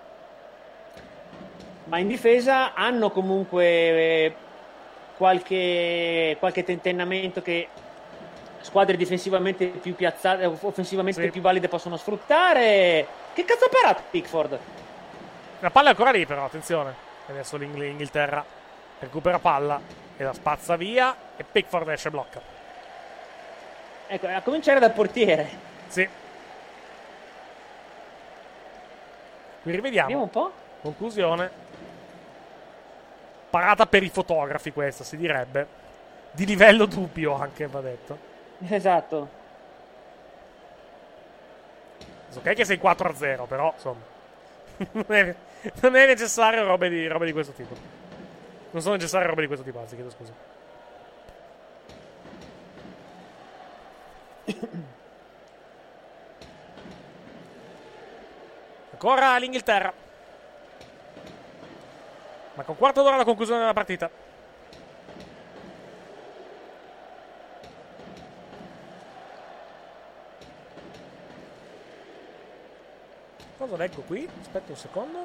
Ma in difesa hanno comunque eh, qualche, qualche tentennamento che squadre difensivamente più piazzate, offensivamente Sì. più valide possono sfruttare. Che cazzo ha parato Pickford? La palla è ancora lì, però, attenzione. Adesso l'Ing- l'Inghilterra recupera palla e la spazza via. E Pickford esce e blocca. Ecco, a cominciare dal portiere. Sì. Qui rivediamo. Vediamo un po'. Conclusione. Parata per i fotografi questa, si direbbe. Di livello dubbio anche, va detto. Esatto. Ok che sei quattro a zero, però, insomma. non, è, non è necessario robe di, robe di questo tipo. Non sono necessarie robe di questo tipo, anzi, chiedo scusa. Ancora l'Inghilterra. Ma con quarto d'ora alla conclusione della partita. Cosa leggo qui? Aspetta un secondo.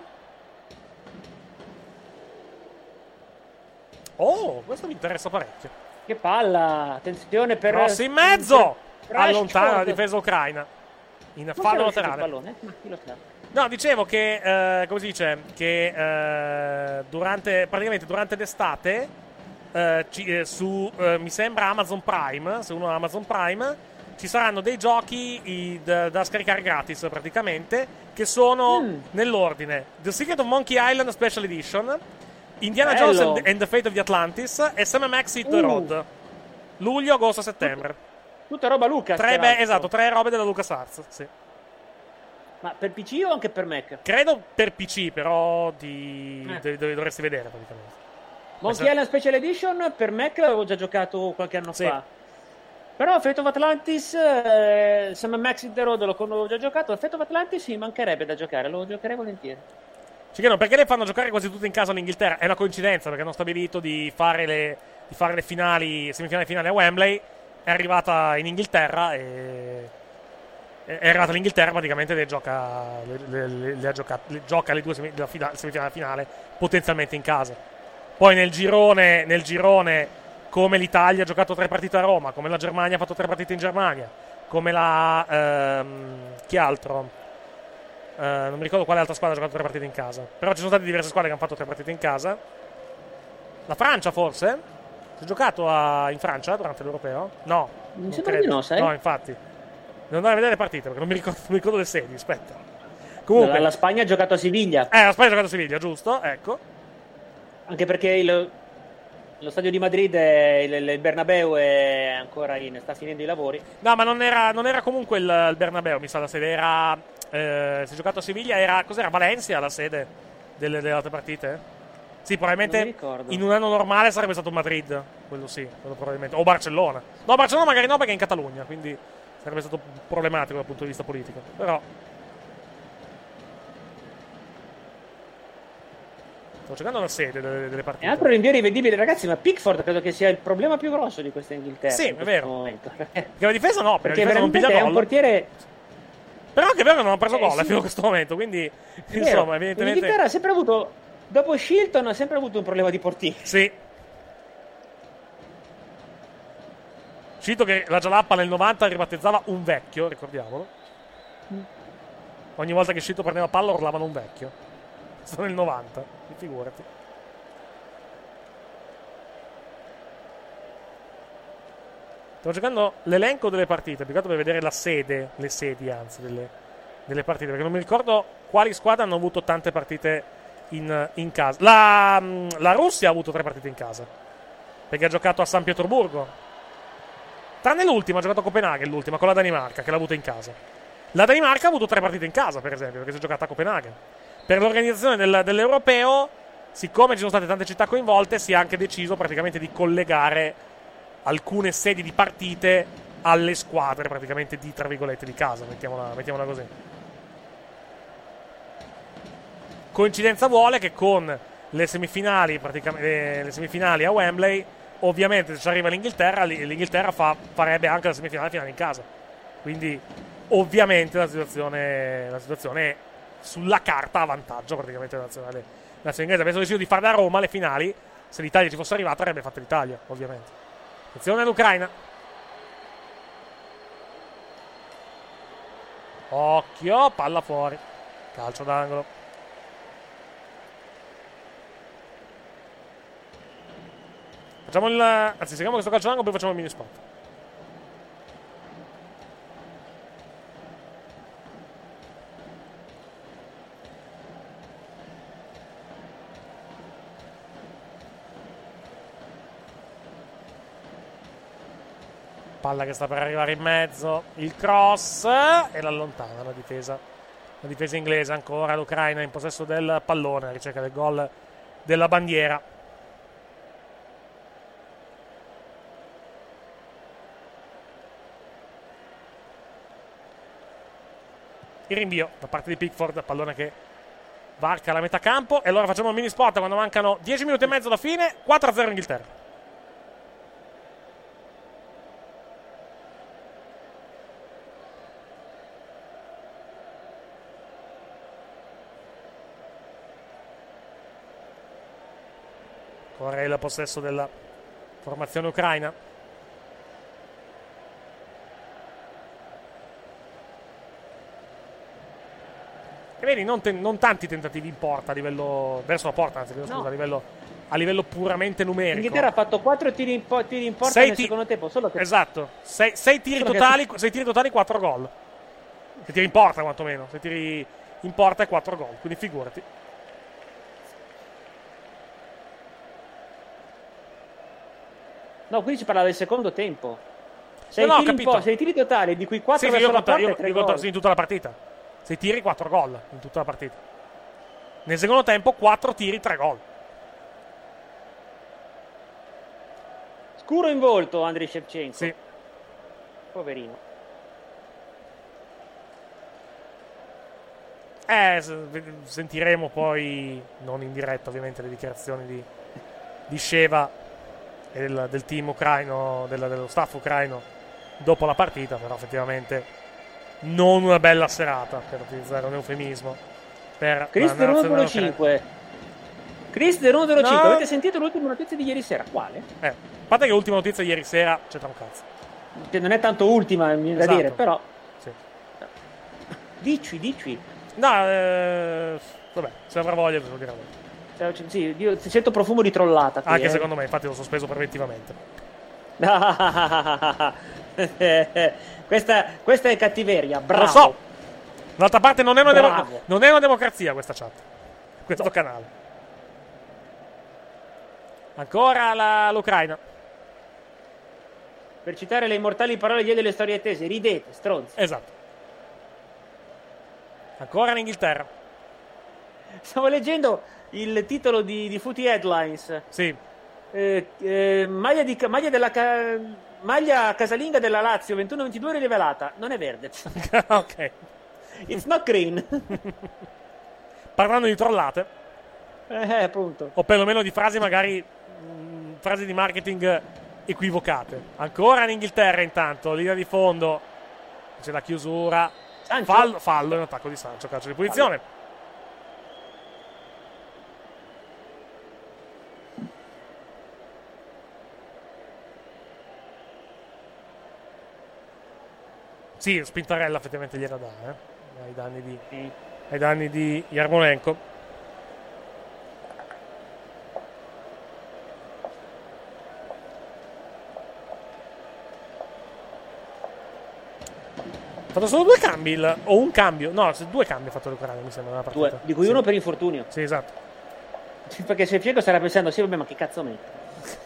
Oh, questo mi interessa parecchio. Che palla! Attenzione per... Cross in mezzo! per Allontana la Rashford. difesa ucraina. In Non fallo c'era uscito il laterale. pallone? Ma chi lo sa? No, dicevo che, eh, come si dice, che eh, durante, praticamente durante l'estate, eh, ci- eh, su, eh, mi sembra Amazon Prime, se uno ha Amazon Prime, ci saranno dei giochi i- da, da scaricare gratis praticamente, che sono Mm. nell'ordine The Secret of Monkey Island Special Edition, Indiana Bello. Jones and, and the Fate of the Atlantis e Sam and Max Hit the Uh. Road. Luglio, agosto, settembre. Tutta roba Lucas. Tre, tra beh, l'altro. esatto, tre robe della LucasArts, sì. Ma per P C o anche per Mac? Credo per P C, però di... Eh. dove dove dovresti vedere praticamente. Monkey Questa- Island Special Edition per Mac l'avevo già giocato qualche anno Sì. fa. Però Fate of Atlantis, eh, Sam Max in the Road lo avevo già giocato. Fate of Atlantis mi mancherebbe da giocare, lo giocherei volentieri. Ci chiedono perché le fanno giocare quasi tutte in casa all'Inghilterra. È una coincidenza perché hanno stabilito di fare le, di fare le finali, semifinali finali a Wembley. È arrivata in Inghilterra e è arrivata all'Inghilterra praticamente le gioca le, le, le, le ha giocate, le gioca le due semi, la fina, semifinale finale potenzialmente in casa. Poi nel girone, nel girone come l'Italia ha giocato tre partite a Roma, come la Germania ha fatto tre partite in Germania, come la ehm, chi altro? Eh, non mi ricordo quale altra squadra ha giocato tre partite in casa. Però ci sono state diverse squadre che hanno fatto tre partite in casa. La Francia forse? Si è giocato a, in Francia durante l'Europeo? No, Mi non sembra credo. di no, sai? No, infatti. Devo andare a vedere le partite perché non mi ricordo, non mi ricordo le sedi. Aspetta. Comunque, La, la Spagna ha giocato a Siviglia. Eh, la Spagna ha giocato a Siviglia, giusto? Ecco. Anche perché il, lo stadio di Madrid, è, il, il Bernabeu è ancora in, sta finendo i lavori. No, ma non era, non era comunque il, il Bernabeu, mi sa la sede. Era. Eh, si è giocato a Siviglia. Era. Cos'era? Valencia la sede delle, delle altre partite? Sì, Non mi probabilmente ricordo. in un anno normale sarebbe stato Madrid. Quello sì, quello probabilmente. O Barcellona. No, Barcellona magari no perché è in Catalogna, quindi sarebbe stato problematico dal punto di vista politico. Però. Sto cercando la sede delle, delle E partite. altro rinvio rivedibile, ragazzi, ma Pickford credo che sia il problema più grosso di questa Inghilterra. Sì, in è questo vero. momento. Perché la difesa no, perché, Perché la difesa non veramente piglia è un gol. portiere. Però anche vero che non ha preso Eh, gol sì. fino a questo momento, quindi È insomma, vero. evidentemente L'Inghilterra ha sempre avuto, dopo Shilton, ha sempre avuto un problema di portiere. sì. Cito che la Jalappa nel novanta ribattezzava un vecchio, ricordiamolo. Ogni volta che Scito prendeva palla urlavano un vecchio. Questo nel novanta, figurati. Stavo cercando l'elenco delle partite, più che altro per vedere la sede, le sedi anzi, delle, delle partite, perché non mi ricordo quali squadre hanno avuto tante partite in, in casa. La, la Russia ha avuto tre partite in casa, perché ha giocato a San Pietroburgo. Tranne l'ultima, ha giocato a Copenaghen, l'ultima, con la Danimarca, che l'ha avuta in casa. La Danimarca ha avuto tre partite in casa, per esempio, perché si è giocata a Copenaghen. Per l'organizzazione del, dell'Europeo, siccome ci sono state tante città coinvolte, si è anche deciso praticamente di collegare alcune sedi di partite alle squadre praticamente di, tra virgolette, di casa, mettiamola, mettiamola così. Coincidenza vuole che con le semifinali, praticamente, le semifinali a Wembley, ovviamente se ci arriva l'Inghilterra, l'Inghilterra fa, farebbe anche la semifinale finale in casa. Quindi ovviamente la situazione, la situazione è sulla carta a vantaggio praticamente della nazionale, nazionale inglese. Avessero deciso di farle a Roma le finali, se l'Italia ci fosse arrivata avrebbe fatto l'Italia, ovviamente. Attenzione all'Ucraina. Occhio, palla fuori. Calcio d'angolo. Facciamo il... Anzi, seguiamo questo calcio d'angolo, poi facciamo il mini spot. Palla che sta per arrivare in mezzo, il cross e l'allontana la difesa. La difesa inglese ancora, l'Ucraina in possesso del pallone, a ricerca del gol della bandiera. Il rinvio da parte di Pickford, pallone che varca la metà campo. E allora facciamo il mini spot quando mancano dieci minuti e mezzo alla fine. quattro a zero Inghilterra. Ora il possesso della formazione ucraina. E vedi, non, te- non tanti tentativi in porta a livello. Verso la porta, anzi, scusa, No. a, livello, a livello puramente numerico. L'Inghilterra ha fatto quattro tiri in, po- tiri in porta Sei nel ti- secondo tempo, solo che Esatto, sei, sei tiri Solo che- totali, sei tiri totali, quattro gol. Se tiri in porta, quantomeno. Se tiri in porta è quattro gol, quindi figurati. No, qui si parla del secondo tempo. Sei No, no, ho tiri, in capito. po- sei tiri totali, di cui quattro Sì, sì, verso io la conto, porta io, e tre io conto gol. in tutta la partita. sei tiri, quattro gol in tutta la partita. Nel secondo tempo quattro tiri, tre gol. Scuro in volto Andriy Shevchenko. Sì. Poverino. Eh, sentiremo poi, non in diretta ovviamente, le dichiarazioni di, di Sheva e del, del team ucraino, del, dello staff ucraino dopo la partita, però effettivamente non una bella serata, per utilizzare un eufemismo. Per Cristian uno zero cinque. Cristian uno zero cinque, no. Avete sentito l'ultima notizia di ieri sera? Quale? Eh, a parte che l'ultima notizia di ieri sera c'entra un cazzo. Che non è tanto ultima, mi viene da Esatto. dire, però... Sì. Dici, dici. No, eh, vabbè, se avrà voglia ve lo dirò. Cioè, sì, io sento profumo di trollata qui, Anche eh. secondo me, infatti l'ho sospeso preventivamente. questa, questa è cattiveria, bravo. Lo so. D'altra parte non è una, demo- Bravo. non è una democrazia questa chat, questo no. canale. Ancora la, l'Ucraina. Per citare le immortali parole di delle storie tese, ridete, stronzi. Esatto. Ancora in Inghilterra. Stavo leggendo il titolo di, di Footy Headlines. Sì. Eh, eh, maglia, di, maglia, della, maglia casalinga della Lazio ventuno ventidue rivelata. Non è verde. Ok. It's not green. Parlando di trollate. Eh, appunto. O perlomeno di frasi magari mh, frasi di marketing equivocate. Ancora in Inghilterra intanto, linea di fondo. C'è la chiusura. Sancho. Fallo, fallo in attacco di Sancho, calcio di punizione. Fallo. Sì, Spintarella effettivamente gliela dà, eh. Ai danni di, sì. ai danni di Yarmolenko. Ha fatto solo due cambi il, o un cambio? No, due cambi ha fatto l'Ucraina, mi sembra, nella partita. Due, di cui sì. uno per infortunio. Sì, esatto. Perché se Fiego starà pensando, sì, vabbè, ma che cazzo mette?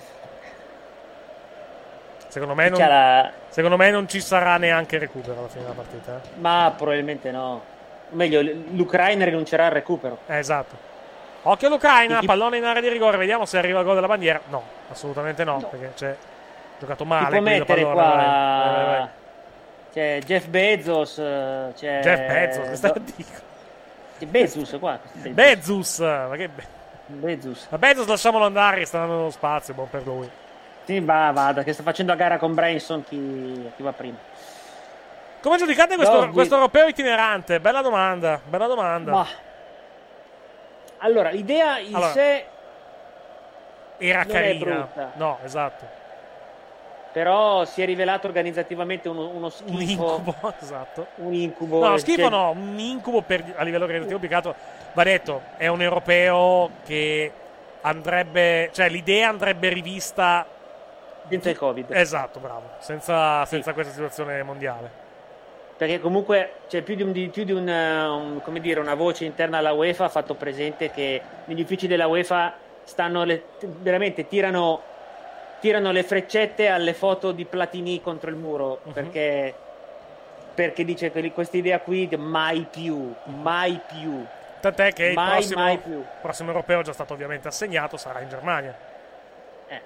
Secondo me, non, la... secondo me non ci sarà neanche recupero alla fine della partita. Eh? Ma probabilmente no. O meglio, l'Ucraina rinuncerà al recupero. Eh, esatto. Occhio all'Ucraina, chi... pallone in area di rigore, vediamo se arriva il gol della bandiera. No, assolutamente no, no. Perché c'è giocato male. Chi può mettere pallone, qua... vai, vai, vai. C'è Jeff Bezos, c'è... Jeff Bezos, che stai a dire? C'è Bezos qua. Bezos, Bezos ma che... Be... Bezos. Ma Bezos lasciamolo andare, che sta andando nello spazio, buon per lui. Sì, va, vada, che sta facendo a gara con Branson chi, chi va prima. Come giudicate questo, questo europeo itinerante? Bella domanda, bella domanda. Ma... Allora, l'idea in allora, sé era non carina. È brutta. No, esatto. Però si è rivelato organizzativamente uno, uno schifo. Un incubo, esatto. Un incubo. No, schifo cioè... no, un incubo per, a livello organizzativo più che altro. Va detto, è un europeo che andrebbe, cioè l'idea andrebbe rivista senza il Covid. Esatto, bravo, senza, senza sì. questa situazione mondiale. Perché comunque c'è più di, un, di, più di un, un, come dire, una voce interna alla UEFA ha fatto presente che negli uffici della UEFA stanno le, veramente tirano, tirano le freccette alle foto di Platini contro il muro, uh-huh. perché, perché dice che questa idea qui di mai più, mai più. Tant'è che mai, il prossimo, mai più. prossimo europeo è già stato ovviamente assegnato, sarà in Germania. Eh.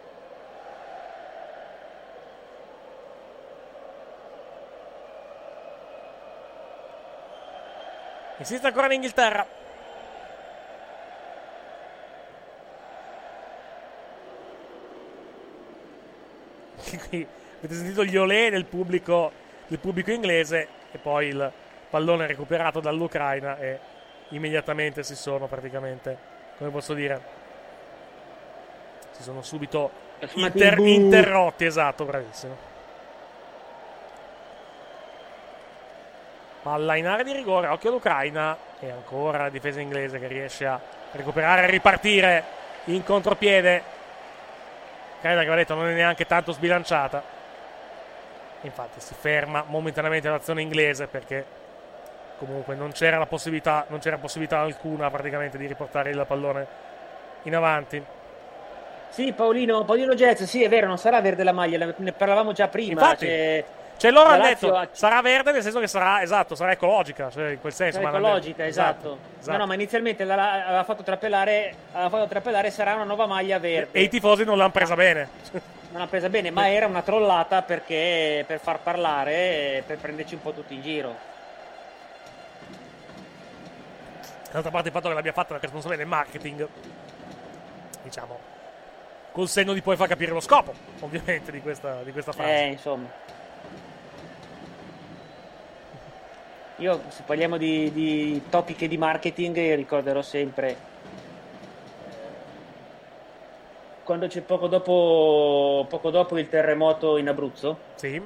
Insiste ancora in Inghilterra. Qui avete sentito gli olè del pubblico, del pubblico inglese, e poi il pallone recuperato dall'Ucraina e immediatamente si sono praticamente, come posso dire, si sono subito inter- interrotti. Esatto, bravissimo. Palla in area di rigore, occhio all'Ucraina, e ancora la difesa inglese che riesce a recuperare e ripartire in contropiede. Credo che, va detto, non è neanche tanto sbilanciata. Infatti si ferma momentaneamente l'azione inglese perché comunque non c'era la possibilità, non c'era possibilità alcuna praticamente di riportare il pallone in avanti. Sì, Paolino, Paolino Jazz, sì, è vero, non sarà verde la maglia, ne parlavamo già prima. Infatti, cioè... Cioè loro La hanno Lazio detto ha- sarà verde nel senso che sarà, esatto, sarà ecologica, cioè in quel senso. Cioè, ma l'hanno ecologica, detto. esatto. esatto. No, no, ma inizialmente la- la- aveva fatto trapelare, aveva fatto trapelare sarà una nuova maglia verde. E i tifosi non l'hanno presa bene. Non l'ha presa bene, ma era una trollata perché per far parlare, per prenderci un po' tutti in giro. D'altra parte il fatto che l'abbia fatta la responsabile del marketing, diciamo, col senno di poi far capire lo scopo, ovviamente, di questa, di questa frase. Eh, insomma. Io, se parliamo di, di topiche di marketing, io ricorderò sempre quando c'è poco dopo, poco dopo il terremoto in Abruzzo. Sì.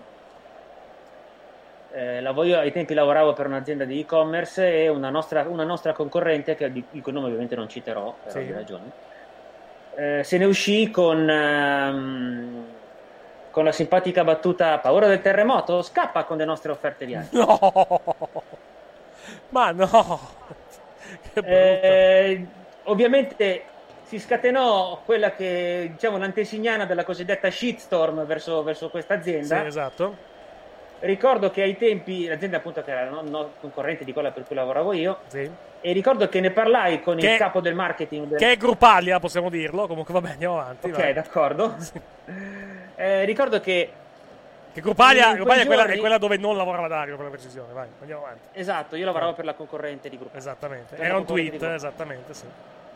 Eh, la- io ai tempi lavoravo per un'azienda di e-commerce e una nostra, una nostra concorrente, che di il cui nome ovviamente non citerò per Sì. ovvie ragioni, eh, se ne uscì con, ehm, con la simpatica battuta: paura del terremoto? Scappa con le nostre offerte viaggio. No! Ma no! Che brutto. Eh, ovviamente si scatenò quella che, diciamo, l'antesignana della cosiddetta shitstorm verso, verso questa Sì, azienda. esatto. Ricordo che ai tempi, l'azienda appunto che era no, no, concorrente di quella per cui lavoravo io, Sì. e ricordo che ne parlai con Che- il capo del marketing del... Che è Gruppalia, possiamo dirlo. Comunque va bene, andiamo avanti. Ok, vai. d'accordo. Eh, ricordo che Che Gruppalia, in Gruppalia è, quei quella, giorni- è quella dove non lavorava Dario, per la precisione. Vai, andiamo avanti. esatto, io lavoravo per la concorrente di gruppo. Esattamente. Per Era la un concorrente tweet, di gruppo. esattamente, sì.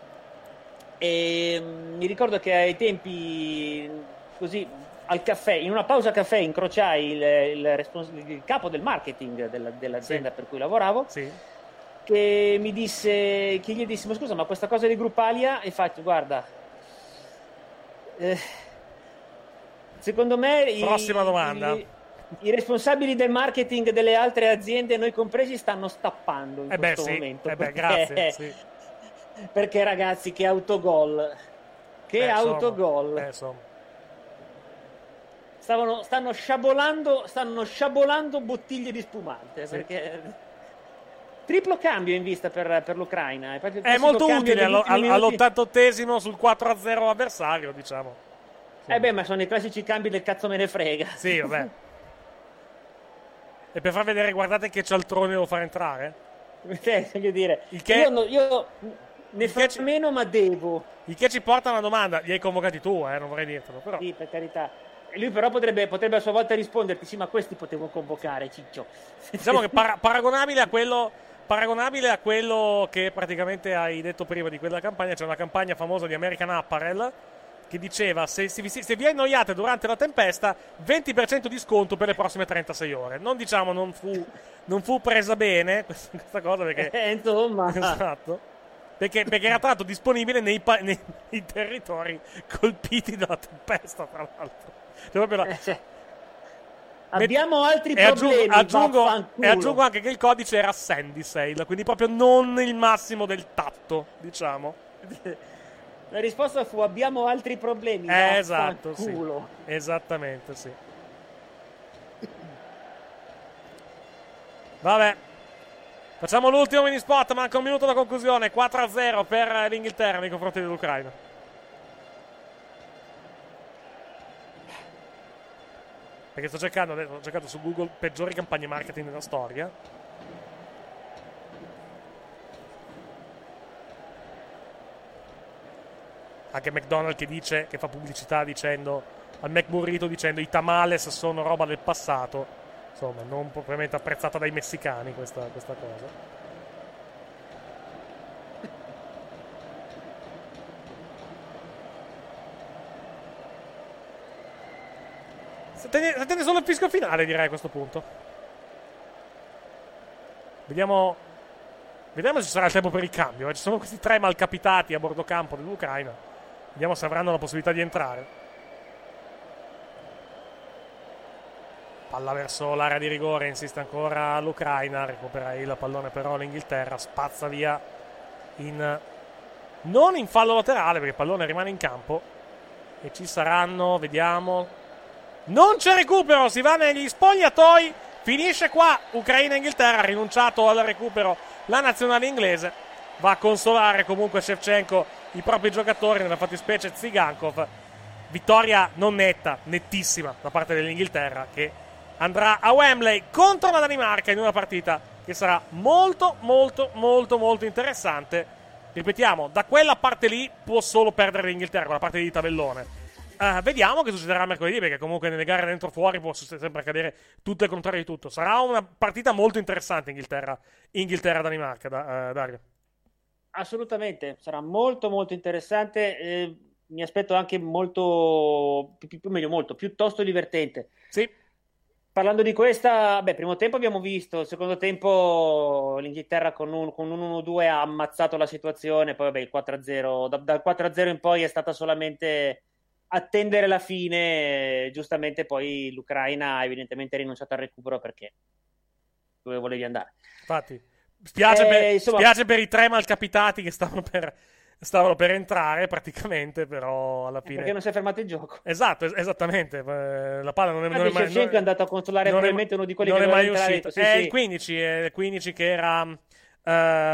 E mm, mi ricordo che ai tempi, così, al caffè, in una pausa caffè, incrociai il, il, respons- il capo del marketing della- dell'azienda Sì. per cui lavoravo, Sì. che mi disse, che gli dissi: ma scusa, ma questa cosa di Gruppalia? E faccio: guarda, eh, secondo me i, Prossima domanda. i, i responsabili del marketing delle altre aziende, noi compresi, stanno stappando in Eh beh, questo sì. momento. Eh beh, perché- grazie. Sì. perché ragazzi, che autogol, che Eh, insomma, autogol. eh, insomma. Stavano, stanno sciabolando, stanno sciabolando bottiglie di spumante, Sì. perché triplo cambio in vista per, per l'Ucraina. È, proprio il È classico molto cambio utile degli allo- ultimi all- minuti. all'ottantottesimo sul quattro a zero avversario, diciamo. Eh beh, ma sono i classici cambi del cazzo me ne frega. Sì, vabbè. E per far vedere, guardate che cialtrone devo far entrare. Cioè, voglio dire, Il che- io, no- io ne il che faccio ci- meno, ma devo. Il che ci porta a una domanda. Li hai convocati tu, eh? Non vorrei dirtelo, però. Sì, per carità. E lui però potrebbe, potrebbe a sua volta risponderti: sì, ma questi potevo convocare, ciccio. Diciamo che para- paragonabile a quello paragonabile a quello che praticamente hai detto prima di quella campagna. C'è una campagna famosa di American Apparel che diceva: se, se, vi, se vi annoiate durante la tempesta, venti per cento di sconto per le prossime trentasei ore. Non diciamo non fu, non fu presa bene questa, questa cosa, perché Eh, insomma. esatto, perché, perché era tra l'altro disponibile nei, pa- nei, nei territori colpiti dalla tempesta, tra l'altro. Cioè, proprio la- Eh, cioè, abbiamo altri e aggiungo, problemi. aggiungo, vaffanculo. e aggiungo anche che il codice era Sandy Sale, quindi proprio non il massimo del tatto, diciamo. La risposta fu: abbiamo altri problemi. Eh, esatto, sì. vaffanculo. Esattamente, sì. Vabbè. Facciamo l'ultimo mini spot, manca un minuto alla conclusione. quattro a zero per l'Inghilterra nei confronti dell'Ucraina. Perché sto cercando, adesso, ho cercato su Google peggiori campagne marketing della storia. Anche McDonald's che dice, che fa pubblicità dicendo al McBurrito dicendo i tamales sono roba del passato. Insomma, non propriamente apprezzata dai messicani questa, questa cosa. Si attende, si attende solo il fischio finale, direi, a questo punto. Vediamo. Vediamo se ci sarà il tempo per il cambio. eh. Ci sono questi tre malcapitati a bordo campo dell'Ucraina. Vediamo se avranno la possibilità di entrare. Palla verso l'area di rigore, insiste ancora l'Ucraina. Recupera il pallone però l'Inghilterra. Spazza via in. Non in fallo laterale, perché il pallone rimane in campo. E ci saranno, vediamo. Non c'è recupero, si va negli spogliatoi. Finisce qua Ucraina-Inghilterra. Ha rinunciato al recupero la nazionale inglese. Va a consolare comunque Shevchenko i propri giocatori, nella fattispecie Tsigankov. Vittoria non netta, nettissima da parte dell'Inghilterra, che andrà a Wembley contro la Danimarca in una partita che sarà molto molto molto molto interessante. Ripetiamo, da quella parte lì può solo perdere l'Inghilterra, quella parte di tabellone. Uh, vediamo che succederà mercoledì, perché comunque nelle gare dentro fuori può sempre accadere tutto il contrario di tutto. Sarà una partita molto interessante Inghilterra Inghilterra-Danimarca, da, uh, Dario. Assolutamente, sarà molto molto interessante. Eh, mi aspetto anche molto, più, più meglio, molto, piuttosto divertente. Sì. Parlando di questa, beh, primo tempo abbiamo visto, il secondo tempo l'Inghilterra con un, con un uno due ha ammazzato la situazione, poi vabbè il quattro a zero, da, dal quattro a zero in poi è stata solamente attendere la fine, giustamente poi l'Ucraina ha evidentemente rinunciato al recupero perché dove volevi andare. Infatti, spiace, eh, per, insomma, spiace per i tre malcapitati che stavano per, stavano per entrare praticamente, però alla fine... Perché non si è fermato il gioco. Esatto, es- esattamente, la palla non è, non è mai... Shevchenko è andato a controllare probabilmente uno di quelli non che è mai entrare, uscito. sì, è sì. il quindici, è il quindici che era... Uh,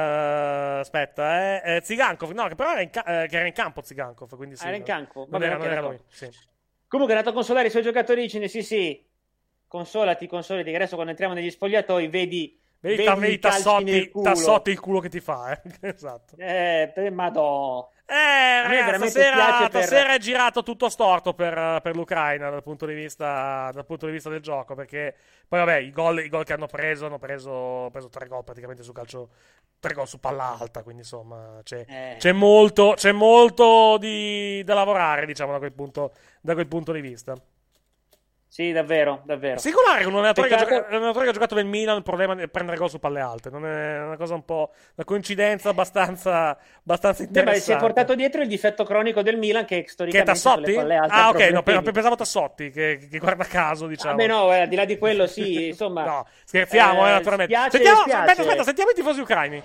aspetta, eh, eh, Zigankov, no, che però era in, ca- eh, che era in campo Zigankov, quindi sì, era in campo, non, vabbè, era, okay, non era lui. Sì. Comunque è andato a consolare i suoi giocatori dicendo sì sì, consolati, consolati, che adesso quando entriamo negli spogliatoi vedi vedi, vedi, ta- vedi i calci tassotti, nel culo. tassotti il culo che ti fa, eh. Esatto. Eh, per madò. Eh, ragazzi, stasera, per... stasera è girato tutto storto per, per l'Ucraina dal punto di vista dal punto di vista del gioco, perché poi vabbè, i gol, i gol che hanno preso hanno preso, preso tre gol praticamente su calcio, tre gol su palla alta, quindi insomma c'è, eh. c'è molto, c'è molto di, da lavorare, diciamo, da quel punto, da quel punto di vista. Sì, davvero, davvero. Singolare un allenatore, Peccato... che ha, giocato, un allenatore che ha giocato nel Milan, il problema è prendere gol su palle alte. Non è una cosa un po'. Una coincidenza abbastanza, abbastanza interessante. Beh, ma si è portato dietro il difetto cronico del Milan, che storicamente che Tassotti? sulle palle alte. Ah, ok, no, per, pensavo Tassotti, che, che guarda caso, diciamo. Vabbè, no, al di là di quello, sì, insomma. No, scherziamo, eh, eh, naturalmente. Spiace, sentiamo, spiace. aspetta, aspetta, sentiamo i tifosi ucraini.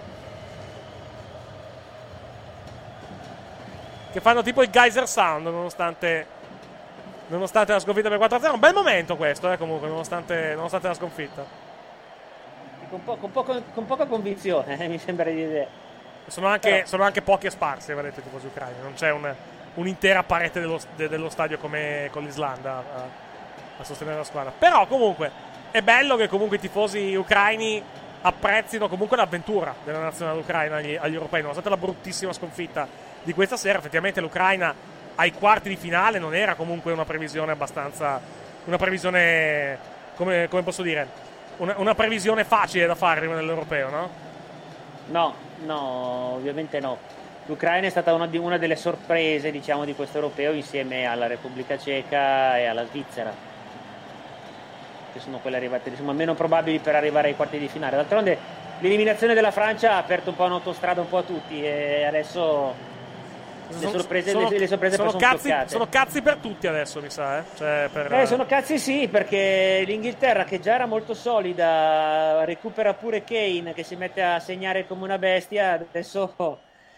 Che fanno tipo il geyser sound, nonostante. Nonostante la sconfitta per quattro a zero, un bel momento questo, eh, comunque, nonostante, nonostante la sconfitta. Con, po- con, poco, con poca convinzione, eh, mi sembra di dire. Sono anche, sono anche pochi e sparsi, vedete, i tifosi ucraini. Non c'è un, un'intera parete dello, de, dello stadio come con l'Islanda a, a sostenere la squadra. Però, comunque, è bello che comunque i tifosi ucraini apprezzino comunque l'avventura della nazionale ucraina agli, agli europei. Nonostante la bruttissima sconfitta di questa sera, effettivamente l'Ucraina ai quarti di finale non era comunque una previsione abbastanza, una previsione, come, come posso dire, una, una previsione facile da fare prima dell'europeo, no? No, no, ovviamente no. L'Ucraina è stata una, di, una delle sorprese, diciamo, di questo europeo, insieme alla Repubblica Ceca e alla Svizzera, che sono quelle arrivate, insomma, meno probabili per arrivare ai quarti di finale. D'altronde l'eliminazione della Francia ha aperto un po' un'autostrada un po' a tutti e adesso le sorprese, sono, le, le sorprese sono, sono cazzi, bloccate. sono cazzi per tutti adesso, mi sa, eh? Cioè, per... eh, sono cazzi sì, perché l'Inghilterra, che già era molto solida, recupera pure Kane, che si mette a segnare come una bestia. Adesso,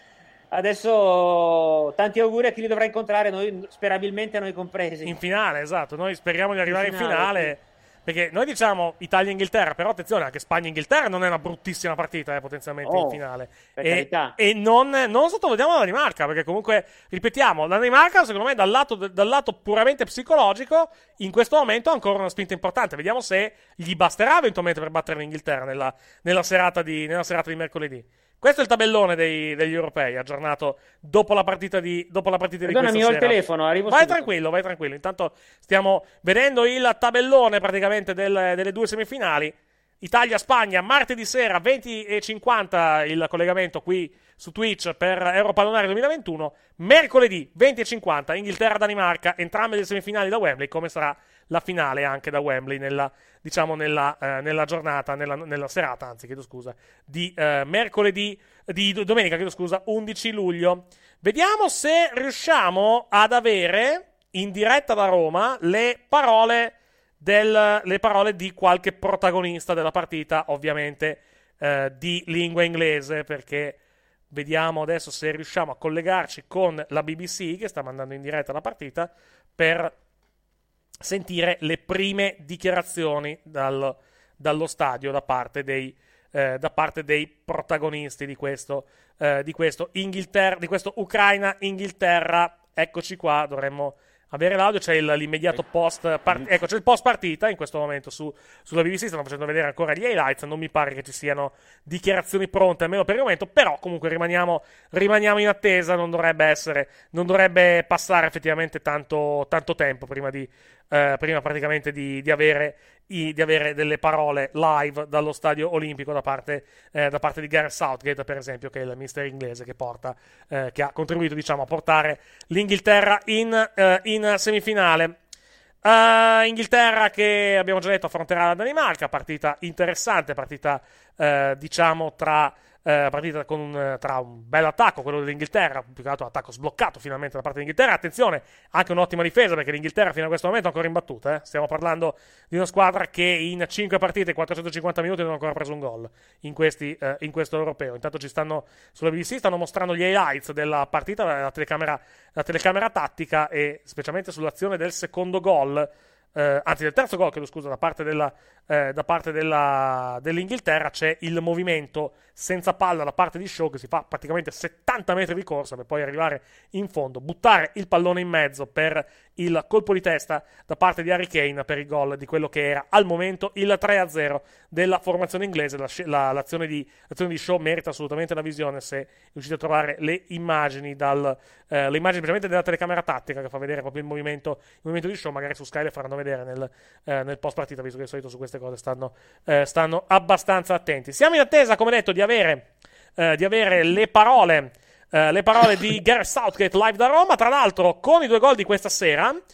adesso tanti auguri a chi li dovrà incontrare, noi sperabilmente noi compresi. In finale, esatto, noi speriamo di arrivare in finale, in finale sì. Perché noi diciamo Italia-Inghilterra, però attenzione, anche Spagna-Inghilterra non è una bruttissima partita, eh, potenzialmente oh, in finale. Per e carità. e non, non sottovalutiamo la Danimarca, perché comunque, ripetiamo, la Danimarca secondo me dal lato, dal lato puramente psicologico in questo momento ha ancora una spinta importante. Vediamo se gli basterà eventualmente per battere l'Inghilterra nella, nella, serata, di, nella serata di mercoledì. Questo è il tabellone dei, degli europei, aggiornato dopo la partita di, dopo la partita di questa sera. Perdonami, ho il telefono, arrivo Vai subito. tranquillo, vai tranquillo. Intanto stiamo vedendo il tabellone praticamente del, delle due semifinali. Italia-Spagna, martedì sera, venti e cinquanta il collegamento qui su Twitch per Europallonare duemilaventuno. Mercoledì, venti e cinquanta, Inghilterra-Danimarca, entrambe le semifinali da Wembley, come sarà la finale anche da Wembley nella, diciamo, nella, eh, nella giornata, nella, nella serata, anzi, chiedo scusa, di eh, mercoledì, di domenica, chiedo scusa, undici luglio. Vediamo se riusciamo ad avere in diretta da Roma le parole del, le parole di qualche protagonista della partita, ovviamente eh, di lingua inglese, perché vediamo adesso se riusciamo a collegarci con la B B C che sta mandando in diretta la partita per sentire le prime dichiarazioni dal, dallo stadio da parte dei, eh, da parte dei protagonisti di questo, eh, di questo Inghilterra, di questo Ucraina-Inghilterra. Eccoci qua, dovremmo avere l'audio. C'è il, l'immediato post part- ecco, c'è il post partita in questo momento su, sulla B B C. Stanno facendo vedere ancora gli highlights. Non mi pare che ci siano dichiarazioni pronte, almeno per il momento. Però comunque rimaniamo, rimaniamo in attesa. Non dovrebbe essere, non dovrebbe passare effettivamente tanto, tanto tempo prima di eh, prima praticamente di, di avere I, di avere delle parole live dallo stadio olimpico da parte, eh, da parte di Gareth Southgate, per esempio, che è il mister inglese che porta eh, che ha contribuito, diciamo, a portare l'Inghilterra in, eh, in semifinale. Uh, Inghilterra, che abbiamo già detto, affronterà la Danimarca, partita interessante, partita eh, diciamo tra Uh, partita con un, tra un bel attacco, quello dell'Inghilterra, più che altro un attacco sbloccato finalmente da parte dell'Inghilterra. Attenzione, anche un'ottima difesa, perché l'Inghilterra fino a questo momento è ancora imbattuta. Eh? Stiamo parlando di una squadra che in cinque partite, quattrocentocinquanta minuti, non ha ancora preso un gol in, questi, uh, in questo europeo. Intanto ci stanno, sulla B B C, stanno mostrando gli highlights della partita, la telecamera, la telecamera tattica, e specialmente sull'azione del secondo gol. Eh, anzi del terzo gol, chiedo scusa, da parte, della, eh, da parte della, dell'Inghilterra. C'è il movimento senza palla da parte di Shaw, che si fa praticamente settanta metri di corsa per poi arrivare in fondo, buttare il pallone in mezzo per il colpo di testa da parte di Harry Kane per il gol di quello che era al momento il tre a zero della formazione inglese. La, la, l'azione, di, l'azione di Shaw merita assolutamente la visione, se riuscite a trovare le immagini dal, eh, le immagini specialmente della telecamera tattica che fa vedere proprio il movimento, il movimento di Shaw. Magari su Sky le faranno vedere nel, eh, nel post partita, visto che di solito su queste cose stanno, eh, stanno abbastanza attenti. Siamo in attesa, come detto, di avere, eh, di avere le parole Uh, le parole di Gareth Southgate live da Roma. Tra l'altro, con i due gol di questa sera, uh,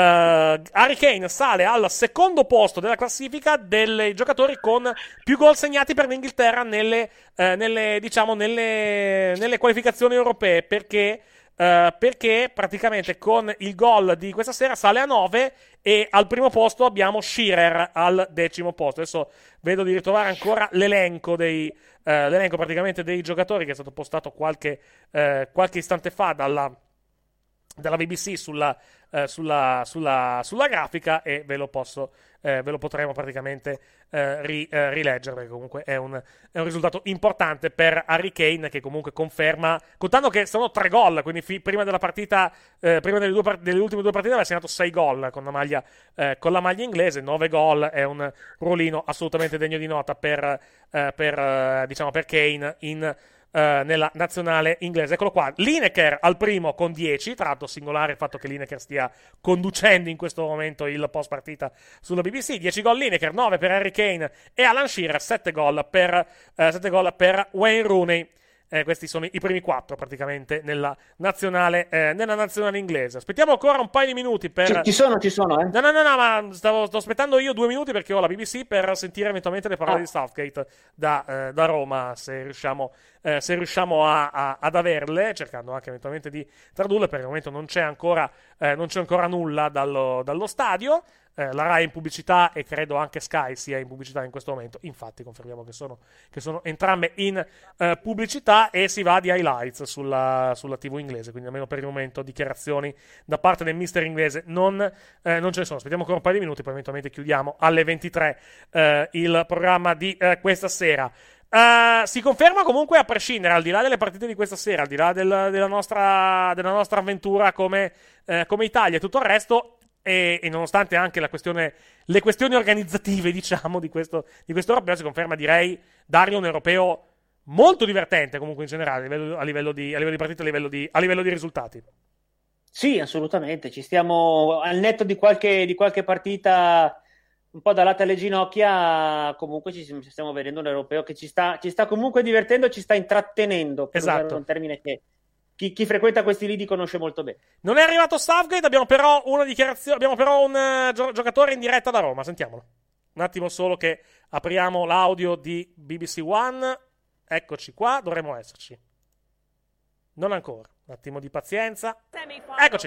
Harry Kane sale al secondo posto della classifica dei giocatori con più gol segnati per l'Inghilterra nelle, uh, nelle, diciamo, nelle, nelle qualificazioni europee, perché Uh, perché praticamente con il gol di questa sera sale a nove, e al primo posto abbiamo Shearer al decimo posto. Adesso vedo di ritrovare ancora l'elenco dei uh, l'elenco praticamente dei giocatori, che è stato postato qualche, uh, qualche istante fa dalla, dalla B B C sulla, uh, sulla, sulla, sulla grafica, e ve lo posso eh, ve lo potremo praticamente eh, ri, eh, rileggere, perché comunque è un, è un risultato importante per Harry Kane, che comunque conferma, contando che sono tre gol, quindi fi, prima della partita, eh, prima delle, due, delle ultime due partite aveva segnato sei gol con la maglia, eh, con la maglia inglese. Nove gol è un ruolino assolutamente degno di nota per, eh, per eh, diciamo per Kane in Uh, nella nazionale inglese. Eccolo qua, Lineker al primo con dieci. Tra l'altro singolare il fatto che Lineker stia conducendo in questo momento il post partita sulla B B C. dieci gol Lineker, nove per Harry Kane e Alan Shearer, sette gol per, uh, sette gol per Wayne Rooney. Eh, questi sono i primi quattro praticamente nella nazionale, eh, nella nazionale inglese. Aspettiamo ancora un paio di minuti per... Ci, ci sono, ci sono, eh. No, no, no, no, ma stavo, sto aspettando io due minuti, perché ho la B B C, per sentire eventualmente le parole oh. di Southgate da, eh, da Roma, se riusciamo, eh, se riusciamo a, a, ad averle, cercando anche eventualmente di tradurle. Per il momento non c'è ancora, eh, non c'è ancora nulla dallo, dallo stadio. Eh, la Rai è in pubblicità, e credo anche Sky sia in pubblicità in questo momento. Infatti confermiamo che sono, che sono entrambe in uh, pubblicità, e si va di highlights sulla, sulla tivù inglese, quindi almeno per il momento dichiarazioni da parte del mister inglese non, eh, non ce ne sono. Aspettiamo ancora un paio di minuti, poi eventualmente chiudiamo alle ventitré eh, il programma di eh, questa sera. Uh, si conferma comunque, a prescindere, al di là delle partite di questa sera, al di là del, della, nostra, della nostra avventura come, eh, come Italia e tutto il resto, E, e nonostante anche la questione, le questioni organizzative, diciamo, di questo, di questo europeo, si conferma, direi, Dario, un europeo molto divertente comunque in generale, a livello, a livello di, a livello di partite, a livello di, a livello di risultati. Sì, assolutamente, ci stiamo, al netto di qualche, di qualche partita un po' dall'alta alle ginocchia, comunque ci stiamo vedendo un europeo che ci sta, ci sta comunque divertendo, ci sta intrattenendo, per esatto. usare un termine che Chi, chi frequenta questi lidi conosce molto bene. Non è arrivato Southgate, abbiamo però una dichiarazione, abbiamo però un uh, gio- giocatore in diretta da Roma, sentiamolo. Un attimo solo che apriamo l'audio di B B C One. Eccoci qua, dovremmo esserci. Non ancora, un attimo di pazienza. Eccoci.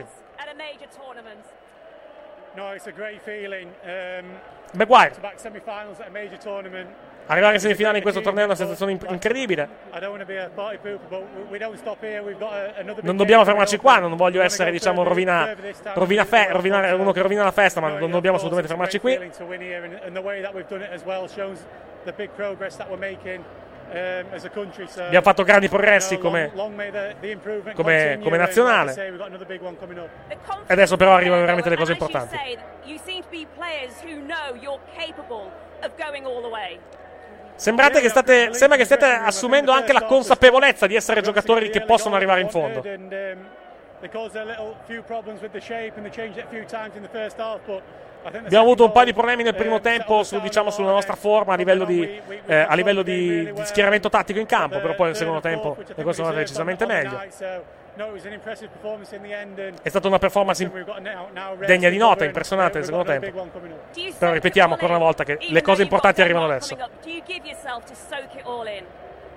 No, it's a great feeling. Um, Maguire. Back semi-finals at a major tournament. Arrivare in semifinale in questo torneo è una sensazione in- incredibile. Non dobbiamo fermarci qua, non voglio essere, diciamo, rovina, rovina fe- rovina, uno che rovina la festa, ma non dobbiamo assolutamente fermarci qui. um, as a country. So, abbiamo fatto grandi progressi you know, come, long, long may the, the improvement come, continue, come and nazionale. like I say, we've got another big one coming up. E adesso però arrivano veramente le cose And as you importanti. say, you seem to be players who know you're capable of going all the way. Sembrate che state, sembra che stiate assumendo anche la consapevolezza di essere giocatori che possono arrivare in fondo. And, um, they caused a little few problems with the shape and they changed it a few times in the first half, but I think the Abbiamo avuto un paio di second problemi nel primo tempo su, diciamo, sulla nostra forma a livello di, eh, a livello di, di schieramento tattico in campo, però poi nel secondo tempo le cose sono andate decisamente meglio. È stata una performance degna di nota, impressionante nel secondo tempo. Però ripetiamo ancora una volta che le cose importanti arrivano adesso. Do you give yourself to soak it all in?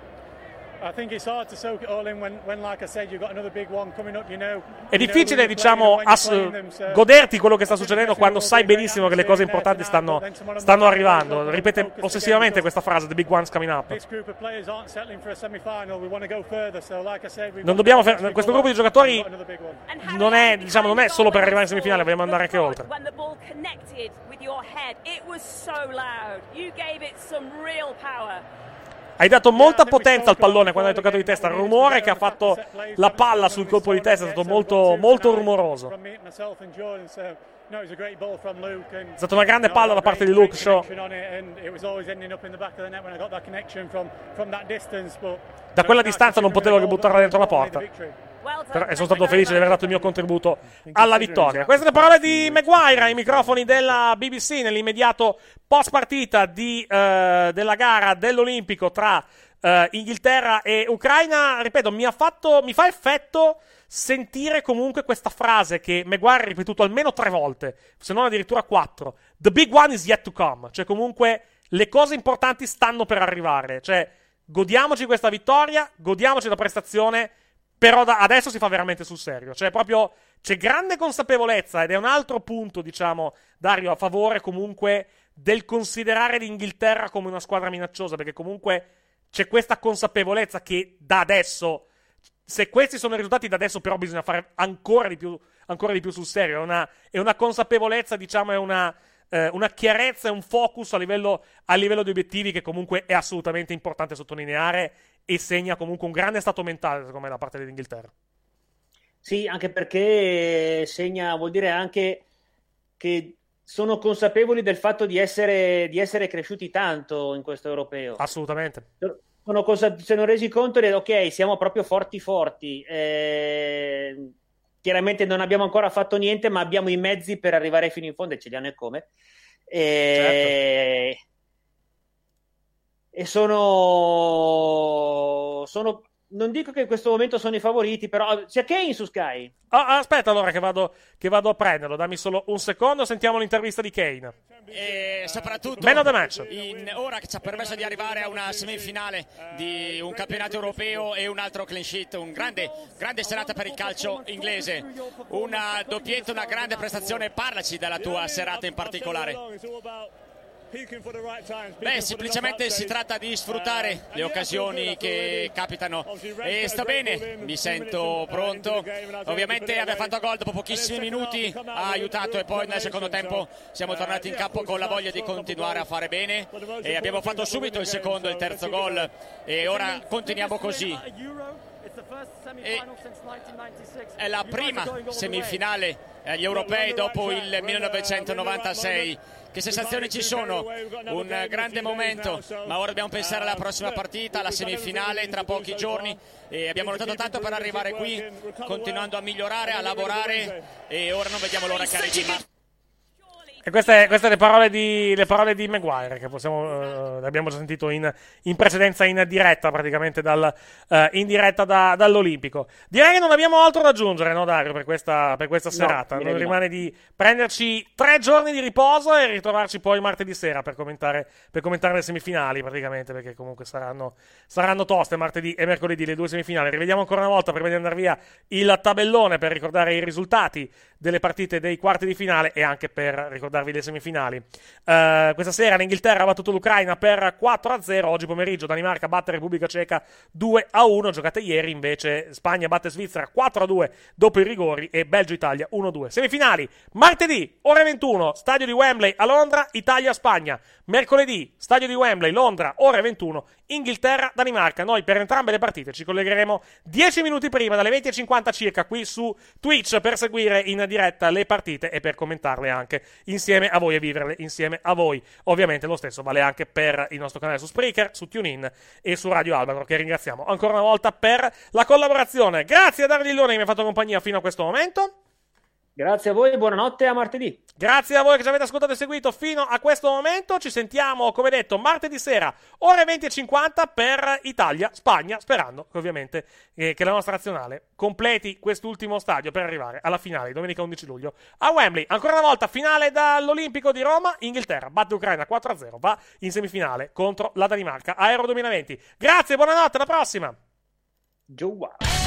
È difficile, diciamo, ass- goderti quello che sta succedendo quando sai benissimo che le cose importanti stanno, stanno arrivando. Ripete ossessivamente questa frase, the big one's coming up. Non dobbiamo fer- questo gruppo di giocatori non è, diciamo, non è solo per arrivare in semifinale, vogliamo andare anche oltre. When the ball connected with your head, it was so loud. You gave it some real power. Hai dato molta potenza al pallone quando hai toccato di testa. Il rumore che ha fatto la palla sul colpo di testa è stato molto, molto rumoroso. È stata una grande palla da parte di Luke Shaw. Da quella distanza non potevo che buttarla dentro la porta. Però, e sono stato felice di aver dato il mio contributo alla vittoria. Queste le parole di Maguire ai microfoni della B B C nell'immediato post partita di, uh, della gara dell'Olimpico tra uh, Inghilterra e Ucraina. Ripeto, mi ha fatto, mi fa effetto sentire comunque questa frase che Maguire ha ripetuto almeno tre volte, se non addirittura quattro. The big one is yet to come. Cioè comunque le cose importanti stanno per arrivare. Cioè godiamoci questa vittoria, godiamoci la prestazione. Però da adesso si fa veramente sul serio. Cioè, proprio c'è grande consapevolezza, ed è un altro punto, diciamo, Dario, a favore comunque del considerare l'Inghilterra come una squadra minacciosa, perché comunque c'è questa consapevolezza che da adesso, se questi sono i risultati da adesso, però bisogna fare ancora di più, ancora di più sul serio. È una, è una consapevolezza, diciamo, è una, eh, una chiarezza e un focus a livello, a livello di obiettivi che comunque è assolutamente importante sottolineare. E segna comunque un grande stato mentale, secondo me, da parte dell'Inghilterra. Sì, anche perché segna, vuol dire anche che sono consapevoli del fatto di essere, di essere cresciuti tanto in questo europeo. Assolutamente. Sono cosa, se non resi conto, di, ok, siamo proprio forti forti. Eh, chiaramente non abbiamo ancora fatto niente, ma abbiamo i mezzi per arrivare fino in fondo e ce li hanno e come. Eh, certo. E sono, sono, non dico che in questo momento sono i favoriti, però c'è Kane su Sky. Oh, aspetta allora che vado, che vado a prenderlo, dammi solo un secondo, sentiamo l'intervista di Kane. E soprattutto Man of the match. In ora che ci ha permesso di arrivare a una semifinale di un campionato europeo e un altro clean sheet, un grande, grande serata per il calcio inglese, una doppietta, una grande prestazione. Parlaci della tua serata in particolare. Beh, semplicemente si tratta di sfruttare le occasioni che capitano e sta bene, mi sento pronto. Ovviamente aver fatto gol dopo pochissimi minuti ha aiutato e poi nel secondo tempo siamo tornati in campo con la voglia di continuare a fare bene e abbiamo fatto subito il secondo e il terzo gol e ora continuiamo così. E è la prima semifinale agli europei dopo il millenovecentonovantasei. Che sensazioni ci sono? Un grande momento, ma ora dobbiamo pensare alla prossima partita, alla semifinale tra pochi giorni e abbiamo lottato tanto per arrivare qui, continuando a migliorare, a lavorare e ora non vediamo l'ora che arrivi. Ma... E queste, queste le parole di le parole di Maguire che possiamo, uh, le abbiamo già sentito in, in precedenza in diretta, praticamente dal, uh, in diretta da, dall'Olimpico. Direi che non abbiamo altro da aggiungere, no Dario, per questa, per questa serata. No, non rimane di prenderci tre giorni di riposo e ritrovarci poi martedì sera per commentare, per commentare le semifinali, praticamente, perché comunque saranno, saranno toste martedì e mercoledì le due semifinali. Rivediamo ancora una volta prima di andare via il tabellone per ricordare i risultati delle partite dei quarti di finale e anche per ricordarvi le semifinali. Uh, questa sera l'Inghilterra ha battuto l'Ucraina per quattro a zero, oggi pomeriggio Danimarca batte Repubblica Ceca due a uno, giocate ieri invece Spagna batte Svizzera quattro a due dopo i rigori e Belgio-Italia uno a due. Semifinali martedì ore ventuno, stadio di Wembley a Londra, Italia-Spagna. mercoledì, stadio di Wembley, Londra, ore ventuno, Inghilterra, Danimarca. Noi per entrambe le partite ci collegheremo dieci minuti prima, dalle venti e cinquanta circa, qui su Twitch, per seguire in diretta le partite e per commentarle anche insieme a voi e viverle insieme a voi. Ovviamente lo stesso vale anche per il nostro canale su Spreaker, su TuneIn e su Radio Albatro, che ringraziamo ancora una volta per la collaborazione. Grazie a Dario Dillone che mi ha fatto compagnia fino a questo momento. Grazie a voi, buonanotte, a martedì. Grazie a voi che ci avete ascoltato e seguito fino a questo momento. Ci sentiamo, come detto, martedì sera, ore venti e cinquanta per Italia-Spagna, sperando che ovviamente eh, che la nostra nazionale completi quest'ultimo stadio per arrivare alla finale, domenica undici luglio, a Wembley. Ancora una volta, finale dall'Olimpico di Roma. Inghilterra batte Ucraina quattro a zero, va in semifinale contro la Danimarca a Euro duemilaventi. Grazie, buonanotte, alla prossima. Giù.